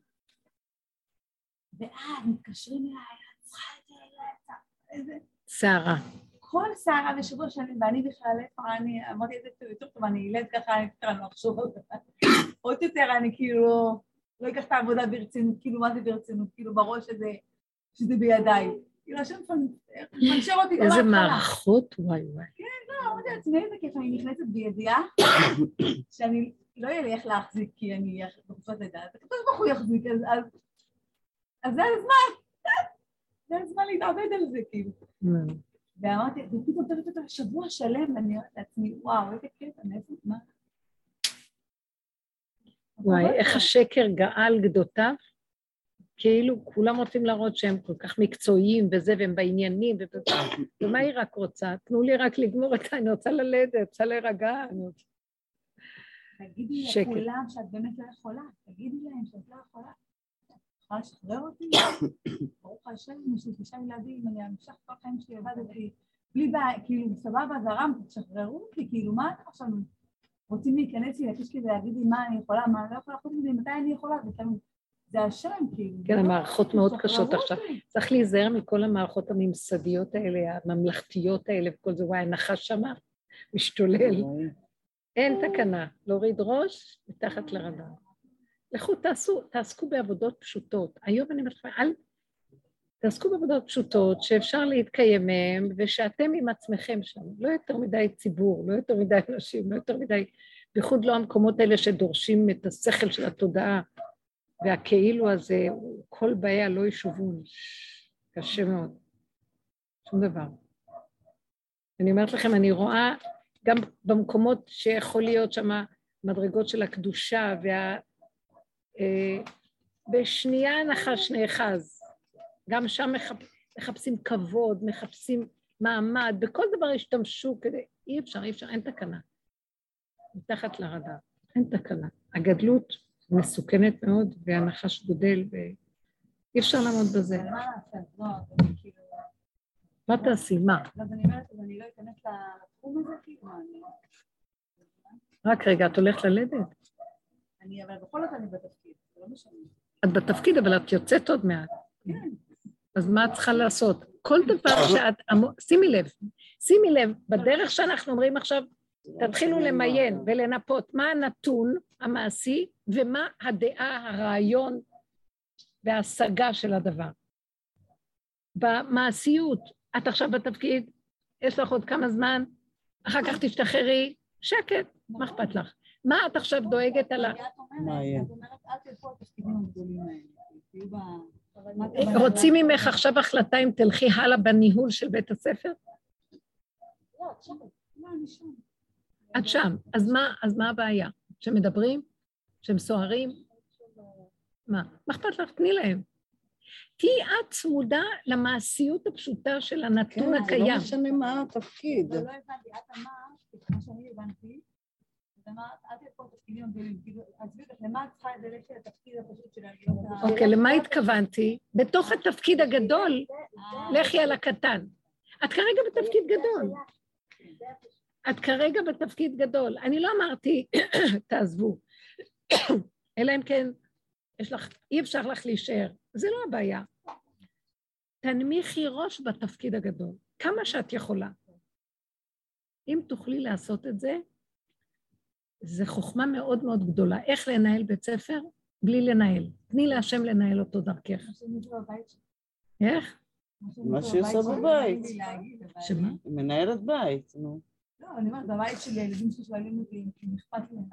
Speaker 4: ואז מתקשרים אליי, צריכה את איזה...
Speaker 1: שערה.
Speaker 4: כל שערה בשבוע שנים, ואני בכלל, אני אמרתי את זה יותר טוב, אני ילד ככה, אני אתקרא לו לחשוב, עוד יותר אני כאילו, לא אקח את העבודה ברצינות, כאילו מה זה ברצינות, כאילו בראש שזה בידיי. כאילו השם מנשר אותי גם
Speaker 1: איזה מערכות, וואי וואי. כן,
Speaker 4: לא, אמרתי לעצמי, איזה כיף, אני נכנסת בידיעה, שאני לא יהיה לי איך להחזיק, כי אני בחופשת לידה, אז כתוב איך הוא יחזיק, אז זה הזמן, זה הזמן להתעבד על זה, כאילו. ואמרתי, ופתאום תראית אותה שבוע שלם, אני אומרת לעצמי, וואו, איזה כיף, אני איפה, מה?
Speaker 1: וואי, איך השקר גאל גדותיו, כאילו כולם רוצים להראות שהם כל כך מקצועיים וזה, והם בעניינים, ומה היא רק רוצה? תנו לי רק לגמור את זה, אני רוצה ללדת, רוצה להירגע.
Speaker 4: תגידי לכולם שאת באמת לא יכולה, תגידי להם שאת לא יכולה. יכולה לשחרר אותי? ברוך השם, יש לי 9 ילדים, אני אמשך כל החיים שלי עבדתי, בלי בעיה, כאילו, סבבה, זרם, תשחררו אותי, כאילו, מה אתם עכשיו רוצים להיכנס לי לקיש כדי להגיד לי מה אני יכולה, מה אני לא יכולה, חוץ מזה, מתי אני יכולה, זה השם, כאילו.
Speaker 1: כן, המערכות מאוד קשות עכשיו. צריך להיזהר מכל המערכות הממסדיות האלה, הממלכתיות האלה, וכל זה, וואי, הנחש שמה, משתולל. אין תקנה, להוריד ראש מתחת לרדאר. לכו תעסקו בעבודות פשוטות. היום אני מתחילה, תעסקו בעבודות פשוטות שאפשר להתקיים מהם, ושאתם עם עצמכם שם. לא יותר מדי ציבור, לא יותר מדי אנשים, לא יותר מדי, בייחוד לא המקומות האלה שדורשים את השכל של התודעה, והכאילו הזה, כל בעיה לא ישובון. קשה מאוד. שום דבר. אני אומרת לכם, אני רואה גם במקומות שיכול להיות שם מדרגות של הקדושה, בשנייה נחש נאחז. גם שם מחפשים כבוד, מחפשים מעמד, בכל דבר השתמשו כדי, אי אפשר, אין תקנה. מתחת לרדאר, אין תקנה. הגדלות מסוכנת מאוד, והנחש גודל, ואי אפשר לעמוד בזה.
Speaker 4: מה לעשות? לא, כאילו...
Speaker 1: מה תעשי? מה?
Speaker 4: לא, אז אני אומרת, אני לא אכנס לתחום הזה, כאילו,
Speaker 1: רק רגע, את הולכת ללדת?
Speaker 4: אבל בכל זאת אני בתפקיד, זה לא משנה.
Speaker 1: את בתפקיד, אבל את יוצאת עוד מעט.
Speaker 4: כן.
Speaker 1: אז מה את צריכה לעשות? כל דבר שאת... שימי לב, בדרך שאנחנו אומרים עכשיו, תתחילו למיין ולנפות מה הנתון המעשי, ומה הדעה, הרעיון וההשגה של הדבר. במעשיות, את עכשיו בתפקיד, יש לך עוד כמה זמן, אחר כך תשתחררי, שקט, מה אכפת לך? מה את עכשיו דואגת על ה...
Speaker 4: את אומרת, אל תלכו התפקידים הגדולים האלה.
Speaker 1: רוצים ממך עכשיו החלטה אם תלכי הלאה בניהול של בית הספר?
Speaker 4: לא, את שם. לא, אני שם.
Speaker 1: את שם. אז מה הבעיה? שמדברים? שהם סוערים? מה? מה אכפת לך? תני להם. תהי את צמודה למעשיות הפשוטה של הנתון הקיים.
Speaker 2: כן, זה לא משנה מה התפקיד.
Speaker 4: אבל לא הבנתי, את אמרת, כמו שאני הבנתי, את אמרת, אל תלכו תפקידים הגדולים, עזבי אותך, למה את צריכה לדלק את התפקיד הפשוט של להיות ה...
Speaker 1: אוקיי, למה התכוונתי? בתוך התפקיד הגדול, לכי על הקטן. את כרגע בתפקיד גדול. את כרגע בתפקיד גדול. אני לא אמרתי, תעזבו. אלא אם כן, אי אפשר לך להישאר. זה לא הבעיה. תנמיכי ראש בתפקיד הגדול, כמה שאת יכולה. אם תוכלי לעשות את זה, זה חוכמה מאוד מאוד גדולה. איך לנהל בית ספר? בלי לנהל. תני להשם לנהל אותו דרכך. איך?
Speaker 2: מה שהיא עושה בבית.
Speaker 1: שמה?
Speaker 2: היא מנהלת בית, נו.
Speaker 4: לא, אני אומרת, בבית שלי, הילדים ששואלים אותי אם אכפת לי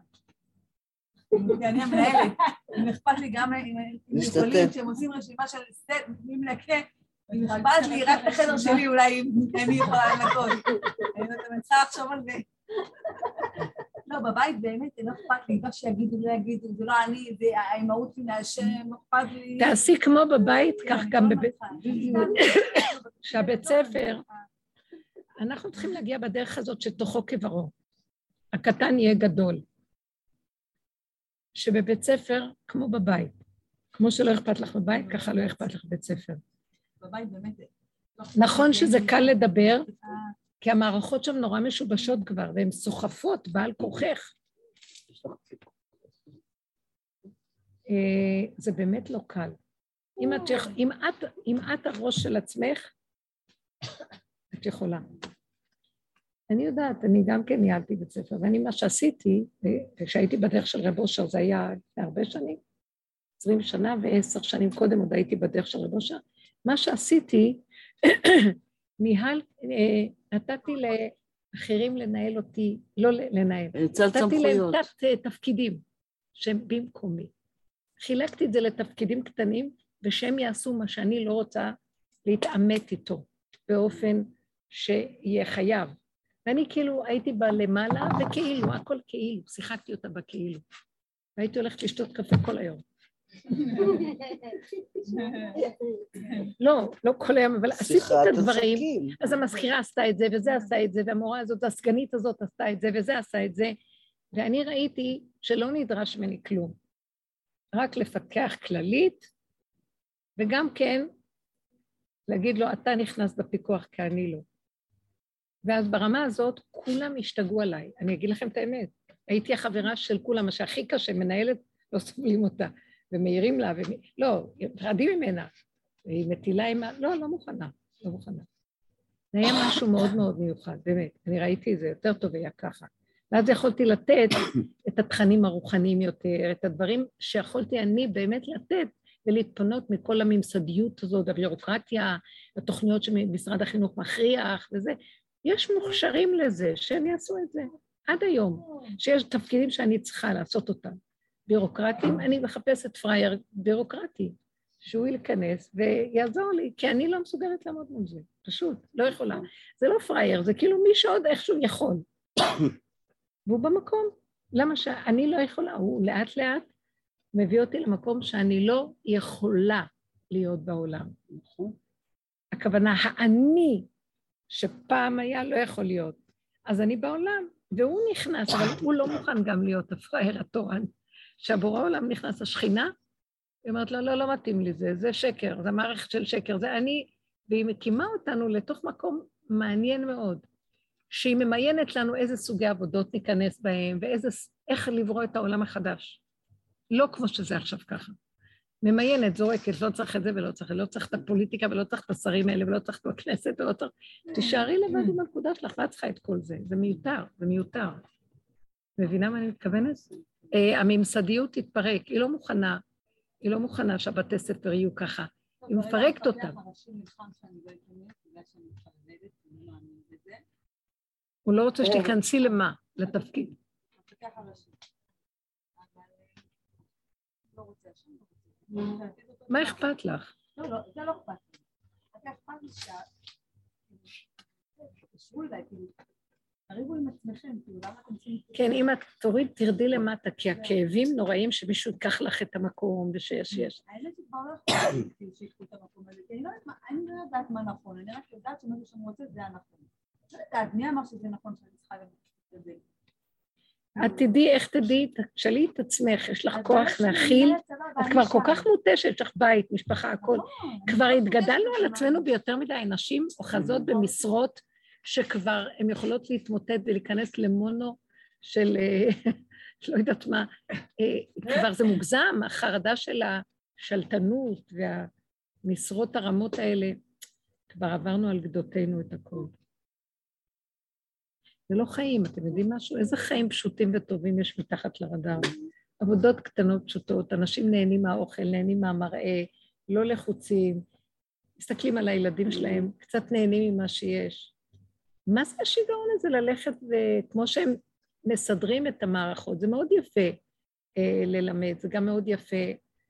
Speaker 4: אני המנהלת, אם אכפת לי גם אם יכולים, כשהם עושים רשימה של מי מנקה, אם אכפת לי, רק בחדר שלי אולי אני יכולה לנקות. אני צריכה לחשוב על זה. לא, בבית באמת לא אכפת לי, מה שיגידו, לא יגידו, זה לא אני, זה האימהות מן השם, אכפת לי.
Speaker 1: תעשי כמו בבית, כך גם בבית. שהבית ספר, אנחנו צריכים להגיע בדרך הזאת שתוכו כברו. הקטן יהיה גדול. שבבית ספר, כמו בבית. כמו שלא אכפת לך בבית, ככה לא אכפת לך בבית ספר.
Speaker 4: בבית באמת.
Speaker 1: נכון שזה קל לדבר, כי המערכות שם נורא משובשות כבר, והן סוחפות בעל כוחך. זה באמת לא קל. אם את הראש של עצמך, את יכולה. אני יודעת, אני גם כן ניהלתי בית ספר, ואני מה שעשיתי, כשהייתי בדרך של רב אושר, זה היה הרבה שנים, 20 שנה ו10 שנים קודם עוד הייתי בדרך של רב אושר, מה שעשיתי, נתתי לאחרים לנהל אותי, לא לנהל, נתתי להם תפקידים שהם במקומי. חילקתי את זה לתפקידים קטנים, ושהם יעשו מה שאני לא רוצה להתעמת איתו, באופן שיהיה חייב. ואני כאילו הייתי בה למעלה, וכאילו, הכל כאילו, שיחקתי אותה בכאילו. והייתי הולכת לשתות קפה כל היום. לא כל היום, אבל עשיתי את הדברים, אז המזכירה עשתה את זה, וזה עשה את זה, והמורה הזאת, הסגנית הזאת עשתה את זה, וזה עשה את זה, ואני ראיתי שלא נדרש ממני כלום, רק לפתח כללית, וגם כן, להגיד לו, אתה נכנס בפיקוח כי אני לא. ואז ברמה הזאת, כולם השתגעו עליי, אני אגיד לכם את האמת, הייתי החברה של כולם, מה שהכי קשה, מנהלת, לא סובלים אותה. ומאירים לה, לא, פרדים ממנה, והיא מטילה עם... לא מוכנה, לא מוכנה. זה היה משהו מאוד מאוד מיוחד, באמת, אני ראיתי את זה יותר טוב היה ככה. ואז יכולתי לתת את התכנים הרוחניים יותר, את הדברים שיכולתי אני באמת לתת, ולהתפנות מכל הממסדיות הזאת, הביורוקרטיה, התוכניות שמשרד החינוך מכריח, וזה. יש מוכשרים לזה, שהם יעשו את זה, עד היום, שיש תפקידים שאני צריכה לעשות אותם. בירוקרטים, אני מחפשת פרייר בירוקרטי, שהוא ייכנס ויעזור לי, כי אני לא מסוגלת לעמוד מול זה, פשוט, לא יכולה. זה לא פרייר, זה כאילו מי שעוד איכשהו יכול. והוא במקום, למה שאני לא יכולה, הוא לאט לאט מביא אותי למקום שאני לא יכולה להיות בעולם. הכוונה, האני שפעם היה לא יכול להיות, אז אני בעולם, והוא נכנס, אבל הוא לא מוכן גם להיות הפרייר התורן. שהבורא העולם נכנס השכינה, היא אומרת לו, לא מתאים לי זה שקר, זה מערכת של שקר, זה אני, והיא מקימה אותנו לתוך מקום מעניין מאוד, שהיא ממיינת לנו איזה סוגי עבודות ניכנס בהם, ואיך לברוא את העולם החדש. לא כמו שזה עכשיו ככה. ממיינת, זורקת, לא צריך את זה ולא צריך, לא צריך את הפוליטיקה ולא צריך את השרים האלה ולא צריך את הכנסת ולא צריך, תישארי לבד עם הנקודה שלך, ואת צריכה את כל זה, זה מיותר, זה מיותר. מבינה מה אני מתכוונת? הממסדיות תתפרק, היא לא מוכנה שהבתי ספר יהיו ככה, היא מפרקת אותם. הוא לא רוצה שתיכנסי למה? לתפקיד. מה אכפת לך?
Speaker 4: לא, זה לא אכפת לי. אכפת לי תשבו אליי, תריבו עם עצמכם, למה אתם צריכים...
Speaker 1: כן, אם את תרדי למטה, כי הכאבים נוראים שמישהו ייקח לך את המקום ושיש.
Speaker 4: האמת היא כבר לא יכולה שיקחו את המקום הזה, כי אני לא יודעת מה נכון, אני רק יודעת שמה שאני רוצה זה הנכון. לא יודעת, מי אמר שזה נכון שאני צריכה גם את זה?
Speaker 1: את תדעי, איך תדעי, תשאלי את עצמך, יש לך כוח להכיל, את כבר כל כך מותשת, יש לך בית, משפחה, הכל. כבר התגדלנו על עצמנו ביותר מדי, נשים אוחזות במשרות שכבר הן יכולות להתמוטט ולהיכנס למונו של, לא יודעת מה, כבר זה מוגזם, החרדה של השלטנות והמשרות הרמות האלה, כבר עברנו על גדותינו את הכל. זה לא חיים, אתם יודעים משהו? איזה חיים פשוטים וטובים יש מתחת לרדאר? עבודות קטנות פשוטות, אנשים נהנים מהאוכל, נהנים מהמראה, לא לחוצים, מסתכלים על הילדים שלהם, קצת נהנים ממה שיש. מה זה השיגעון הזה ללכת וכמו שהם מסדרים את המערכות? זה מאוד יפה ללמד, זה גם מאוד יפה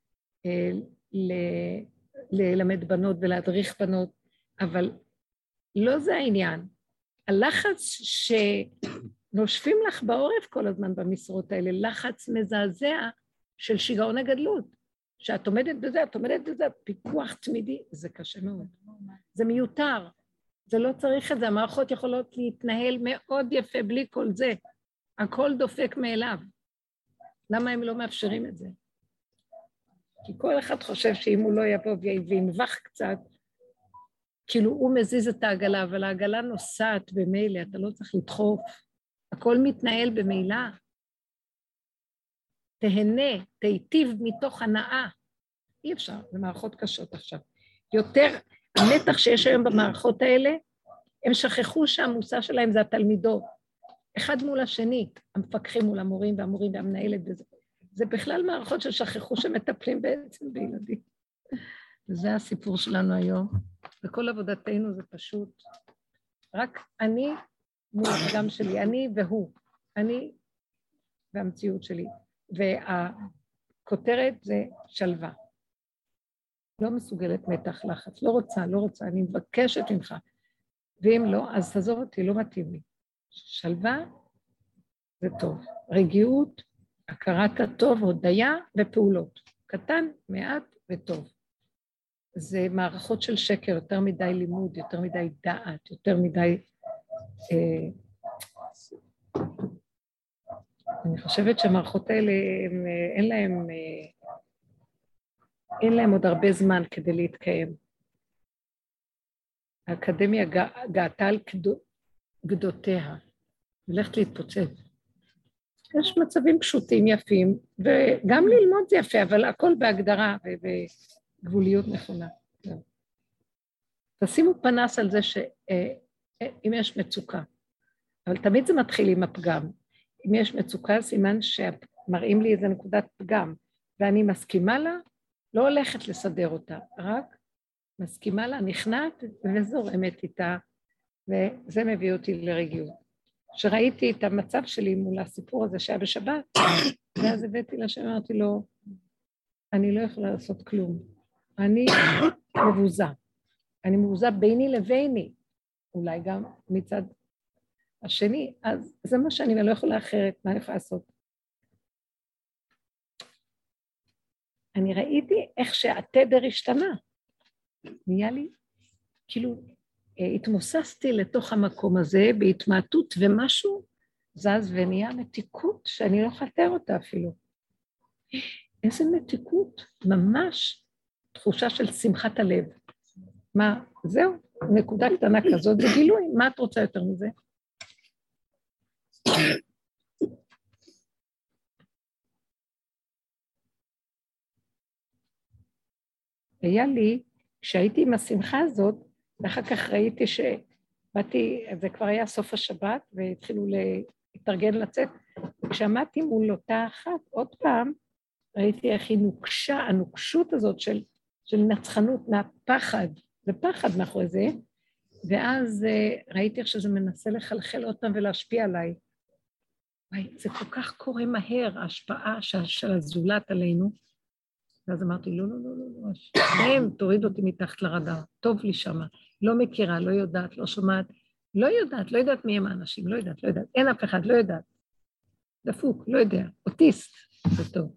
Speaker 1: ללמד בנות ולהדריך בנות, אבל לא זה העניין. הלחץ שנושפים לך בעורף כל הזמן במשרות האלה, לחץ מזעזע של שיגעון הגדלות, שאת עומדת בזה, את עומדת בזה, פיקוח תמידי, זה קשה מאוד. זה מיותר, זה לא צריך את זה, המערכות יכולות להתנהל מאוד יפה בלי כל זה, הכל דופק מאליו. למה הם לא מאפשרים את זה? כי כל אחד חושב שאם הוא לא יבוא וינבח קצת, כאילו הוא מזיז את העגלה, אבל העגלה נוסעת במילא, אתה לא צריך לדחוף, הכל מתנהל במילא. תהנה, תיטיב מתוך הנאה. אי אפשר, זה מערכות קשות עכשיו. יותר, המתח שיש היום במערכות האלה, הם שכחו שהמושא שלהם זה התלמידות. אחד מול השני, המפקחים מול המורים והמורים והמנהלת וזה. זה בכלל מערכות ששכחו שמטפלים בעצם בילדים. וזה הסיפור שלנו היום. וכל עבודתנו זה פשוט. רק אני מול הפגם שלי, אני והוא. אני והמציאות שלי. והכותרת זה שלווה. לא מסוגלת מתח לחץ, לא רוצה, אני מבקשת ממך. ואם לא, אז תעזוב אותי, לא מתאים לי. שלווה זה טוב. רגיעות, הכרת הטוב, הודיה ופעולות. קטן, מעט וטוב. זה מערכות של שקר, יותר מדי לימוד, יותר מדי דעת, יותר מדי... אני חושבת שהמערכות האלה, אין להם עוד הרבה זמן כדי להתקיים. האקדמיה גאתה על גדותיה, הולכת להתפוצץ. יש מצבים פשוטים יפים, וגם ללמוד זה יפה, אבל הכל בהגדרה ובגבוליות נכונה. תשימו פנס על זה שאם יש מצוקה, אבל תמיד זה מתחיל עם הפגם. אם יש מצוקה, סימן שמראים לי איזה נקודת פגם, ואני מסכימה לה, לא הולכת לסדר אותה, רק מסכימה לה, נכנעת וזורמת איתה, וזה מביא אותי לרגיעות. שראיתי את המצב שלי מול הסיפור הזה שהיה בשבת, ואז הבאתי לה שאמרתי לו, אני לא יכולה לעשות כלום, אני מבוזה, אני מבוזה ביני לביני, אולי גם מצד השני, אז זה מה שאני לא יכולה אחרת, מה אני יכולה לעשות? אני ראיתי איך שהתדר השתנה, נהיה לי, כאילו, התמוססתי לתוך המקום הזה, בהתמעטות ומשהו זז ונהיה מתיקות, שאני לא חתר אותה אפילו. איזה מתיקות, ממש תחושה של שמחת הלב. מה, זהו, נקודה קטנה כזאת, זה גילוי, מה את רוצה יותר מזה? היה לי, כשהייתי עם השמחה הזאת, ואחר כך ראיתי שבאתי, זה כבר היה סוף השבת, והתחילו להתארגן לצאת, וכשעמדתי מול אותה אחת, עוד פעם, ראיתי איך היא נוקשה, הנוקשות הזאת של נצחנות מהפחד, זה פחד מאחורי זה, ואז ראיתי איך שזה מנסה לחלחל עוד פעם ולהשפיע עליי. זה כל כך קורה מהר, ההשפעה של הזולת עלינו, ואז אמרתי, לא, הם תוריד אותי מתחת לרדאר, טוב לי שמה, לא מכירה, לא יודעת, לא שומעת, לא יודעת מי הם האנשים, לא יודעת, אין אף אחד, לא יודעת, דפוק, לא יודע, אוטיסט, זה טוב.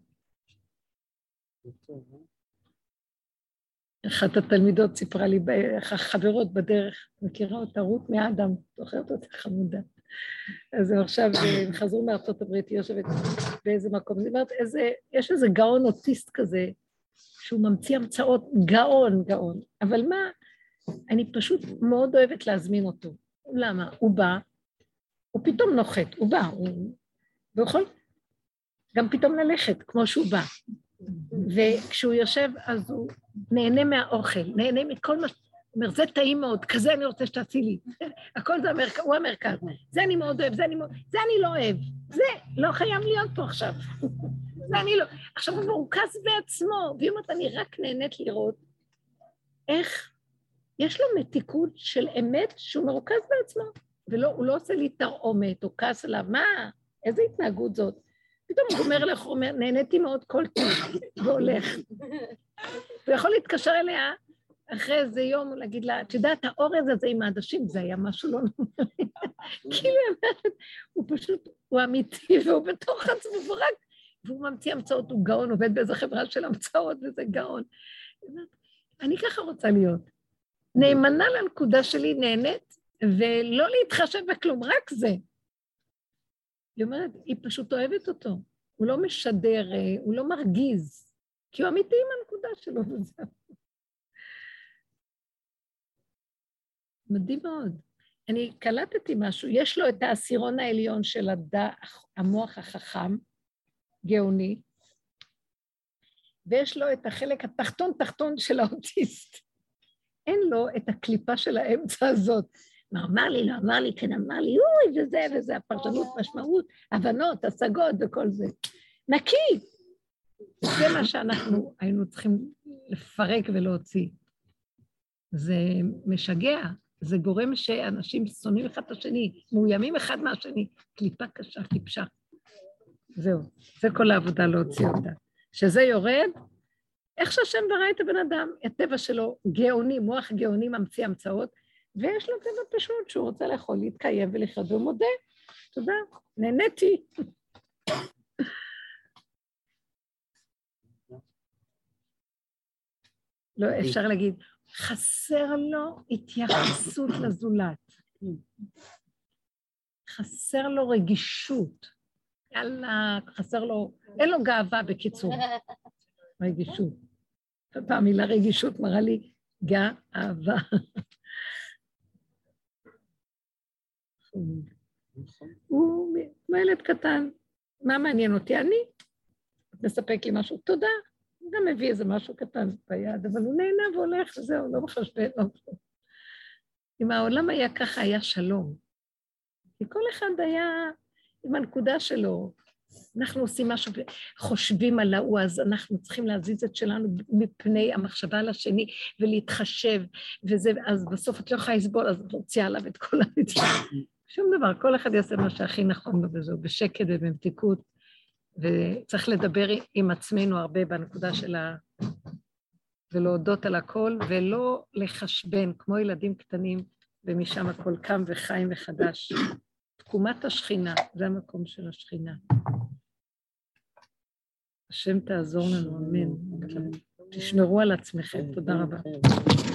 Speaker 1: אחת התלמידות סיפרה לי, חברות בדרך, מכירה אותה, רות מאדם, זוכרת אותה חמודה. אז הם עכשיו חזרו מארצות הברית, היא יושבת באיזה מקום, זאת אומרת, יש איזה גאון אוטיסט כזה, שהוא ממציא המצאות, גאון, אבל מה, אני פשוט מאוד אוהבת להזמין אותו. למה? הוא בא, הוא פתאום נוחת, הוא בא, הוא יכול גם פתאום ללכת, כמו שהוא בא. וכשהוא יושב, אז הוא נהנה מהאוכל, נהנה מכל מה, הוא אומר, זה טעים מאוד, כזה אני רוצה שתעשי לי. הכל זה הוא המרכז. זה אני מאוד אוהב, זה אני לא אוהב. זה לא חייב להיות פה עכשיו. זה אני לא. עכשיו הוא מרוכז בעצמו, ואם אני רק נהנית לראות איך יש לו מתיקות של אמת שהוא מרוכז בעצמו, והוא לא עושה לי תרעומת או כעס עליו, מה? איזה התנהגות זאת? פתאום הוא אומר לך, הוא אומר, נהניתי מאוד כל טיפ, והולך. הוא יכול להתקשר אליה אחרי איזה יום, ולהגיד לה, את יודעת, האורז הזה עם העדשים, זה היה משהו לא נורמלי. כאילו, הוא פשוט, הוא אמיתי, והוא בתוך עצמו, והוא ממציא המצאות, הוא גאון, עובד באיזו חברה של המצאות, וזה גאון. אני ככה רוצה להיות. נאמנה לנקודה שלי, נהנית, ולא להתחשב בכלום, רק זה. היא אומרת, היא פשוט אוהבת אותו. הוא לא משדר, הוא לא מרגיז, כי הוא אמיתי עם הנקודה שלו, וזה. מדהים מאוד. אני קלטתי משהו, יש לו את העשירון העליון של המוח החכם, גאוני, ויש לו את החלק התחתון של האוטיסט. אין לו את הקליפה של האמצע הזאת. מה אמר לי, לא אמר לי, כן אמר לי, אוי, וזה, הפרשנות, משמעות, הבנות, השגות וכל זה. נקי! זה מה שאנחנו היינו צריכים לפרק ולהוציא. זה משגע, זה גורם שאנשים שונאים אחד את השני, מאוימים אחד מהשני, קליפה קשה, טיפשה. זהו, זה כל העבודה להוציא אותה. שזה יורד, איך שהשם ברא את הבן אדם, הטבע שלו גאוני, מוח גאוני ממציא המצאות, ויש לו טבע פשוט שהוא רוצה לאכול, להתקיים ולחיות, והוא מודה. תודה, נהניתי. לא, אפשר להגיד, חסר לו התייחסות לזולת. חסר לו רגישות. יאללה, חסר לו, אין לו גאווה בקיצור. רגישות. פעם מילה רגישות מראה לי גאווה. הוא ילד קטן. מה מעניין אותי? אני מספק לי משהו. תודה. הוא גם מביא איזה משהו קטן ביד, אבל הוא נהנה והולך, וזהו, לא מחשבן. אם העולם היה ככה, היה שלום. כי כל אחד היה עם הנקודה שלו. אנחנו עושים משהו, חושבים על ההוא, אז אנחנו צריכים להזיז את שלנו מפני המחשבה על השני, ולהתחשב, וזה, אז בסוף את לא יכולה לסבול, אז נוציא עליו את כל הנתייה. שום דבר, כל אחד יעשה מה שהכי נכון לו, וזהו, בשקט ובמתיקות, וצריך לדבר עם עצמנו הרבה בנקודה שלה, ולהודות על הכל, ולא לחשבן, כמו ילדים קטנים, ומשם הכל קם וחיים וחדש. תקומת השכינה, זה המקום של השכינה. השם תעזור לנו, אמן. תשמרו על עצמכם, תודה רבה.